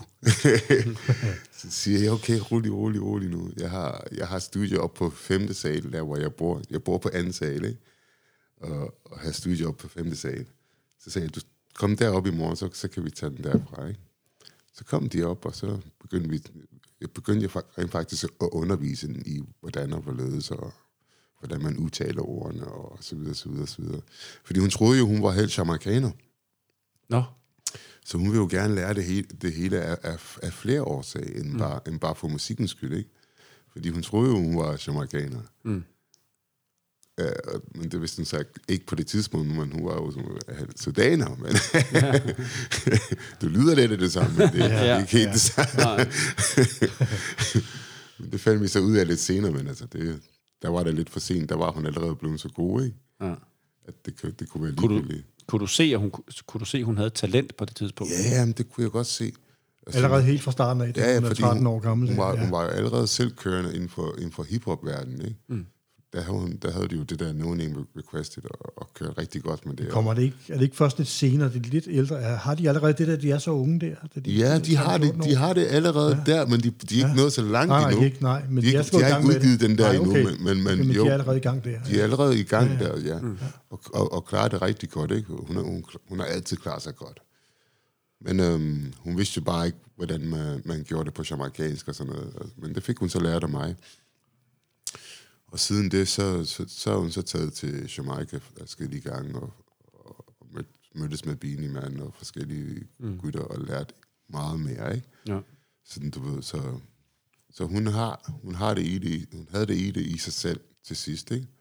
Så siger jeg, okay, rolig, rolig, rolig nu. Jeg har, jeg har studie op på femte sal, der hvor jeg bor. Jeg bor på anden sal, ikke? Og, og har studie op på femte sal. Så sagde jeg, du kom derop i morgen, så, så kan vi tage den derfra, ikke? Så kom de op, og så begyndte, vi, begyndte jeg rent faktisk at undervise den i, hvordan og hvorledes, og hvordan man udtaler ordene, og så videre, så videre, så videre. Fordi hun troede jo, hun var helt jamaikaner. Nå. Så hun vil jo gerne lære det hele, det hele af, af, af flere årsager, end, mm. bare, end bare for musikkens skyld, ikke? Fordi hun troede jo, hun var jamaikaner. Mm. Ja, men det vidste hun så ikke på det tidspunkt, men hun var jo sudaner, men ja. Du lyder lidt af det samme, men det er ja, ikke helt ja. Det samme. Men det fandt vi så ud af lidt senere, men altså, det, der var det lidt for sent, der var hun allerede blevet så god, ikke? Ja. At det, det kunne være ligegyldigt. Kunne du se, at hun, kunne du se, at hun havde talent på det tidspunkt? Ja, men det kunne jeg godt se. Altså, allerede helt fra starten af, ja, hun er tretten år gammel. Hun var, ja. hun var jo allerede selvkørende inden for, inden for hiphop-verdenen, ikke? Mm. Der havde, hun, der havde de jo det der No Name Requested og, og kørte rigtig godt med det. Kommer det ikke, er det ikke først lidt senere, det er lidt ældre? Har de allerede det der, de er så unge der? De, ja, de har, det, de har det allerede ja. Der, men de, de er ikke ja. Nået så langt nej, endnu. Ikke, nej, men de, de, er de, de har ikke udgivet den der nej, okay. endnu, men, men, men, men jo, de er allerede i gang der. De er allerede i gang ja, ja. Der, ja. Mm. Og, og, og klarer det rigtig godt, ikke? Hun har, hun, hun har altid klaret sig godt. Men øhm, hun vidste jo bare ikke, hvordan man, man gjorde det på jamaikansk og sådan noget. Men det fik hun så lært af mig. Og siden det, så, så, så har hun så taget til Jamaica forskellige gange, og, og mødtes med Beanie Man og forskellige mm. gutter, og lært meget mere, ikke? Ja. Sådan, du ved, så, så hun har, hun har det i det, hun havde det i det i sig selv til sidst, ikke?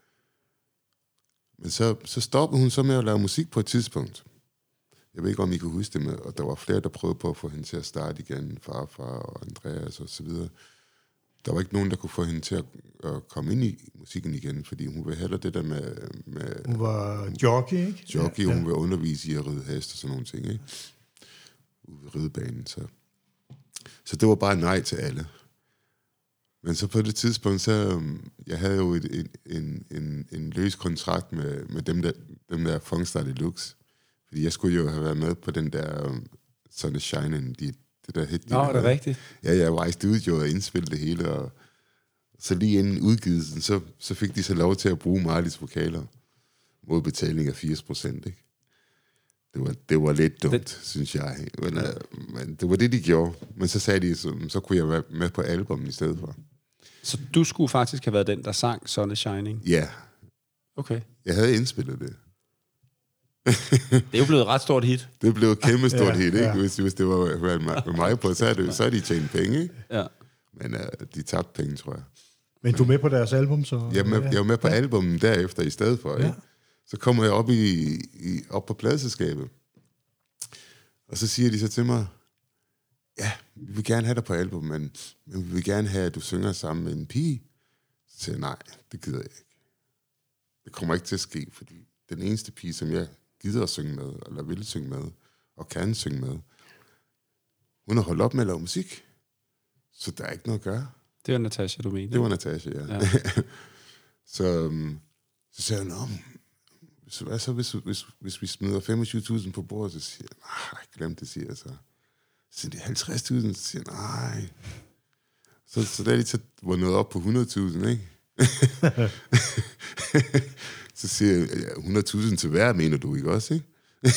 Men så, så stoppede hun så med at lave musik på et tidspunkt. Jeg ved ikke, om I kan huske det med, og der var flere, der prøvede på at få hende til at starte igen, farfar og Andreas og så videre. Der var ikke nogen, der kunne få hende til at, at komme ind i musikken igen, fordi hun ville hellere det der med... med hun var jockey, ikke? Jockey, ja, ja. Hun ville undervise i at ride hest og sådan nogle ting, ikke? Ude ved ridebanen, så... Så det var bare nej til alle. Men så på det tidspunkt, så... Jeg havde jo et, en, en, en, en løs kontrakt med, med dem der, dem der Funkstar Deluxe, fordi jeg skulle jo have været med på den der um, Sun is Shining, de det der hit. Nå, det er rigtigt. Ja, jeg var i studiet og indspillede det hele, og så lige inden udgivelsen, så, så fik de så lov til at bruge Marleys vokaler mod betaling af firs procent, ikke? Det var, det var lidt dumt, det, synes jeg. Men, ja. uh, men det var det, de gjorde. Men så sagde de, så, så kunne jeg være med på albummet i stedet for. Så du skulle faktisk have været den, der sang Sun is Shining? Ja. Okay. Jeg havde indspillet det. Det er jo blevet et ret stort hit. Det blev et kæmpe stort ja, hit, ikke? Ja. Hvis, hvis det var med mig på, så er, det, så er de tjent penge, ikke? Ja. Men uh, de tabte penge, tror jeg. Men du er med på deres album, så... Jeg, med, jeg var med på ja. Albummet derefter i stedet for, ikke? Ja. Så kommer jeg op, i, i, op på pladeselskabet, og så siger de så til mig, ja, vi vil gerne have dig på album, men, men vi vil gerne have, at du synger sammen med en pige. Så siger jeg, nej, det gider jeg ikke. Det kommer ikke til at ske, fordi den eneste pige, som jeg gider at synge med, eller vil synge med, og kan synge med, hun har holdt op med at lave musik. Så der er ikke noget at gøre. Det var Natasha, du mener? Det var Natasha, ja. ja. så, um, så siger jeg, nå, så hvad så, hvis, hvis, hvis vi smider femogtyve tusind på bordet, så siger jeg, nej, glem det, siger jeg så. Så siger de halvtreds tusind, så siger jeg, nej. Så, så da de så var nået op på hundrede tusind, ikke? Så siger jeg, ja, hundrede tusind til hver, mener du ikke også, ikke?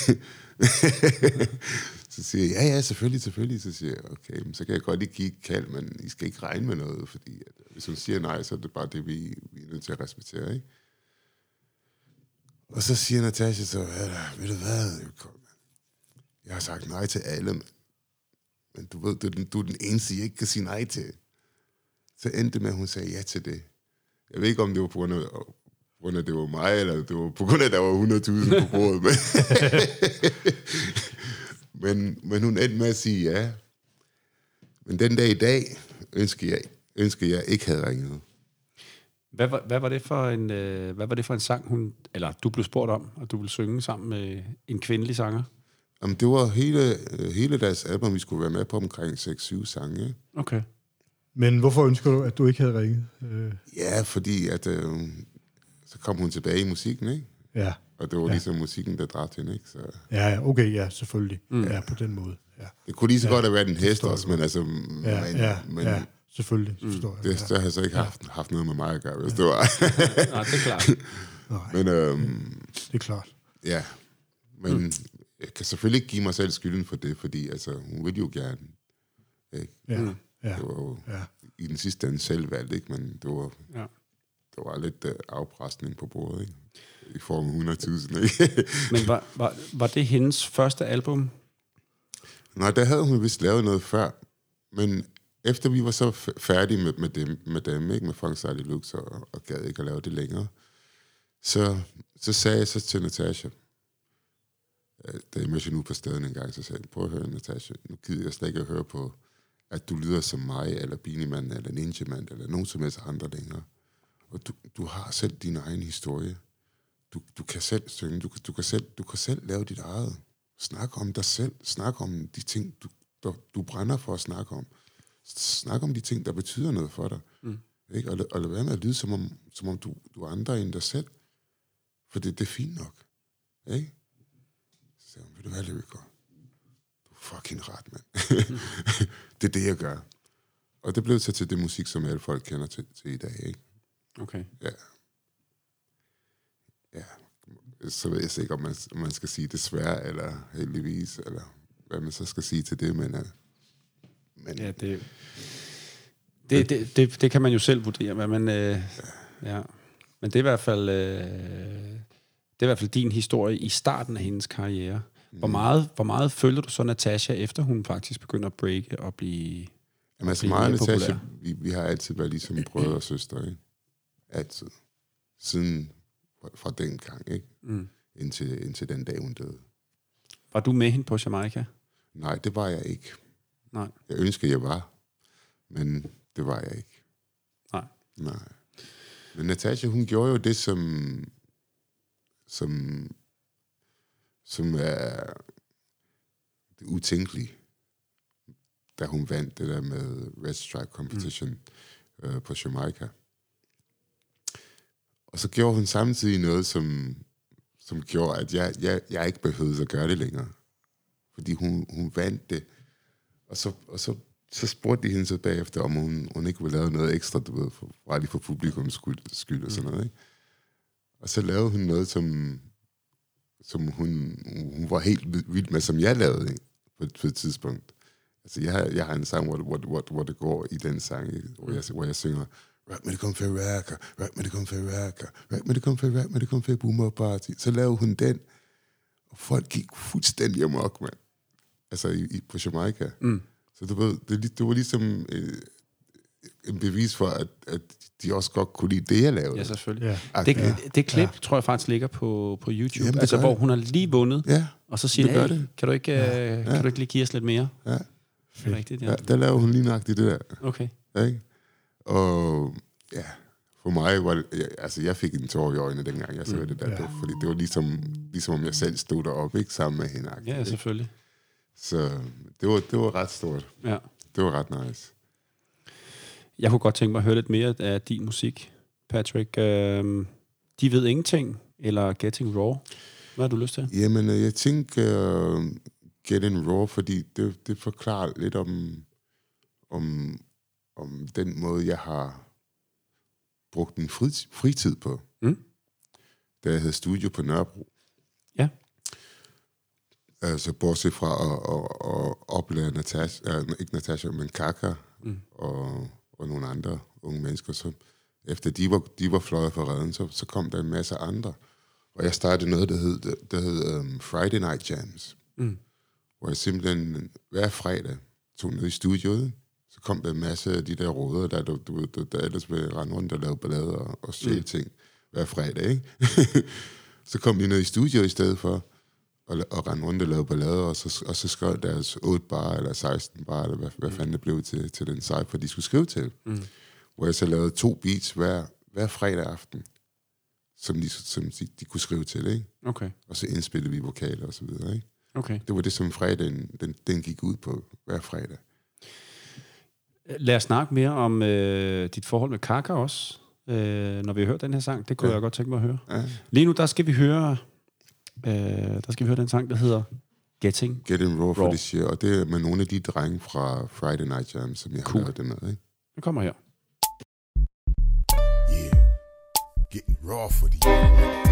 Så siger jeg, ja, ja, selvfølgelig, selvfølgelig. Så siger jeg, okay, men så kan jeg godt lige give et kald, men I skal ikke regne med noget, fordi at, hvis hun siger nej, så er det bare det, vi, vi er nødt til at respektere, ikke? Og så siger Natasha så, ja, ved du hvad, jeg har sagt nej til alle, men du ved, du er, den, du er den eneste, jeg ikke kan sige nej til. Så endte det med, at hun sagde ja til det. Jeg ved ikke, om det var på grund af, på grund af at det var mig, eller det var på grund af, at der var hundrede tusind på bordet. Men, men, men hun endte med at sige ja. Men den dag i dag, ønsker jeg, ønsker jeg ikke havde ringet. Hvad var, hvad var det for en øh, hvad var det for en sang hun eller du blev spurgt om, og du ville synge sammen med en kvindelig sanger? Jamen, det var hele hele deres album, vi skulle være med på omkring seks syv sange. Okay. Men hvorfor ønsker du, at du ikke havde ringet? Øh. Ja, fordi at øh, så kom hun tilbage i musikken, ikke? Ja. Og det var ja. ligesom musikken, der dræbte hende, ikke? Så ja, okay, ja, selvfølgelig. Mm. Ja, på den måde. Ja. Det kunne lige så ja. godt have været en hest også, men altså... Ja, men, ja, men, ja, selvfølgelig. Mm, forstår jeg. Det, det har så ikke haft, haft noget med mig at gøre, hvis ja. det var. Nej, det er klart. Men, øhm, det er klart. Ja, men mm. jeg kan selvfølgelig ikke give mig selv skylden for det, fordi altså, hun ville jo gerne. Ikke? Ja, mm. ja. Det var jo ja. i den sidste ende selv valgt, ikke? Men det var, ja. det var lidt uh, afpresning på bordet, ikke? I form af hundrede tusind, ikke? Men var, var, var det hendes første album? Nej, der havde hun vist lavet noget før, men efter vi var så færdige med, med dem, med dem ikke? Med Funk Side Deluxe, og, og gad ikke at lave det længere, så, så sagde jeg så til Natasha, da jeg mødte nu på stedet en gang, så sagde jeg, prøv at høre, Natasha, nu gider jeg slet ikke at høre på, at du lyder som mig, eller Beenie Man, eller Ninja Man, eller nogen som helst andre længere. Og du, du har selv din egen historie. Du, du kan selv synge, du, du, kan selv, du kan selv lave dit eget. Snak om dig selv, snak om de ting, du, du, du brænder for at snakke om. Snak om de ting, der betyder noget for dig. Mm. Ikke? Og, og lad være med at lyde, som om, som om du, du er andre end dig selv. For det, det er fint nok. Ikke? Så siger hun, vil du være lyriker? Du er fucking ret, mand. Mm. Det er det, jeg gør. Og det blev så til det musik, som alle folk kender til, til i dag, ikke? Okay. Ja. Ja. Så ved jeg ikke, om man, om man skal sige desværre, eller heldigvis, eller hvad man så skal sige til det, men... Uh, men ja, det, det, det, det, det kan man jo selv vurdere, hvad man... Øh, ja. ja. Men det er i hvert fald... Øh, det er i hvert fald din historie i starten af hendes karriere. Hvor meget, hvor meget følger du så Natasha, efter hun faktisk begynder at breake og blive... Jamen altså mig og Natasha, vi, vi har altid været ligesom brødre og søstre, ikke? Altid. Siden fra den gang, ikke? Mm. Indtil, indtil den dag, hun døde. Var du med hende på Jamaica? Nej, det var jeg ikke. Nej. Jeg ønsker, jeg var, men det var jeg ikke. Nej. Nej. Men Natasha, hun gjorde jo det, som... som som er det utænkelige, da hun vandt det der med Red Stripe Competition mm. øh, på Jamaica. Og så gjorde hun samtidig noget, som, som gjorde, at jeg, jeg, jeg ikke behøvede at gøre det længere. Fordi hun, hun vandt det. Og så, og så, så spurgte de hende så bagefter, om hun, hun ikke ville lave noget ekstra, du ved, for, bare lige for publikums skyld, skyld og sådan noget. Ikke? Og så lavede hun noget, som... som hun, hun var helt vild med, som jeg lavede, ikke? På, på et tidspunkt. Altså, jeg har, jeg har en sang, hvor, hvor, hvor, hvor det går i den sang, ikke? Hvor, jeg, hvor jeg synger, rap med det kom ferraka, rap med det kom ferraka, rap med det kom ferraka, rap med det kom fer boomer party. Så lavede hun den, og folk gik fuldstændig amok, mand. Altså, i, i, på Jamaica. Mm. Så du ved, det, det var ligesom øh, en bevis for, at, at de også godt kunne lide det, jeg lavede. Ja, selvfølgelig. Ja. Det, ja. det klip, ja. tror jeg faktisk ligger på, på YouTube, jamen, altså, hvor det. hun har lige vundet, ja. og så siger hey, det. kan du ikke, ja. uh, kan ja. du ikke lige give os lidt mere? Ja. Det er rigtigt, ja. ja. Der lavede hun lige nøjagtigt det der. Okay. Ja, ikke? Og ja, for mig var det, ja, altså jeg fik en tår i øjnene, dengang jeg så mm. det der, ja. det, fordi det var ligesom, ligesom om jeg selv stod deroppe, ikke, sammen med hende. Ja, ikke? Selvfølgelig. Så det var, det var ret stort. Ja. Det var ret nice. Jeg kunne godt tænke mig at høre lidt mere af din musik, Patrick. Uh, de ved ingenting, eller Getting Raw. Hvad har du lyst til? Jamen, jeg tænker uh, Getting Raw, fordi det, det forklarer lidt om, om, om den måde, jeg har brugt min fritid på. Mm. Da jeg havde studio på Nørrebro. Ja. Altså, bortset fra at, at, at oplære Natasha, uh, ikke Natasha, men Kaka, mm. og... og nogle andre unge mennesker, så efter de var, de var fløjet fra redden, så, så kom der en masse andre. Og jeg startede noget, der hed, der hed um, Friday Night Jams, mm. hvor jeg simpelthen hver fredag tog ned i studiet, så kom der en masse af de der råder, der, du, du, der, der ellers ville rende rundt og lave ballade og, og stjæle mm. ting hver fredag, ikke? Så kom de ned i studiet i stedet for, og, og rende rundt og lave ballade, og så, og så skrev deres otte bar, eller seksten bar, eller hvad, hvad fanden det blev til, til den cypher, de skulle skrive til. Mm. Hvor jeg så lavede to beats hver, hver fredag aften, som de, som de, de kunne skrive til, ikke? Okay. Og så indspillede vi vokaler og så videre, ikke? Okay. Det var det, som fredagen, den, den gik ud på hver fredag. Lad os snakke mere om øh, dit forhold med Kaka også, øh, når vi har hørt den her sang. Det kunne ja. jeg godt tænke mig at høre. Ja. Lige nu, der skal vi høre, øh, der skal vi høre den sang, der hedder Getting Getting Raw, Raw. for this year, og det er med nogle af de drenge fra Friday Night Jam, som jeg cool. har lavet det med, ikke? Det kommer her. Yeah, getting raw for the year.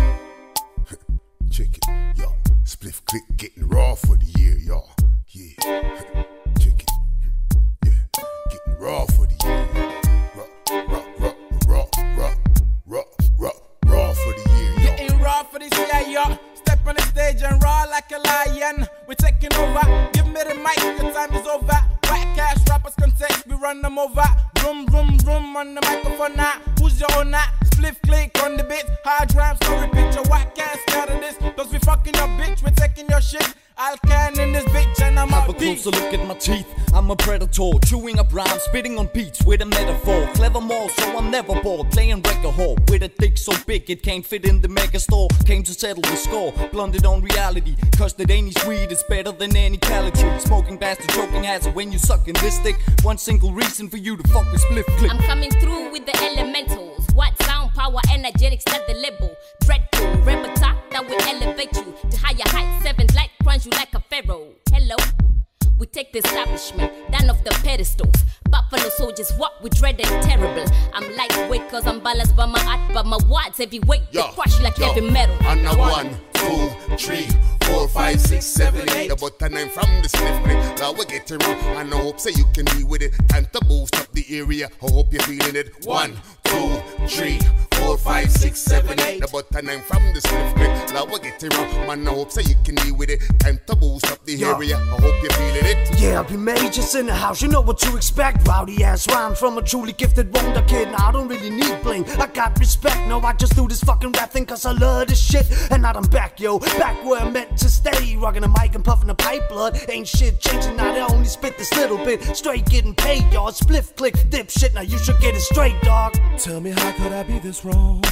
Check it, yo. Spliff click, getting raw for the year, y'all. Yeah, check it. Yeah, getting raw for the year. Raw, raw, raw, raw, raw, raw, raw, raw for the year, y'all. Getting raw for this year, y'all. Step on the stage and raw like a lion. We're taking over. Give me the mic, your time is over. White cash rappers contest, we run them over. Vroom, vroom, vroom on the microphone now. Who's your owner? Spliff click on the beat. Hard rhymes, no repeat. Your white can't scared of this. Cause we fucking your bitch, we're taking your shit. I'll can in this bitch and I'm Have out a closer look at my teeth. I'm a predator, chewing up rhymes, spitting on beats with a metaphor. Clever more, so I'm never bored. Playing record hall with a dick so big it can't fit in the mega store. Came to settle the score, blunted on reality. Cause the Danish weed is better than any Cali tree. Smoking bastard, choking hazard when you sucking this stick. One single reason for you to fuck with Spliff Click. I'm coming through with the elementals. What sound, power, energetics at the level. Dreadful, rebel talk that will elevate you to higher heights. Seventh light, crunch you like a pharaoh. Hello, we take the establishment down off the pedestals. Buffalo soldiers, what we dread and terrible. I'm lightweight cause I'm balanced by my art, but my words heavyweight. They crush like yo, heavy metal. On a one, two, three, four, five, six, seven, eight. The button nine from the Spliff Click. Now we get it wrong, and I hope so you can be with it. Time to boost up the area. I hope you're feeling it. One, two, three, four, five, six, seven, eight. The button nine from the Spliff Click. Now we get it wrong, man. I hope so you can be with it. Time to boost up the Yo. area. I hope you're feeling it. Yeah, I'll be majors in the house. You know what to expect. Rowdy ass rhymes from a truly gifted wonder kid. Now I don't really need bling. I got respect. No, I just do this fucking rap thing cause I love this shit. And now I'm back, yo. Back where I'm meant to stay. Rocking a mic and puffing the pipe blood. Ain't shit changing. Now they only spit this little bit. Straight getting paid, y'all. Spliff click, dip shit. Now you should get it straight, dog. Tell me, how could I be this wrong?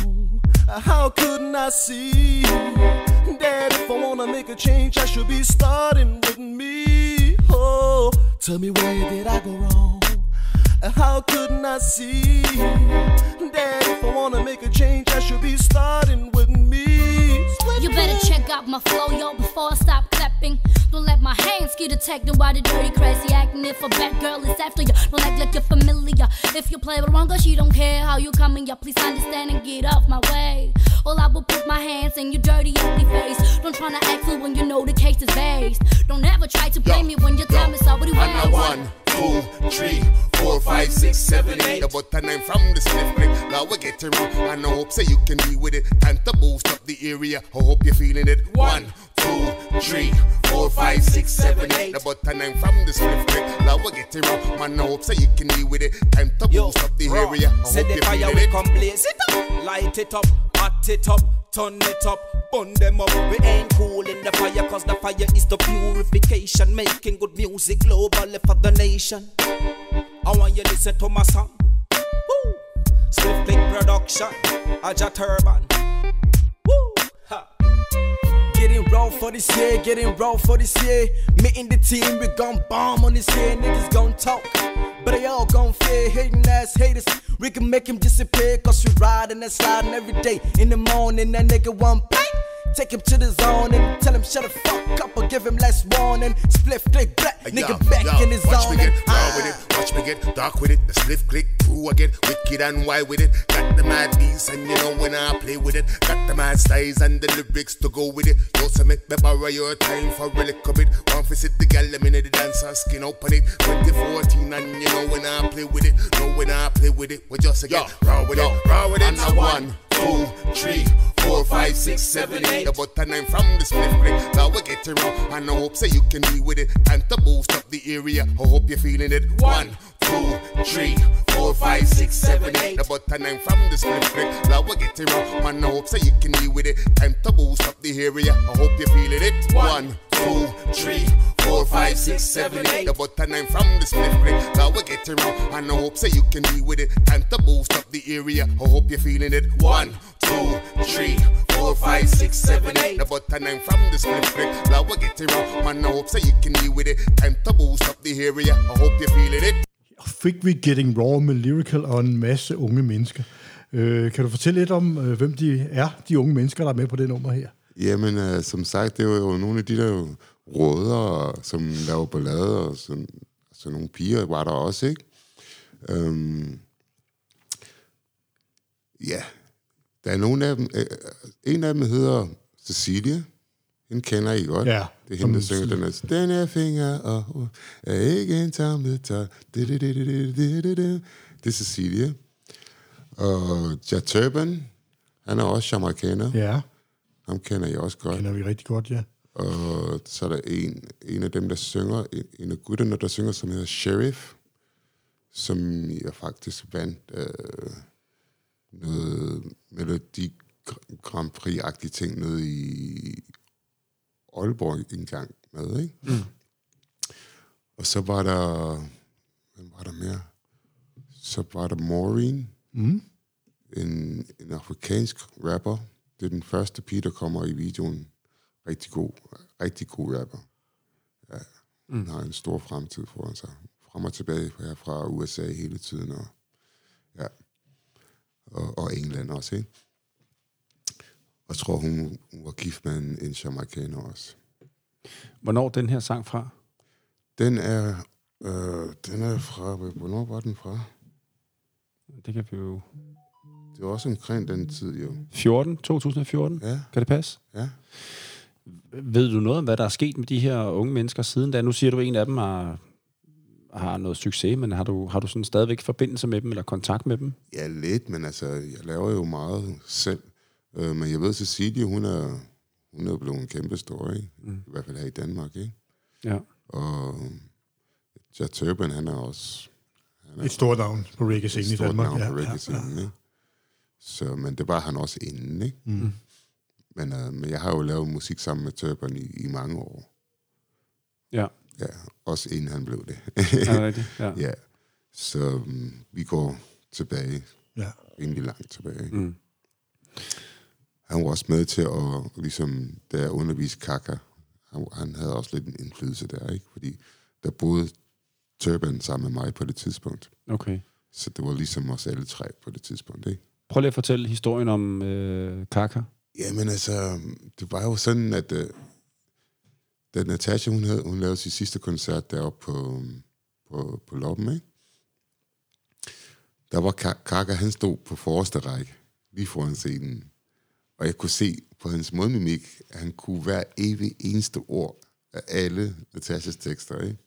How couldn't I see that if I wanna make a change, I should be starting with me? Oh, tell me, where did I go wrong? How couldn't I see that if I wanna make a change, I should be starting with me? You better check out my flow, yo, before I stop clapping. Don't let my hands get detected by the dirty, crazy acting. If a bad girl is after you, don't act like you're familiar. If you play with wrong, cause she don't care how you coming, yeah, please understand and get off my way. All I will put my hands in your dirty, ugly face. Don't try to act cool when you know the case is based. Don't ever try to blame me when your time is already wasted. One, two, three, four, five, six, seven, eight. The button nine from the Spliff Click. Now we get it wrong, and I hope so you can be with it. Time to boost up the area. I hope you're feeling it. One, two, three, four, five, six, seven, eight. The button nine from the Spliff Click. Now we get it wrong, man. I hope so you can be with it. Time to boost up the area. I Set hope the you're fire, feeling we it. come blaze it up. Light it up, hot it up, turn it up, burn them up. We ain't cool in the fire cause the fire is the purification. Making good music globally for the nation. I want you to listen to my song. Woo! Spliff Click production, Aja Turban. Woo! Ha! Getting raw for this year, getting raw for this year. Meeting the team, we gon' bomb on this year. Niggas gon' talk, but they all gon' fear. Hating ass haters, we can make them disappear. Cause we riding and sliding every day. In the morning, that nigga one bite. Take him to the zone and tell him shut the fuck up or give him less warning. Spliff Click black, nigga Yo, back yo, in his watch zone. me and get raw with it, watch me get dark with it. The Spliff Click crew, I get wicked and wild with it. Got the mad beats and you know when I play with it. Got the mad styles and the lyrics to go with it. You also make me borrow your time for a little bit. One for sit the gal, let me know the dancer, skin open it. twenty fourteen and you know when I play with it. Know when I play with it, we just get raw with it, raw with it. And a one, two, three, four, five, six, seven, eight. The button nine from the Spliff Click. Now we get it wrong, and I hope so you can be with it. Time to boost up the area. I hope you're feeling it. One, two, two, three, four, five, six, seven, eight. The button nine from the split flick. Now we get it wrong. Man, I hope so you can deal with it. Time to boost up the area. I hope you're feeling it. One, two, three, four, five, six, seven, eight. The button nine from the split flick. Now we get it wrong. And I hope so you can deal with it. Time to boost up the area. I hope you're feeling it. One, two, three, four, five, six, seven, eight. The button nine from the split flick. Now we get it wrong. Man, I hope so you can deal with it. Time to boost up the area. I hope you're feeling it. Fik vi Getting Raw med Lyrical og en masse unge mennesker. Øh, kan du fortælle lidt om, øh, hvem de er, de unge mennesker, der er med på det nummer her? Jamen, øh, som sagt, det var jo nogle af de der råder, som laver ballade, og sådan, så nogle piger var der også, ikke? Øhm, ja, der er nogle af dem. Øh, en af dem hedder Cecilia. Den kender I godt. Ja. Det er hende, der synger den her. Den her finger og er ikke en tamlet tør. Det er Cecilia. Og Jah Turban, han er også jamaicaner. Ja. Ham kender I også godt. Kender vi rigtig godt, ja. Og så er der en, en af dem, der synger, en, en af gutterne, der synger, som hedder Sheriff, som jeg faktisk vandt øh, noget Melodi Grand Prix-agtige ting nede i Aalborg engang med, ikke? Mm. Og så var der, hvem var der mere? Så var der Maureen, mm. en, en afrikansk rapper. Det er den første pige, der kommer i videoen. Rigtig god, rigtig god rapper. Ja, mm. Han har en stor fremtid foran sig. Frem og tilbage her fra U S A hele tiden, og, ja. og, og England også, ikke? Og jeg tror, hun, hun var gift med en, en jamaicaner også. Hvornår er den her sang fra? Den er, øh, den er fra... Hvornår var den fra? Det kan vi jo... Det var også omkring den tid, jo. fjorten? to tusind og fjorten? Ja. Kan det passe? Ja. Ved du noget om, hvad der er sket med de her unge mennesker siden da? Nu siger du, at en af dem har, har noget succes, men har du, har du sådan stadigvæk forbindelse med dem, eller kontakt med dem? Ja, lidt, men altså, jeg laver jo meget selv. Øh, men jeg ved, Cecilie, hun er, hun er blevet en kæmpe stor, ikke? Mm. I hvert fald her i Danmark, ikke? Ja. Og Jah Turban, han er også... Han er et stort navn på reggae-scenen i Danmark. Et stort navn på ja, reggae-scenen, ja. Ikke? Så, men det var han også inden, ikke? Mm. Men, øh, men jeg har jo lavet musik sammen med Turban i, i mange år. Ja. Ja, også inden han blev det. Er det rigtigt? Ja. Ja. Så um, vi går tilbage. Ja. Rimelig langt tilbage. Mm. Han var også med til at, ligesom, da jeg underviste Kaka, han, han havde også lidt en indflydelse der, ikke? Fordi der boede Turban sammen med mig på det tidspunkt. Okay. Så det var ligesom os alle tre på det tidspunkt, ikke? Prøv lige at fortælle historien om øh, Kaka. Jamen altså, det var jo sådan, at øh, da Natasha, hun, havde, hun lavede sin sidste koncert deroppe på, på, på Loppen, ikke? Der var Kaka, han stod på forreste række, lige foran scenen. Og jeg kunne se på hans mundmimik, at han kunne hver evig eneste ord af alle Natashas tekster, ikke?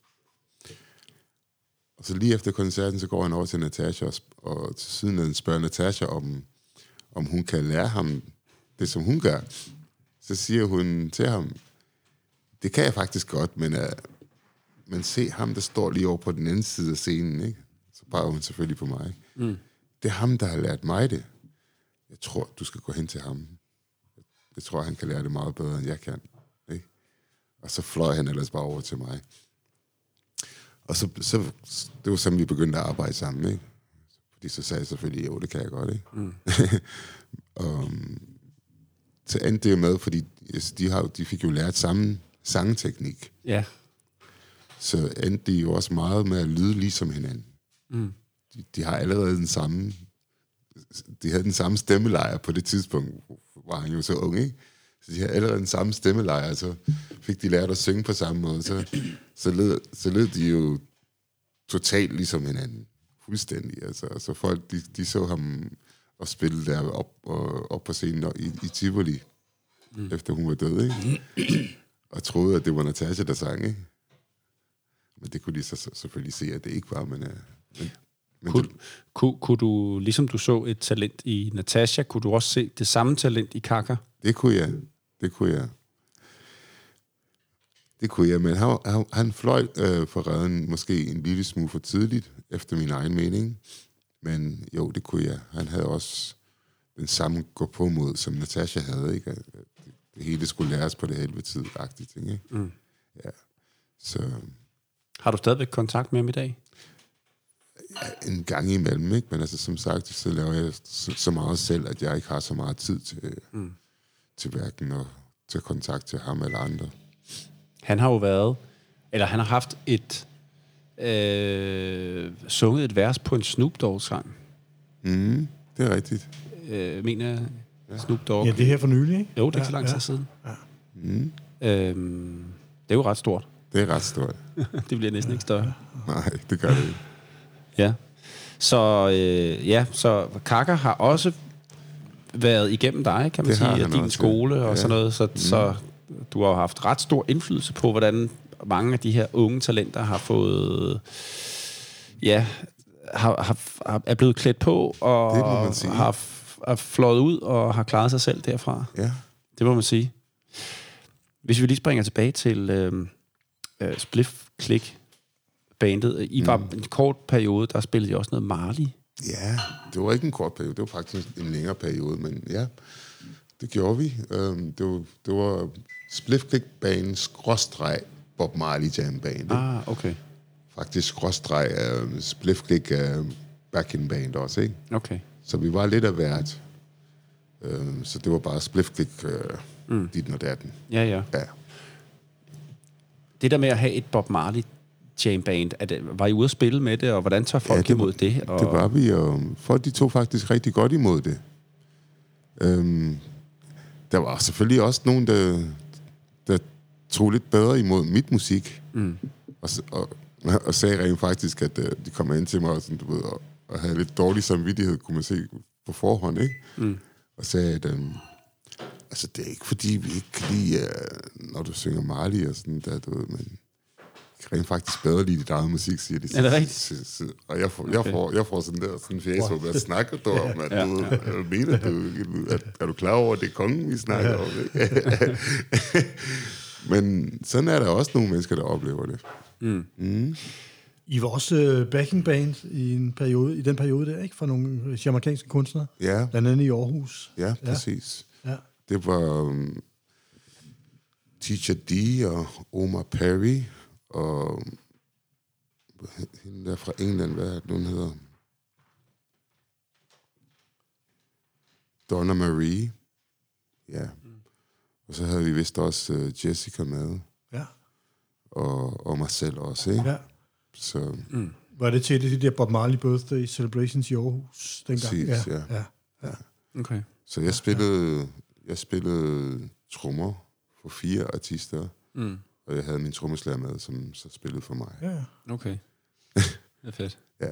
Og så lige efter koncerten, så går han over til Natasha, og, og til siden spørger Natasha, om, om hun kan lære ham det, som hun gør. Så siger hun til ham, det kan jeg faktisk godt, men, uh, men se ham, der står lige over på den anden side af scenen, ikke? Så peger hun selvfølgelig på mig. Mm. Det er ham, der har lært mig det. Jeg tror, du skal gå hen til ham. Jeg tror, han kan lære det meget bedre, end jeg kan. Ikke? Og så fløj han ellers bare over til mig. Og så, så det var sådan, vi begyndte at arbejde sammen, ikke? Fordi så sagde jeg selvfølgelig, jo, det kan jeg godt, ikke? Mm. og så endte det jo med, fordi de, har, de fik jo lært samme sangteknik. Ja. Så endte de jo også meget med at lyde ligesom hinanden. Mm. De, de har allerede den samme... De havde den samme stemmelejer på det tidspunkt, var han jo så ung, ikke? Så de havde allerede den samme stemmelejer, så fik de lært at synge på samme måde. Så, så, led, så led de jo totalt ligesom hinanden. Fuldstændig, altså. Så folk, de, de så ham og spille der op, og, op på scenen og, i, i Tivoli, mm. efter hun var død, ikke? Og troede, at det var Natasha, der sang, ikke? Men det kunne de så, så selvfølgelig se, at det ikke var, men... men Men kunne, kunne, kunne du, ligesom du så et talent i Natasha, kunne du også se det samme talent i Kaka? Det kunne jeg. Det kunne jeg. Det kunne jeg, men han, han, han fløj øh, for redden måske en lille smule for tidligt, efter min egen mening. Men jo, det kunne jeg. Han havde også den samme gå på mod, som Natasha havde, ikke? Det, det hele skulle læres på det helvede tid-agtige ting, ikke? Mm. Ja, så... Har du stadigvæk kontakt med ham i dag? Ja, en gang imellem, ikke? Men altså, som sagt, så laver jeg så, så meget selv, at jeg ikke har så meget tid til, mm. til hverken at tage kontakt til ham eller andre. Han har jo været, eller han har haft et, øh, sunget et vers på en Snoop Dogg-sang. Mm, det er rigtigt. Øh, mener jeg, ja. Snoop Dogg. Ja, det er her for nylig, ikke? Jo, det er ikke ja, så lang tid ja. siden. Ja. Mm. Øhm, det er jo ret stort. Det er ret stort. Det bliver næsten ja. ikke større. Nej, det gør det ikke. Ja. Så, øh, ja, så Kaka har også været igennem dig, kan man det sige, og din også, skole og ja. sådan noget, så, mm. så du har haft ret stor indflydelse på, hvordan mange af de her unge talenter har fået, ja, har, har, er blevet klædt på, og har, har fløjet ud, og har klaret sig selv derfra. Ja. Det må man sige. Hvis vi lige springer tilbage til øh, øh, Spliff Click bandet. I var mm. en kort periode, der spillede I også noget Marley. Ja, det var ikke en kort periode, det var faktisk en længere periode, men ja, det gjorde vi. Um, det var, det var Spliff Click Band skråstreg Bob Marley Jam Band. Ah, okay. Faktisk skråstreg uh, Spliff Click uh, Backing Band også, ikke? Okay. Så vi var lidt af hvert. Uh, så det var bare Spliff Click uh, mm. dit og datten. Ja, ja. Ja. Det der med at have et Bob Marley Jam Band, er det, var I ude at spille med det, og hvordan tager folk ja, det, imod det? Og... Det var vi, og folk de tog faktisk rigtig godt imod det. Um, der var selvfølgelig også nogen, der, der tog lidt bedre imod mit musik, mm. og, og, og sagde rent faktisk, at uh, de kom ind til mig og, sådan, du ved, og, og havde lidt dårlig samvittighed, kunne man se på forhånd, ikke? Mm. Og sagde, at um, altså, det er ikke fordi, vi ikke kan lide, uh, når du synger Marley og sådan der, du ved, men rent faktisk bedre lide dit eget musik, siger de. Er det rigtigt? Og jeg får, okay. jeg får, jeg får sådan der sådan en fjæs, hvor hvad snakker du om? At ja, du, ja. Hvad mener du? Er, er du klar over, at det er kongen, vi snakker ja. om? Men sådan er der også nogle mennesker, der oplever det. Mm. Mm. I var også uh, backing band i en periode, i den periode der, ikke? For nogle jamaicanske kunstnere. Ja. Blandt andet i Aarhus. Ja, præcis. Ja. Det var um, Teacher D og Omar Perry, og hende der fra England, hvad er det, hun hedder? Donna Marie. Ja. Mm. Og så havde vi vist også uh, Jessica med. Ja. Og, og mig selv også, ikke? Ja. Så... Mm. Var det til det der Bob Marley Birthday Celebrations i Aarhus dengang? Præcis, ja. Ja. ja. ja. Okay. Så jeg spillede, jeg spillede trommer for fire artister, mm. og jeg havde min trommeslager med, som så spillede for mig. Ja. Okay. Det er fedt. Ja.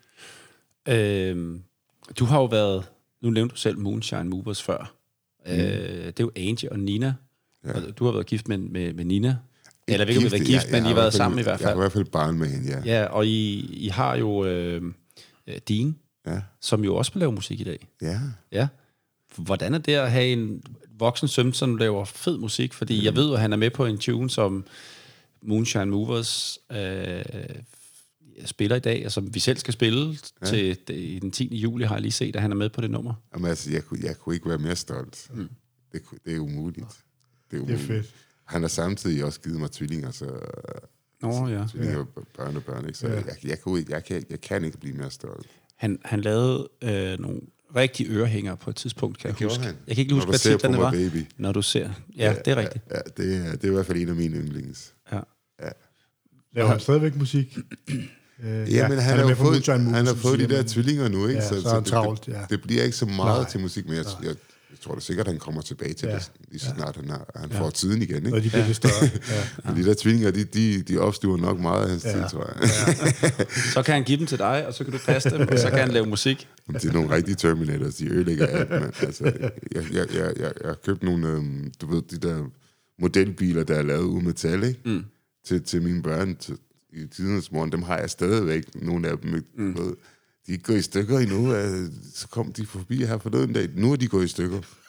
Øhm, du har jo været, nu nævnte du selv Moonshine Movers før. Mm. Øh, det er jo Angie og Nina. Ja. Og du har været gift med, med, med Nina. Eller ikke, om I har været gift, men I har været sammen i hvert fald. Jeg har i hvert fald barn med hende, ja. Ja, og I, I har jo øh, Dean, ja. som jo også laver musik i dag. Ja. Ja. Hvordan er det at have en voksen søn, som laver fed musik? Fordi mm. jeg ved, at han er med på en tune, som Moonshine Movers øh, spiller i dag, og som vi selv skal spille ja. til i den tiende juli, har jeg lige set, at han er med på det nummer. Jamen altså, jeg kunne, jeg kunne ikke være mere stolt. Mm. Det, det er umuligt. Det er umuligt. Det er fedt. Han har samtidig også givet mig tvillinger, så... Nå, oh, ja. Tvillinger og børn og børn, ikke? Så ja. jeg, jeg, kan, jeg, kan, jeg kan ikke blive mere stolt. Han, han lavede øh, nogle rigtige ørehænger på et tidspunkt, kan jeg, jeg huske. Han. Jeg kan ikke huske, hvad titlerne var. Baby. Når du ser. Ja, ja det er rigtigt. Ja, ja, det, er, det er i hvert fald en af mine yndlings. Ja. ja. Laver han stadigvæk musik? øh, ja, men han, han har jo fået, han har fået de der tvillinger nu, ikke? Ja, så, så, så det, travlt, ja. det, det bliver ikke så meget Nej. til musik, men jeg, jeg, jeg tror da sikkert, at han kommer tilbage til ja. det, lige så snart han, har, han ja. får tiden igen. Ikke? Og de bliver lidt større. Ja. Og de der tvillinger, de, de, de opstøver nok meget af hans ja. tid, tror jeg. Ja. Så kan han give dem til dig, og så kan du passe dem, og så kan han lave musik. Det er nogle rigtige Terminators, de ødelægger alt, men altså, jeg, jeg, jeg, jeg, jeg har købt nogle, øhm, du ved, de der modelbiler, der er lavet ud metal, ikke? Mm. Til, til mine børn til, i tidernes morgen, dem har jeg stadigvæk, nogle af dem, mm. ved, de er gået i stykker endnu, så kom de forbi her forleden dag, nu er de gået i stykker.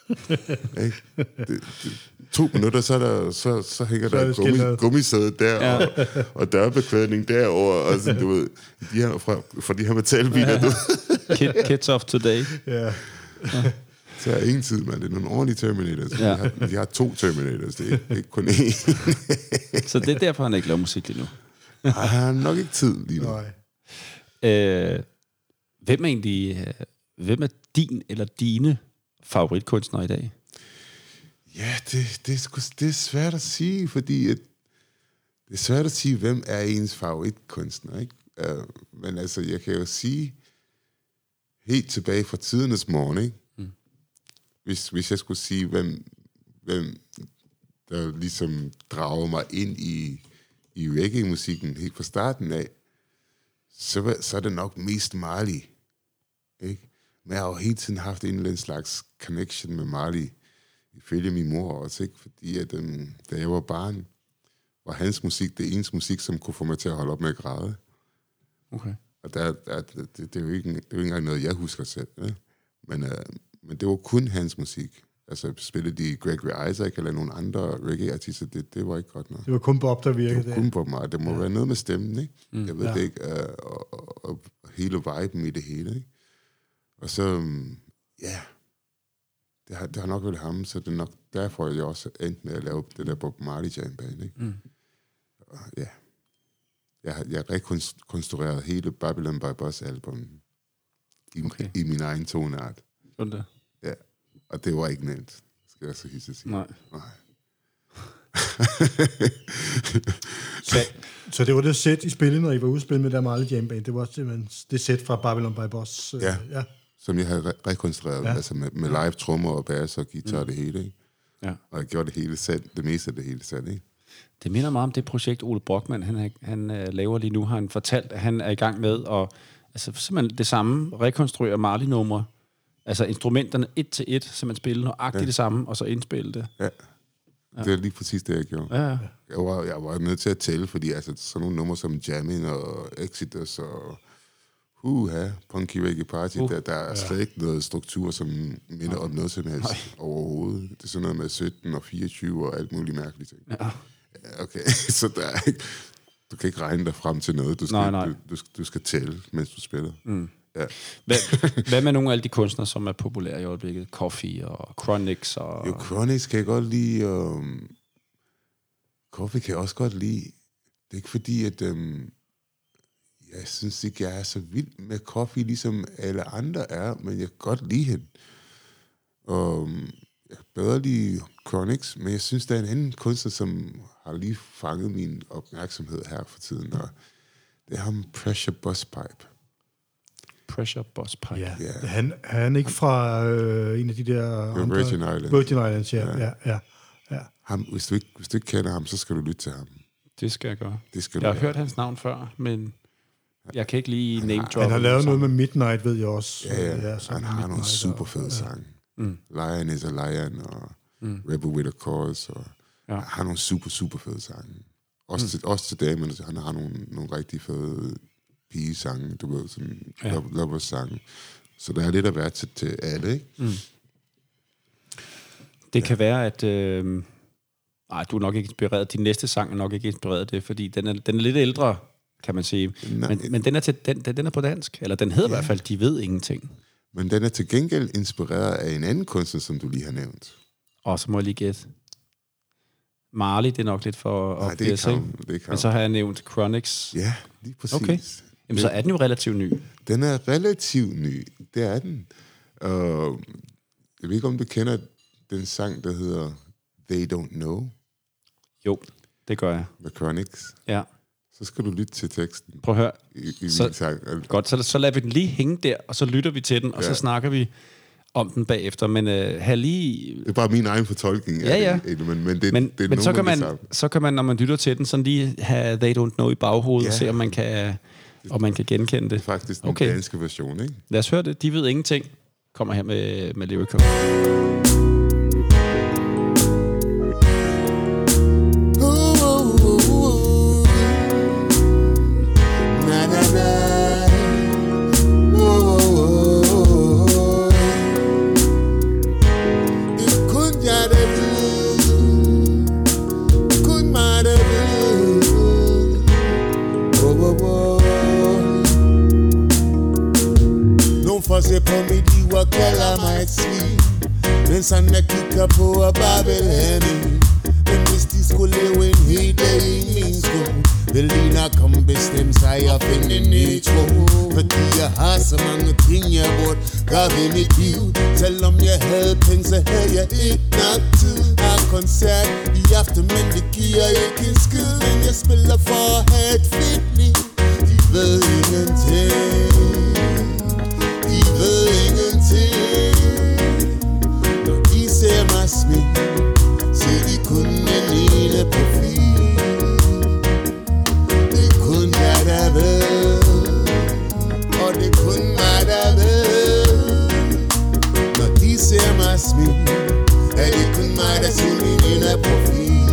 Ikke? Det, det, to minutter, så, er der, så, så hænger så der et gummi, gummisæde der, ja. og, og dørbeklædning derover og sådan, du ved, de her, fra, fra de her metalbiler, ja. du Kid, Kids of today. Ja. Ja. Så er ingen tid, man. Det er nogle ordentlige Terminators. Ja. De, har, de har to Terminators, det er ikke, ikke kun én. Så det er derfor, han ikke laver musik lige nu? Nej, han har nok ikke tid lige nu. Øh, hvem er egentlig, øh, hvem er din eller dine favoritkunstnere i dag? Ja, det, det, er sgu, det er svært at sige, fordi et, det er svært at sige, hvem er ens favoritkunstner, ikke? Uh, men altså, jeg kan jo sige, helt tilbage fra tidernes morgen, ikke? Mm. Hvis, hvis jeg skulle sige, hvem, hvem der ligesom drager mig ind i, i reggae-musikken helt fra starten af, så, så er det nok mest Marley, ikke? Men jeg har jo hele tiden haft en eller anden slags connection med Marley, ifølge min mor også, ikke? Fordi at, um, da jeg var barn, var hans musik det eneste musik, som kunne få mig til at holde op med at græde. Okay. Og der, der, det, det, er jo ikke, det er jo ikke engang noget, jeg husker selv. Ja? Men, uh, men det var kun hans musik. Altså spillede de Gregory Isaac eller nogle andre reggae-artister, det, det var ikke godt nok. Det var kun Bob, der virkede. Det var kun Bob mig. Det må ja. være noget med stemmen, ikke? Mm. Jeg ved ja. det ikke. Uh, og, og, og hele viben i det hele, ikke? Og så, um, ja... Yeah. Det har, det har nok været ham, så det er nok derfor, jeg også endte med at lave det der Bob Marley Jam-band, ikke? Mm. Og, ja. Jeg har, jeg har rekonstrueret hele Babylon by Bus-album i, okay. i min egen toneart. Sådan der. Ja, og det var ikke nemt, skal jeg så hisse sige. Nej. Nej. så, så det var det sæt, I spillede, når I var ude spille med der Marley Jam-band. Det var simpelthen det sæt fra Babylon by Bus. Ja. ja. Som jeg havde re- rekonstrueret, ja. altså med, med live trommer og bass og guitar og mm. det hele, ikke? Ja. Og jeg gjorde det hele selv, det meste af det hele selv, ikke? Det minder meget om det projekt, Ole Brockmann, han, han uh, laver lige nu, har han fortalt, at han er i gang med at altså, simpelthen det samme, rekonstruere Marley-numre, altså instrumenterne et til et, så man spiller nøjagtigt ja. det samme, og så indspille det. Ja. Ja. Det er lige præcis det, jeg gjorde. Ja, ja. Jeg, var, jeg var nødt til at tælle, fordi altså, sådan nogle numre som Jamming og Exodus og Uha, Punky Reggae Party, uh, der, der er ja. slet ikke noget struktur, som minder okay. om noget som helst Nej. overhovedet. Det er sådan noget med sytten og fireogtyve og alt muligt mærkeligt ting. Ja. Okay, så der er ikke, du kan ikke regne dig frem til noget. Du skal, nej, nej. Du, du, du skal tælle, mens du spiller. Mm. Ja. Hvad, hvad med nogle af alle de kunstnere, som er populære i øjeblikket? Coffee og Chronix og... Jo, Chronix kan jeg godt lide. Um, Coffee kan jeg også godt lide. Det er ikke fordi, at... Um, jeg synes ikke, jeg er så vild med Coffee, ligesom alle andre er, men jeg kan godt lide hende. Og jeg kan bedre lide Chronix, men jeg synes, der er en anden kunstner, som har lige fanget min opmærksomhed her for tiden, og det er ham Pressure Busspipe. Pressure Busspipe? Ja. Yeah. Han, han er ikke fra øh, en af de der... Andre, Virgin Islands. Virgin Islands, ja. ja. ja, ja, ja. Ham, hvis, du ikke, hvis du ikke kender ham, så skal du lytte til ham. Det skal jeg gøre. Det skal jeg har gøre. hørt hans navn før, men... Jeg kan ikke lige name drop. Han har lavet noget med Midnight, ved jeg også. Ja, ja. ja han har nogle super fede og, sange. Ja. Mm. Lion is a Lion, og mm. Rebel with a Cause, og ja. Han har nogle super, super fede sange. Også, mm. til, også til damerne, han har nogle, nogle rigtig fede pigesange, du ved, sådan ja. love, lovers sange. Så der er lidt at være til, til alle, ikke? Mm. Det ja. kan være, at... Øh, ej, du er nok ikke inspireret. Din næste sang er nok ikke inspireret af det, fordi den er, den er lidt ældre, kan man sige. Nej, men, men den, er til, den, den er på dansk, eller den hedder ja. i hvert fald De ved ingenting. Men den er til gengæld inspireret af en anden kunstner, som du lige har nævnt. Og så må jeg lige gætte. Marley, det er nok lidt for Nej, det er ikke ham. Men så har jeg nævnt Chronix. Ja, lige præcis. Okay. Jamen, så er den jo relativt ny. Den er relativt ny, det er den. Uh, jeg ved ikke, om du kender den sang, der hedder They Don't Know. Jo, det gør jeg. Med Chronix. Ja. Så skal du lytte til teksten. Prøv at høre. I, i så, sang. Godt, så, så lader vi den lige hænge der, og så lytter vi til den, og ja. så snakker vi om den bagefter. Men uh, her lige... Det er bare min egen fortolkning. Ja, ja. Det, men men, det, men, det er men så, kan man, det så kan man, når man lytter til den, sådan lige have They Don't Know i baghovedet, ja. og se, om man kan, om man kan genkende det. Det er faktisk den okay. danske version, ikke? Lad os høre det. De ved ingenting. Kommer her med, med Lyrical. They For se på mit liv og kalder mig et svin, mens han jeg kigger på og bare vil have min. Men hvis de skulle leve en hel dag i min sko, vil de nok komme bestemme sig og finde en ny tro. Fordi jeg har så mange ting jeg burde gøre ved mit liv. Selvom jeg havde penge, så havde jeg ikke nok tid. Har koncert i aften, men det giver ikke en skid. Men jeg spiller for at have et fedt liv. De ved ingenting. De ved ingenting. Når de ser mig smile, ser de kun en ene profil. Det er kun jeg, der ved. Og det er kun mig, der ved. Når de ser mig smile, er det kun mig, der ser min ene profil.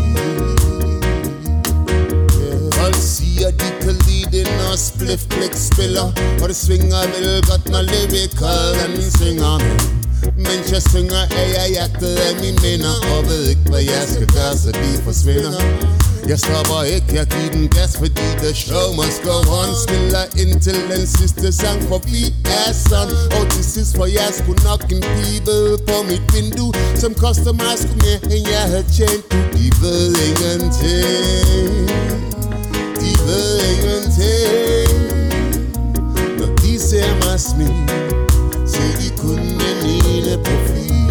Folk siger, de kan lide det, når Spliff-Klik spiller. Og det svinger vel godt, når Lyrical synger med. Mens jeg synger, er jeg jagtet af mine minder. Og ved ikke, hvad jeg skal gøre, så de forsvinder. Jeg stopper ikke, jeg giver den gas, fordi the show must go on. Spiller indtil den sidste sang forbi er sådan. Og til sidst får jeg sgu nok en pibe på mit vindue, som koster mig sgu mere, end jeg havde tjent. De ved ingenting. De ved ingenting. Når de ser mig smile, ser de kun en ene profil.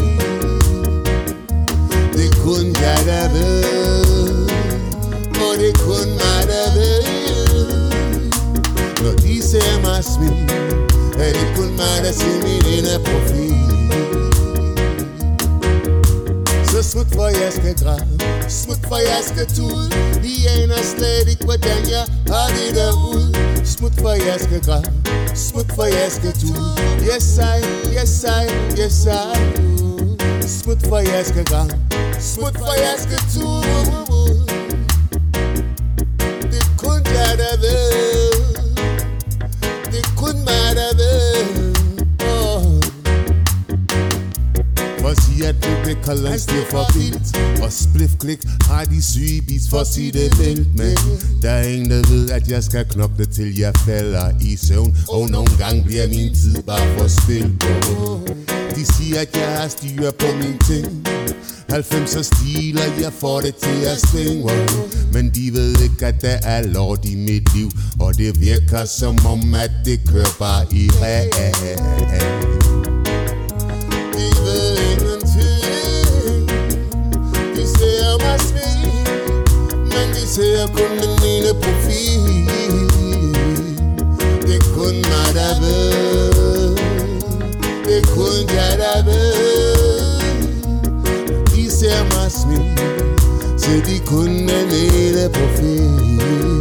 Det er kun jeg, der ved. Og det er kun mig, der ved. Når de ser mig smile, er det kun mig, der ser min ene profil. Så smut for jeg skal græde, smut for jeg skal tude. De aner slet ikke, hvordan jeg har det derude. Smut for jeg skal græde, smut for jeg skal tude. Yes I, yes I, yes I. Smut for jeg skal græde, smut for jeg skal tude. Det er kun jeg, der ved. Det er kun mig, der ved. For at sige, at det bliver kaldt, det er for vildt. Og Spliff-Klik har de syge beats for at sige det vildt. Men der er ingen, der ved, at jeg skal knokle til jeg falder i søvn. Og nogle gange bliver min tid bare for spil på. De siger, at jeg har styr på mine ting. halvfemser stiler, jeg får det til at svinge. Men de ved ikke, at der er lort i mit liv. Og det virker som om, at det kører bare i ræ. De ved ingenting. De ser mig smile, men de ser kun den ene profil. Det er kun mig, der ved. Det er kun jeg, der ved. De ser mig smile, ser de kun den ene profil.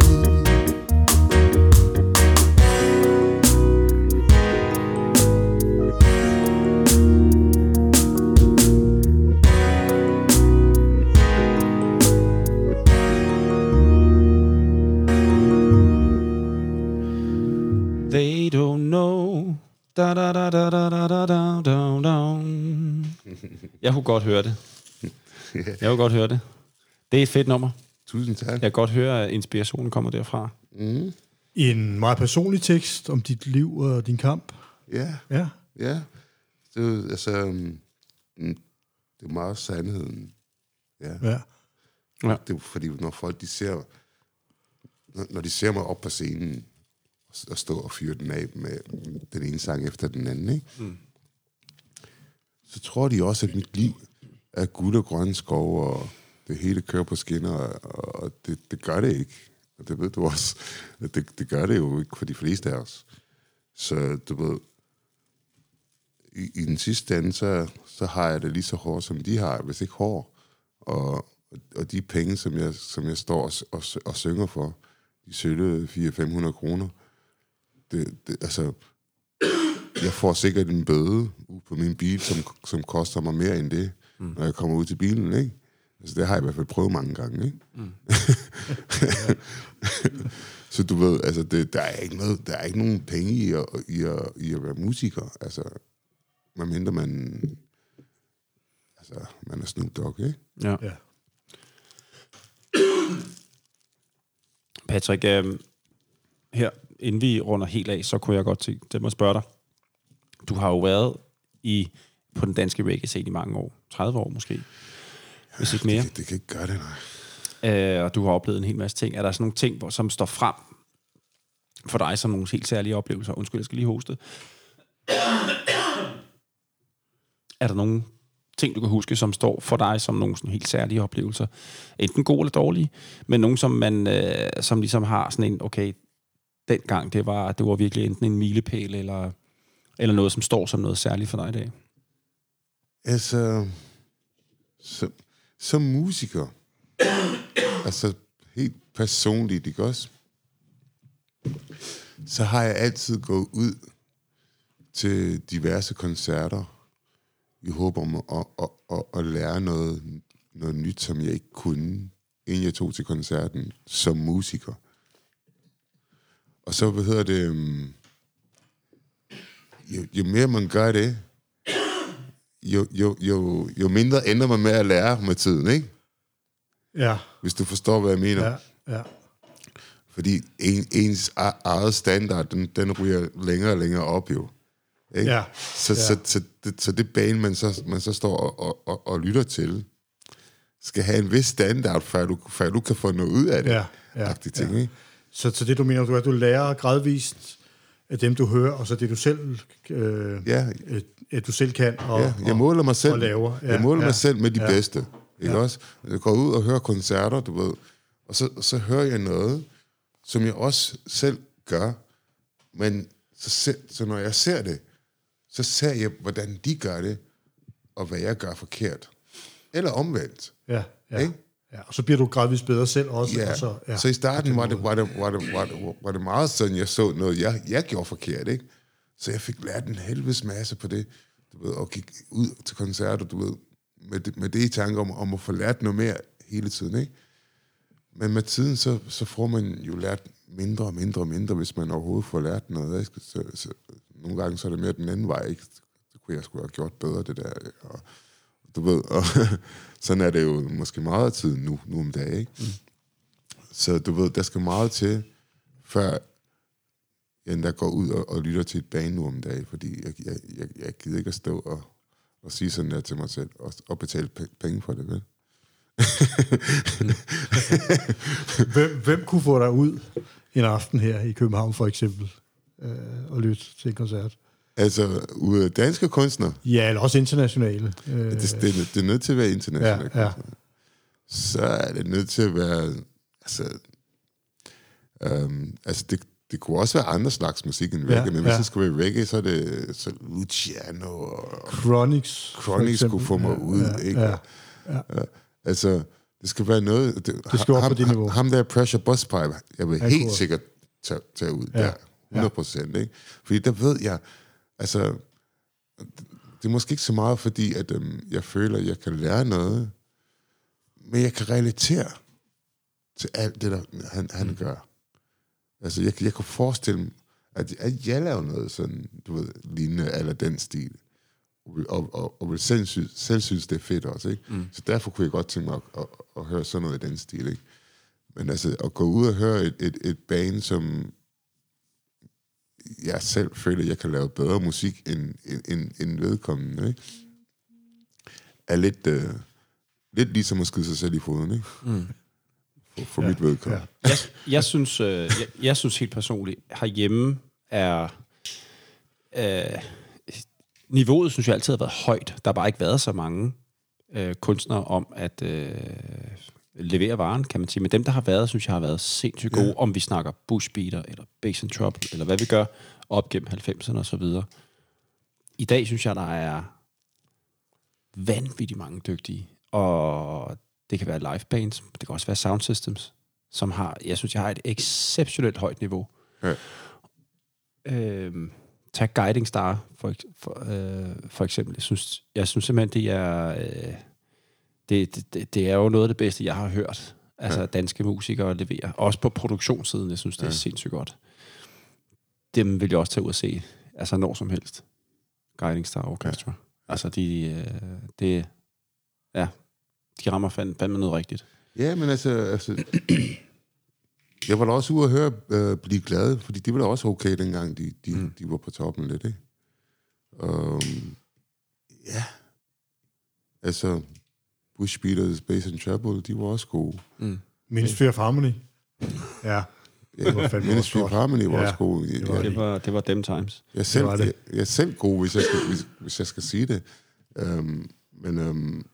They don't know. Da, da, da, da, da, da, da, da, da, da. Jeg kunne godt høre det. Jeg kunne godt høre det. Det er et fedt nummer. Tusind tak. Jeg kan godt høre, at inspirationen kommer derfra. Mm. En meget personlig tekst om dit liv og din kamp. Ja. Ja. Ja. Det er, altså, det er meget sandheden. Ja. Ja. Ja. Det er fordi, når folk de ser, når de ser mig op på scenen, og stå og fyre den af med den ene sang efter den anden, ikke? Mm. Så tror de også, at mit liv er guld og grønne skov, og det hele kører på skinner, og det, det gør det ikke. Og det ved du også. Det, det gør det jo ikke for de fleste af os. Så du ved, i, i den sidste ende, så, så har jeg det lige så hårdt, som de har, hvis ikke hård. Og, og de penge, som jeg, som jeg står og, og, og synger for, de sølle fire til fem hundrede kroner, Det, det, altså, jeg får sikkert en bøde ud på min bil, som, som koster mig mere end det, mm. når jeg kommer ud til bilen, ikke? Altså, det har jeg i hvert fald prøvet mange gange, ikke? Mm. Så du ved, altså, det, der, er ikke noget, der er ikke nogen penge i at, i at, i at være musiker, altså, medmindre man, altså, man er Snoop Dogg, ikke? Ja. ja. Patrick, øh, her, inden vi runder helt af, så kunne jeg godt tænke mig at spørge dig. du har jo været i, på den danske reggae-scene i mange år. tredive år måske. Hvis ikke mere. Det, det kan ikke gøre det, nej. Øh, og du har oplevet en hel masse ting. Er der sådan nogle ting, hvor, som står frem for dig som nogle helt særlige oplevelser? Undskyld, jeg skal lige hoste. Er der nogle ting, du kan huske, som står for dig som nogle sådan helt særlige oplevelser? Enten gode eller dårlige, men nogle, som man øh, som ligesom har sådan en, okay, dengang, det var, det var virkelig enten en milepæl, eller, eller noget, som står som noget særligt for dig i dag? Altså, som, som musiker, altså helt personligt, ikke også? Så har jeg altid gået ud til diverse koncerter i håb om at, at, at, at, at lære noget, noget nyt, som jeg ikke kunne, inden jeg tog til koncerten som musiker. Og så, hvad hedder det, jo, jo mere man gør det, jo, jo, jo, jo mindre ender man med at lære med tiden, ikke? Ja. Hvis du forstår, hvad jeg mener. Ja, ja. Fordi en, ens eget standard, den, den ryger længere og længere op, jo. Ikke? Ja. Så, ja. Så, så, det, så det bane, man så, man så står og, og, og, og lytter til, skal have en vis standard, før du, før du kan få noget ud af det. Ja, ja, ting, ja. Ikke? Så, så det, du mener, du er, at du lærer gradvist af dem, du hører, og så det, du selv, øh, ja. at du selv kan og, ja, jeg måler mig selv, og laver. Ja, jeg måler ja, mig selv med de ja. bedste. Ikke Ja. også? Jeg går ud og hører koncerter, du ved, og så, så hører jeg noget, som jeg også selv gør, men så, se, så når jeg ser det, så ser jeg, hvordan de gør det, og hvad jeg gør forkert. Eller omvendt. Ja, ja. Ikke? Ja, og så bliver du gradvist bedre selv også. Ja. Og så, ja. så i starten var det, var, det, var, det, var, det, var det meget sådan, jeg så noget, jeg, jeg gjorde forkert, ikke? Så jeg fik lært en helvedes masse på det, du ved, og gik ud til koncerter, du ved, med det, med det i tanke om, om at få lært noget mere hele tiden, ikke? Men med tiden, så, så får man jo lært mindre og mindre og mindre, hvis man overhovedet får lært noget, ikke? Så, så, nogle gange så er det mere den anden vej, ikke? Det kunne jeg sgu have gjort bedre, det der, og du ved, og sådan er det jo måske meget af tiden nu, nu om dagen, ikke? Mm. Så du ved, der skal meget til, før jeg endda går ud og, og lytter til et band nu om dagen, fordi jeg, jeg, jeg, jeg gider ikke at stå og, og sige sådan der til mig selv, og, og betale penge for det, vel? hvem, hvem kunne få dig ud en aften her i København, for eksempel, øh, og lytte til en koncert? Altså, ude af danske kunstnere? Ja, eller også internationale. Øh. Det, det, det er nødt til at være internationale ja, ja. Så er det nødt til at være... Altså, øhm, altså det, det kunne også være andre slags musik end reggae, ja, men hvis ja. det skulle være reggae, så er det så Luciano og... Chronix. Chronix skulle få mig ja, ud, ja, ikke? Ja, ja. Ja, altså, det skal være noget... Det, det skal op ham, på det niveau. Ham der Pressure Busspipe, jeg vil ja, helt cool. sikkert tage, tage ud ja, der. hundrede procent, ja. Ikke? Fordi der ved jeg... Altså, det er måske ikke så meget, fordi at, øhm, jeg føler, at jeg kan lære noget, men jeg kan relatere til alt det, der han, han mm. gør. Altså, jeg, jeg kunne forestille mig, at, at jeg laver noget sådan, du ved, lignende eller den stil, og, og, og, og vil selv, synes, selv synes, det er fedt også, ikke? Mm. Så derfor kunne jeg godt tænke mig at, at, at høre sådan noget i den stil, ikke? Men altså, at gå ud og høre et, et, et band, som jeg selv føler, at jeg kan lave bedre musik end, end, end vedkommende, ikke? Er lidt, øh, lidt ligesom at skyde sig selv i foden, ikke? Mm. For, for ja, mit vedkommende. Ja. Jeg, jeg, synes, øh, jeg, jeg synes helt personligt, herhjemme er... Øh, niveauet, synes jeg, altid har været højt. Der har bare ikke været så mange øh, kunstnere om at øh, levere varen, kan man sige. Men dem, der har været, synes jeg, har været sindssygt gode, ja. Om vi snakker Bushbeater, eller Bass and Trouble, eller hvad vi gør op gennem halvfemserne og så videre. I dag, synes jeg, der er vanvittigt mange dygtige. Og det kan være live bands, det kan også være sound systems, som har, jeg synes, jeg har et exceptionelt højt niveau. Ja. Øhm, tag Guiding Star, for, for, øh, for eksempel. Jeg synes, jeg synes simpelthen, det er, øh, det, det, det er jo noget af det bedste, jeg har hørt. Altså ja. Danske musikere leverer. Også på produktionssiden, jeg synes, det er ja. sindssygt godt. Dem vil jeg også tage ud og se, altså når som helst. Guiding Star Orchestra. Ja. Altså, de, øh, det, ja, de rammer fandme, fandme noget rigtigt. Ja, men altså, altså jeg var da også ude at høre øh, Blive Glade, fordi de var da også okay, dengang de, de, mm. de var på toppen lidt, ikke? Um, ja. Altså, Bush Beaters, Bass and Treble, de var også gode. Mm. Ministry of Harmony. Ja. Ja, det var fandme Ministry of Harmony var ja, også gode. Det var, det var, det var dem times. Jeg er selv, det det. Jeg, jeg er selv god, hvis jeg skal, hvis, hvis jeg skal sige det. Um, men um,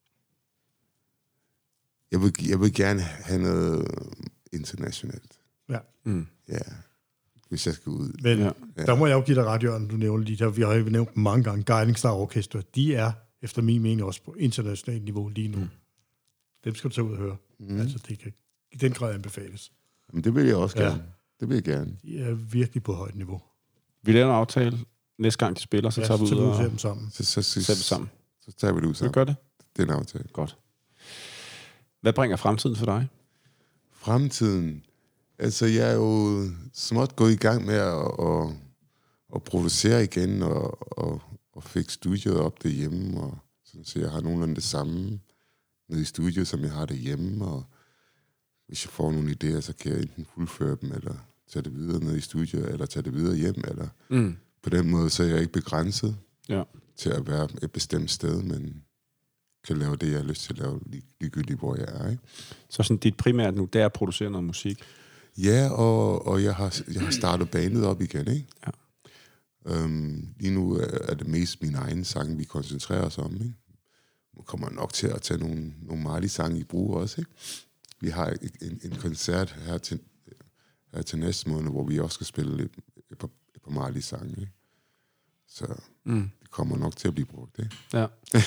jeg, vil, jeg vil gerne have noget internationalt. Ja. Mm. Ja. Hvis jeg skal ud. Men ja. Der må jeg jo give dig ret, Jørgen, du nævner lige der. Vi har jo nævnt dem mange gange. Guiding Star Orchestra, de er efter min mening også på internationalt niveau lige nu. Mm. Dem skal du tage ud og høre. Mm. Altså, det kan i den grad anbefales. Men det vil jeg også gerne. Ja. Det vil jeg gerne. De er virkelig på højt niveau. Vi laver en aftale næste gang, de spiller, så ja, tager vi ud og ser dem sammen. Så, så, så, så, så, sammen. så tager vi det ud sammen. Vi gør det. Det er en aftale. Godt. Hvad bringer fremtiden for dig? Fremtiden? Altså, jeg er jo småt gået i gang med at, at, at producere igen, og, og, og fik studiet op derhjemme, og sådan, så jeg har nogenlunde det samme nede i studiet, som jeg har derhjemme, og hvis jeg får nogle idéer, så kan jeg enten fuldføre dem, eller tage det videre ned i studiet, eller tage det videre hjem, eller mm. på den måde, så er jeg ikke begrænset ja. til at være et bestemt sted, men kan lave det, jeg har lyst til at lave, lig, ligegyldigt, hvor jeg er. Ikke? Så sådan dit primært nu, det er at producere noget musik? Ja, og, og jeg, har, jeg har startet bandet op igen, ikke? Ja. Um, lige nu er det mest mine egne sange, vi koncentrerer os om, ikke? Nu kommer jeg nok til at tage nogle, nogle Marley-sange i brug også, ikke? Vi har en, en koncert her til, her til næste måned, hvor vi også skal spille lidt, et par, et par Marley-sange, ikke? Så mm. det kommer nok til at blive brugt, ikke? Ja.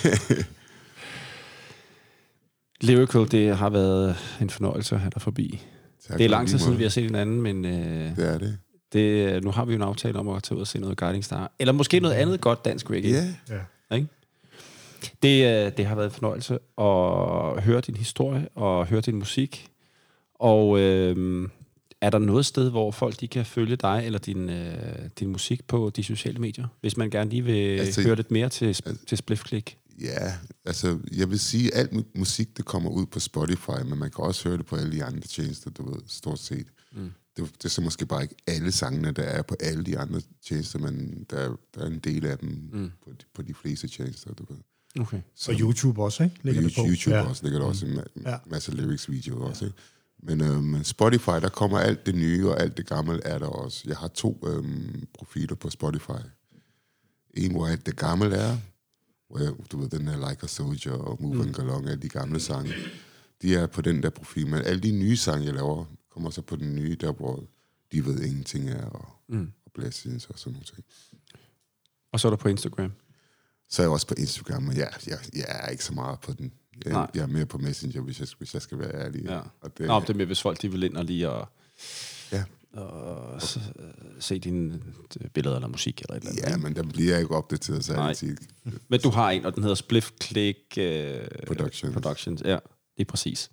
Lyrical, det har været en fornøjelse at have dig forbi. Tak, det er lang tid siden, vi har set hinanden, men øh, det er det. det. Nu har vi jo en aftale om at tage ud og se noget Guiding Star. Eller måske noget andet godt dansk reggae. Yeah. Ja. Ikke? Det, det har været en fornøjelse at høre din historie og høre din musik. Og øh, er der noget sted, hvor folk de kan følge dig eller din, øh, din musik på de sociale medier? Hvis man gerne lige vil altså, høre lidt mere til, altså, til Spliff-Klik. Ja, altså jeg vil sige, at alt musik, det kommer ud på Spotify, men man kan også høre det på alle de andre tjenester, du ved, stort set. Mm. Det, det er så måske bare ikke alle sangene, der er på alle de andre tjenester, men der, der er en del af dem mm. på, de, på de fleste tjenester, du ved. Okay. Så, og YouTube også, ikke? Ligger YouTube, det på? YouTube ja. også, ligger der også en ma- ja. masse lyrics-videoer også, ikke? Men øhm, Spotify, der kommer alt det nye, og alt det gamle er der også. Jeg har to øhm, profiler på Spotify. En, hvor alt det gamle er, hvor jeg, du ved, den der Like a Soldier og Move mm. and Galong, alle de gamle sange, de er på den der profil. Men alle de nye sange, jeg laver, kommer så på den nye, der hvor de ved ingenting er, og, mm. og blessings og sådan nogle ting. Og så er du på Instagram? Så er jeg også på Instagram, men jeg, jeg, jeg er ikke så meget på den. Jeg, jeg er mere på Messenger, hvis jeg, hvis jeg skal være ærlig. Ja. Og det, Nå, det er med, hvis folk de vil ind og lige og, ja. og se, se dine billeder eller musik eller et eller andet. Ja, men der bliver jeg ikke opdateret særligt tit. Men du har en, og den hedder Spliff-Klik uh, Productions. Productions. Ja, det er præcis.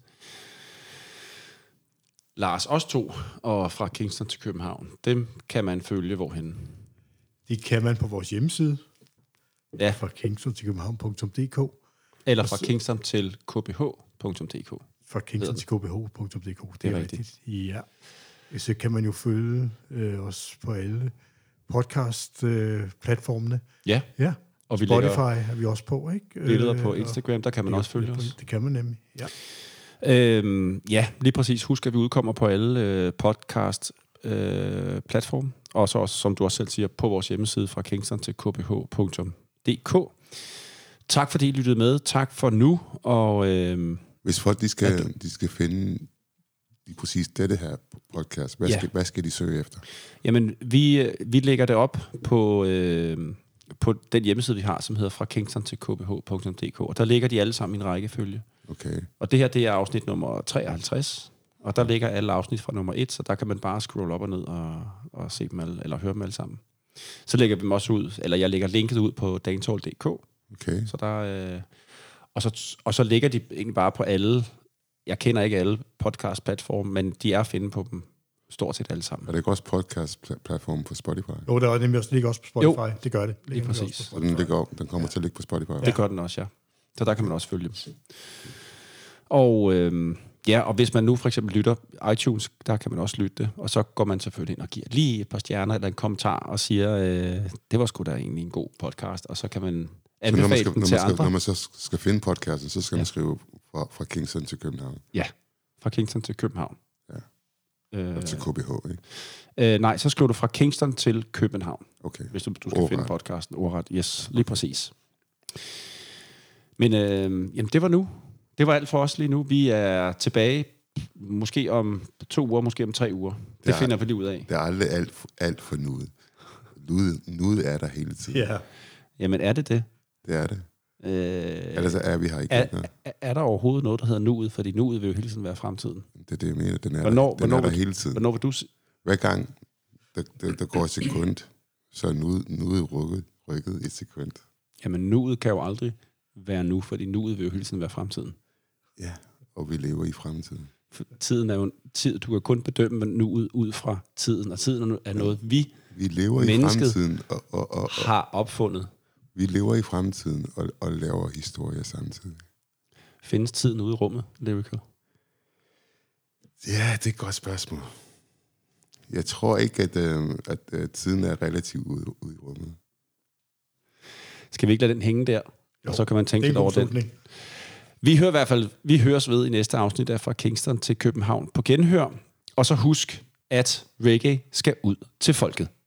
Lars, os to, og fra Kingston til København, dem kan man følge hvorhen? De kan man på vores hjemmeside. Ja. Fra kingston til københavn punktum d k. Eller fra Kingston til k b h punktum d k. Fra Kingston til k b h punktum d k. Det, det er rigtigt. rigtigt. Ja. Så kan man jo følge øh, os på alle podcast-platformene. Øh, ja. Ja. Og vi Spotify er vi også på, ikke? Billeder på Instagram, der kan man også følge os. Det kan man nemlig, ja. Øhm, ja, lige præcis. Husk, at vi udkommer på alle øh, podcast-platforme. Øh, og så også, som du også selv siger, på vores hjemmeside fra Kingston til k b h punktum d k. Tak fordi I lyttede med. Tak for nu. Og, øh, hvis folk de skal, de skal finde lige præcis dette her podcast, hvad, ja. skal, hvad skal de søge efter? Jamen, vi, vi lægger det op på, øh, på den hjemmeside, vi har, som hedder fra Kingston til k b h punktum d k. Og der ligger de alle sammen i en rækkefølge. Okay. Og det her, det er afsnit nummer treoghalvtreds. Og der ligger alle afsnit fra nummer et, så der kan man bare scrolle op og ned og, og se dem alle, eller høre dem alle sammen. Så lægger vi dem også ud, eller jeg lægger linket ud på dancehall punktum d k. Okay. Så der, øh, og, så, og så ligger de egentlig bare på alle, jeg kender ikke alle podcast-platforme, men de er at finde på dem stort set alle sammen. Er det ikke også podcast-platformen på Spotify? Jo, der er nemlig også, ligger også på Spotify. Jo, det gør det. Lige præcis. Så den, ligger, den kommer ja. til at ligge på Spotify? Det gør den også, ja. Så der kan man også følge dem. Og øh, Ja, og hvis man nu for eksempel lytter iTunes, der kan man også lytte det, og så går man selvfølgelig ind og giver lige et par stjerner eller en kommentar og siger, øh, det var sgu da egentlig en god podcast, og så kan man anbefale man skal, den til når man skal, andre. Når man så skal finde podcasten, så skal ja. man skrive fra, fra Kingston til København. Ja, fra Kingston til København. Ja. Øh, og til K B H, ikke? Øh, nej, så skriver du fra Kingston til København. Okay. Hvis du, du skal Ordret. finde podcasten. Ordret, yes, lige præcis. Men øh, jamen, det var nu. Det var alt for os lige nu. Vi er tilbage måske om to uger, måske om tre uger. Det, det finder vi lige ud af. Det er aldrig alt, alt for nuet. Nuet, nuet er der hele tiden. Ja. Jamen, er det det? Det er det. Øh, Ellers er vi her ikke. Er, er, er der overhovedet noget, der hedder nuet? Fordi nuet vil jo hele tiden være fremtiden. Det er det, jeg mener. Den er, hvornår, der, den hvornår er der vil, hele tiden. Hvornår vil du... Hver gang der, der, der går et sekund, så er nuet, nuet rykket, rykket et sekund. Jamen, nuet kan jo aldrig være nu, fordi nuet vil jo hele tiden være fremtiden. Ja, og vi lever i fremtiden. For tiden er jo en tid, du kan kun bedømme nuet ud fra tiden, og tiden er noget, vi, vi lever i fremtiden og, og, og, og, har opfundet. Vi lever i fremtiden og, og laver historie samtidig. Findes tiden ude i rummet, Lyrical? Ja, det er et godt spørgsmål. Jeg tror ikke, at, øh, at, at tiden er relativt ude, ude i rummet. Skal vi ikke lade den hænge der? Jo, og så kan man tænke lidt over den. Vi hører i hvert fald, vi høres ved i næste afsnit af Fra Kingston til København på genhør. Og så husk, at reggae skal ud til folket.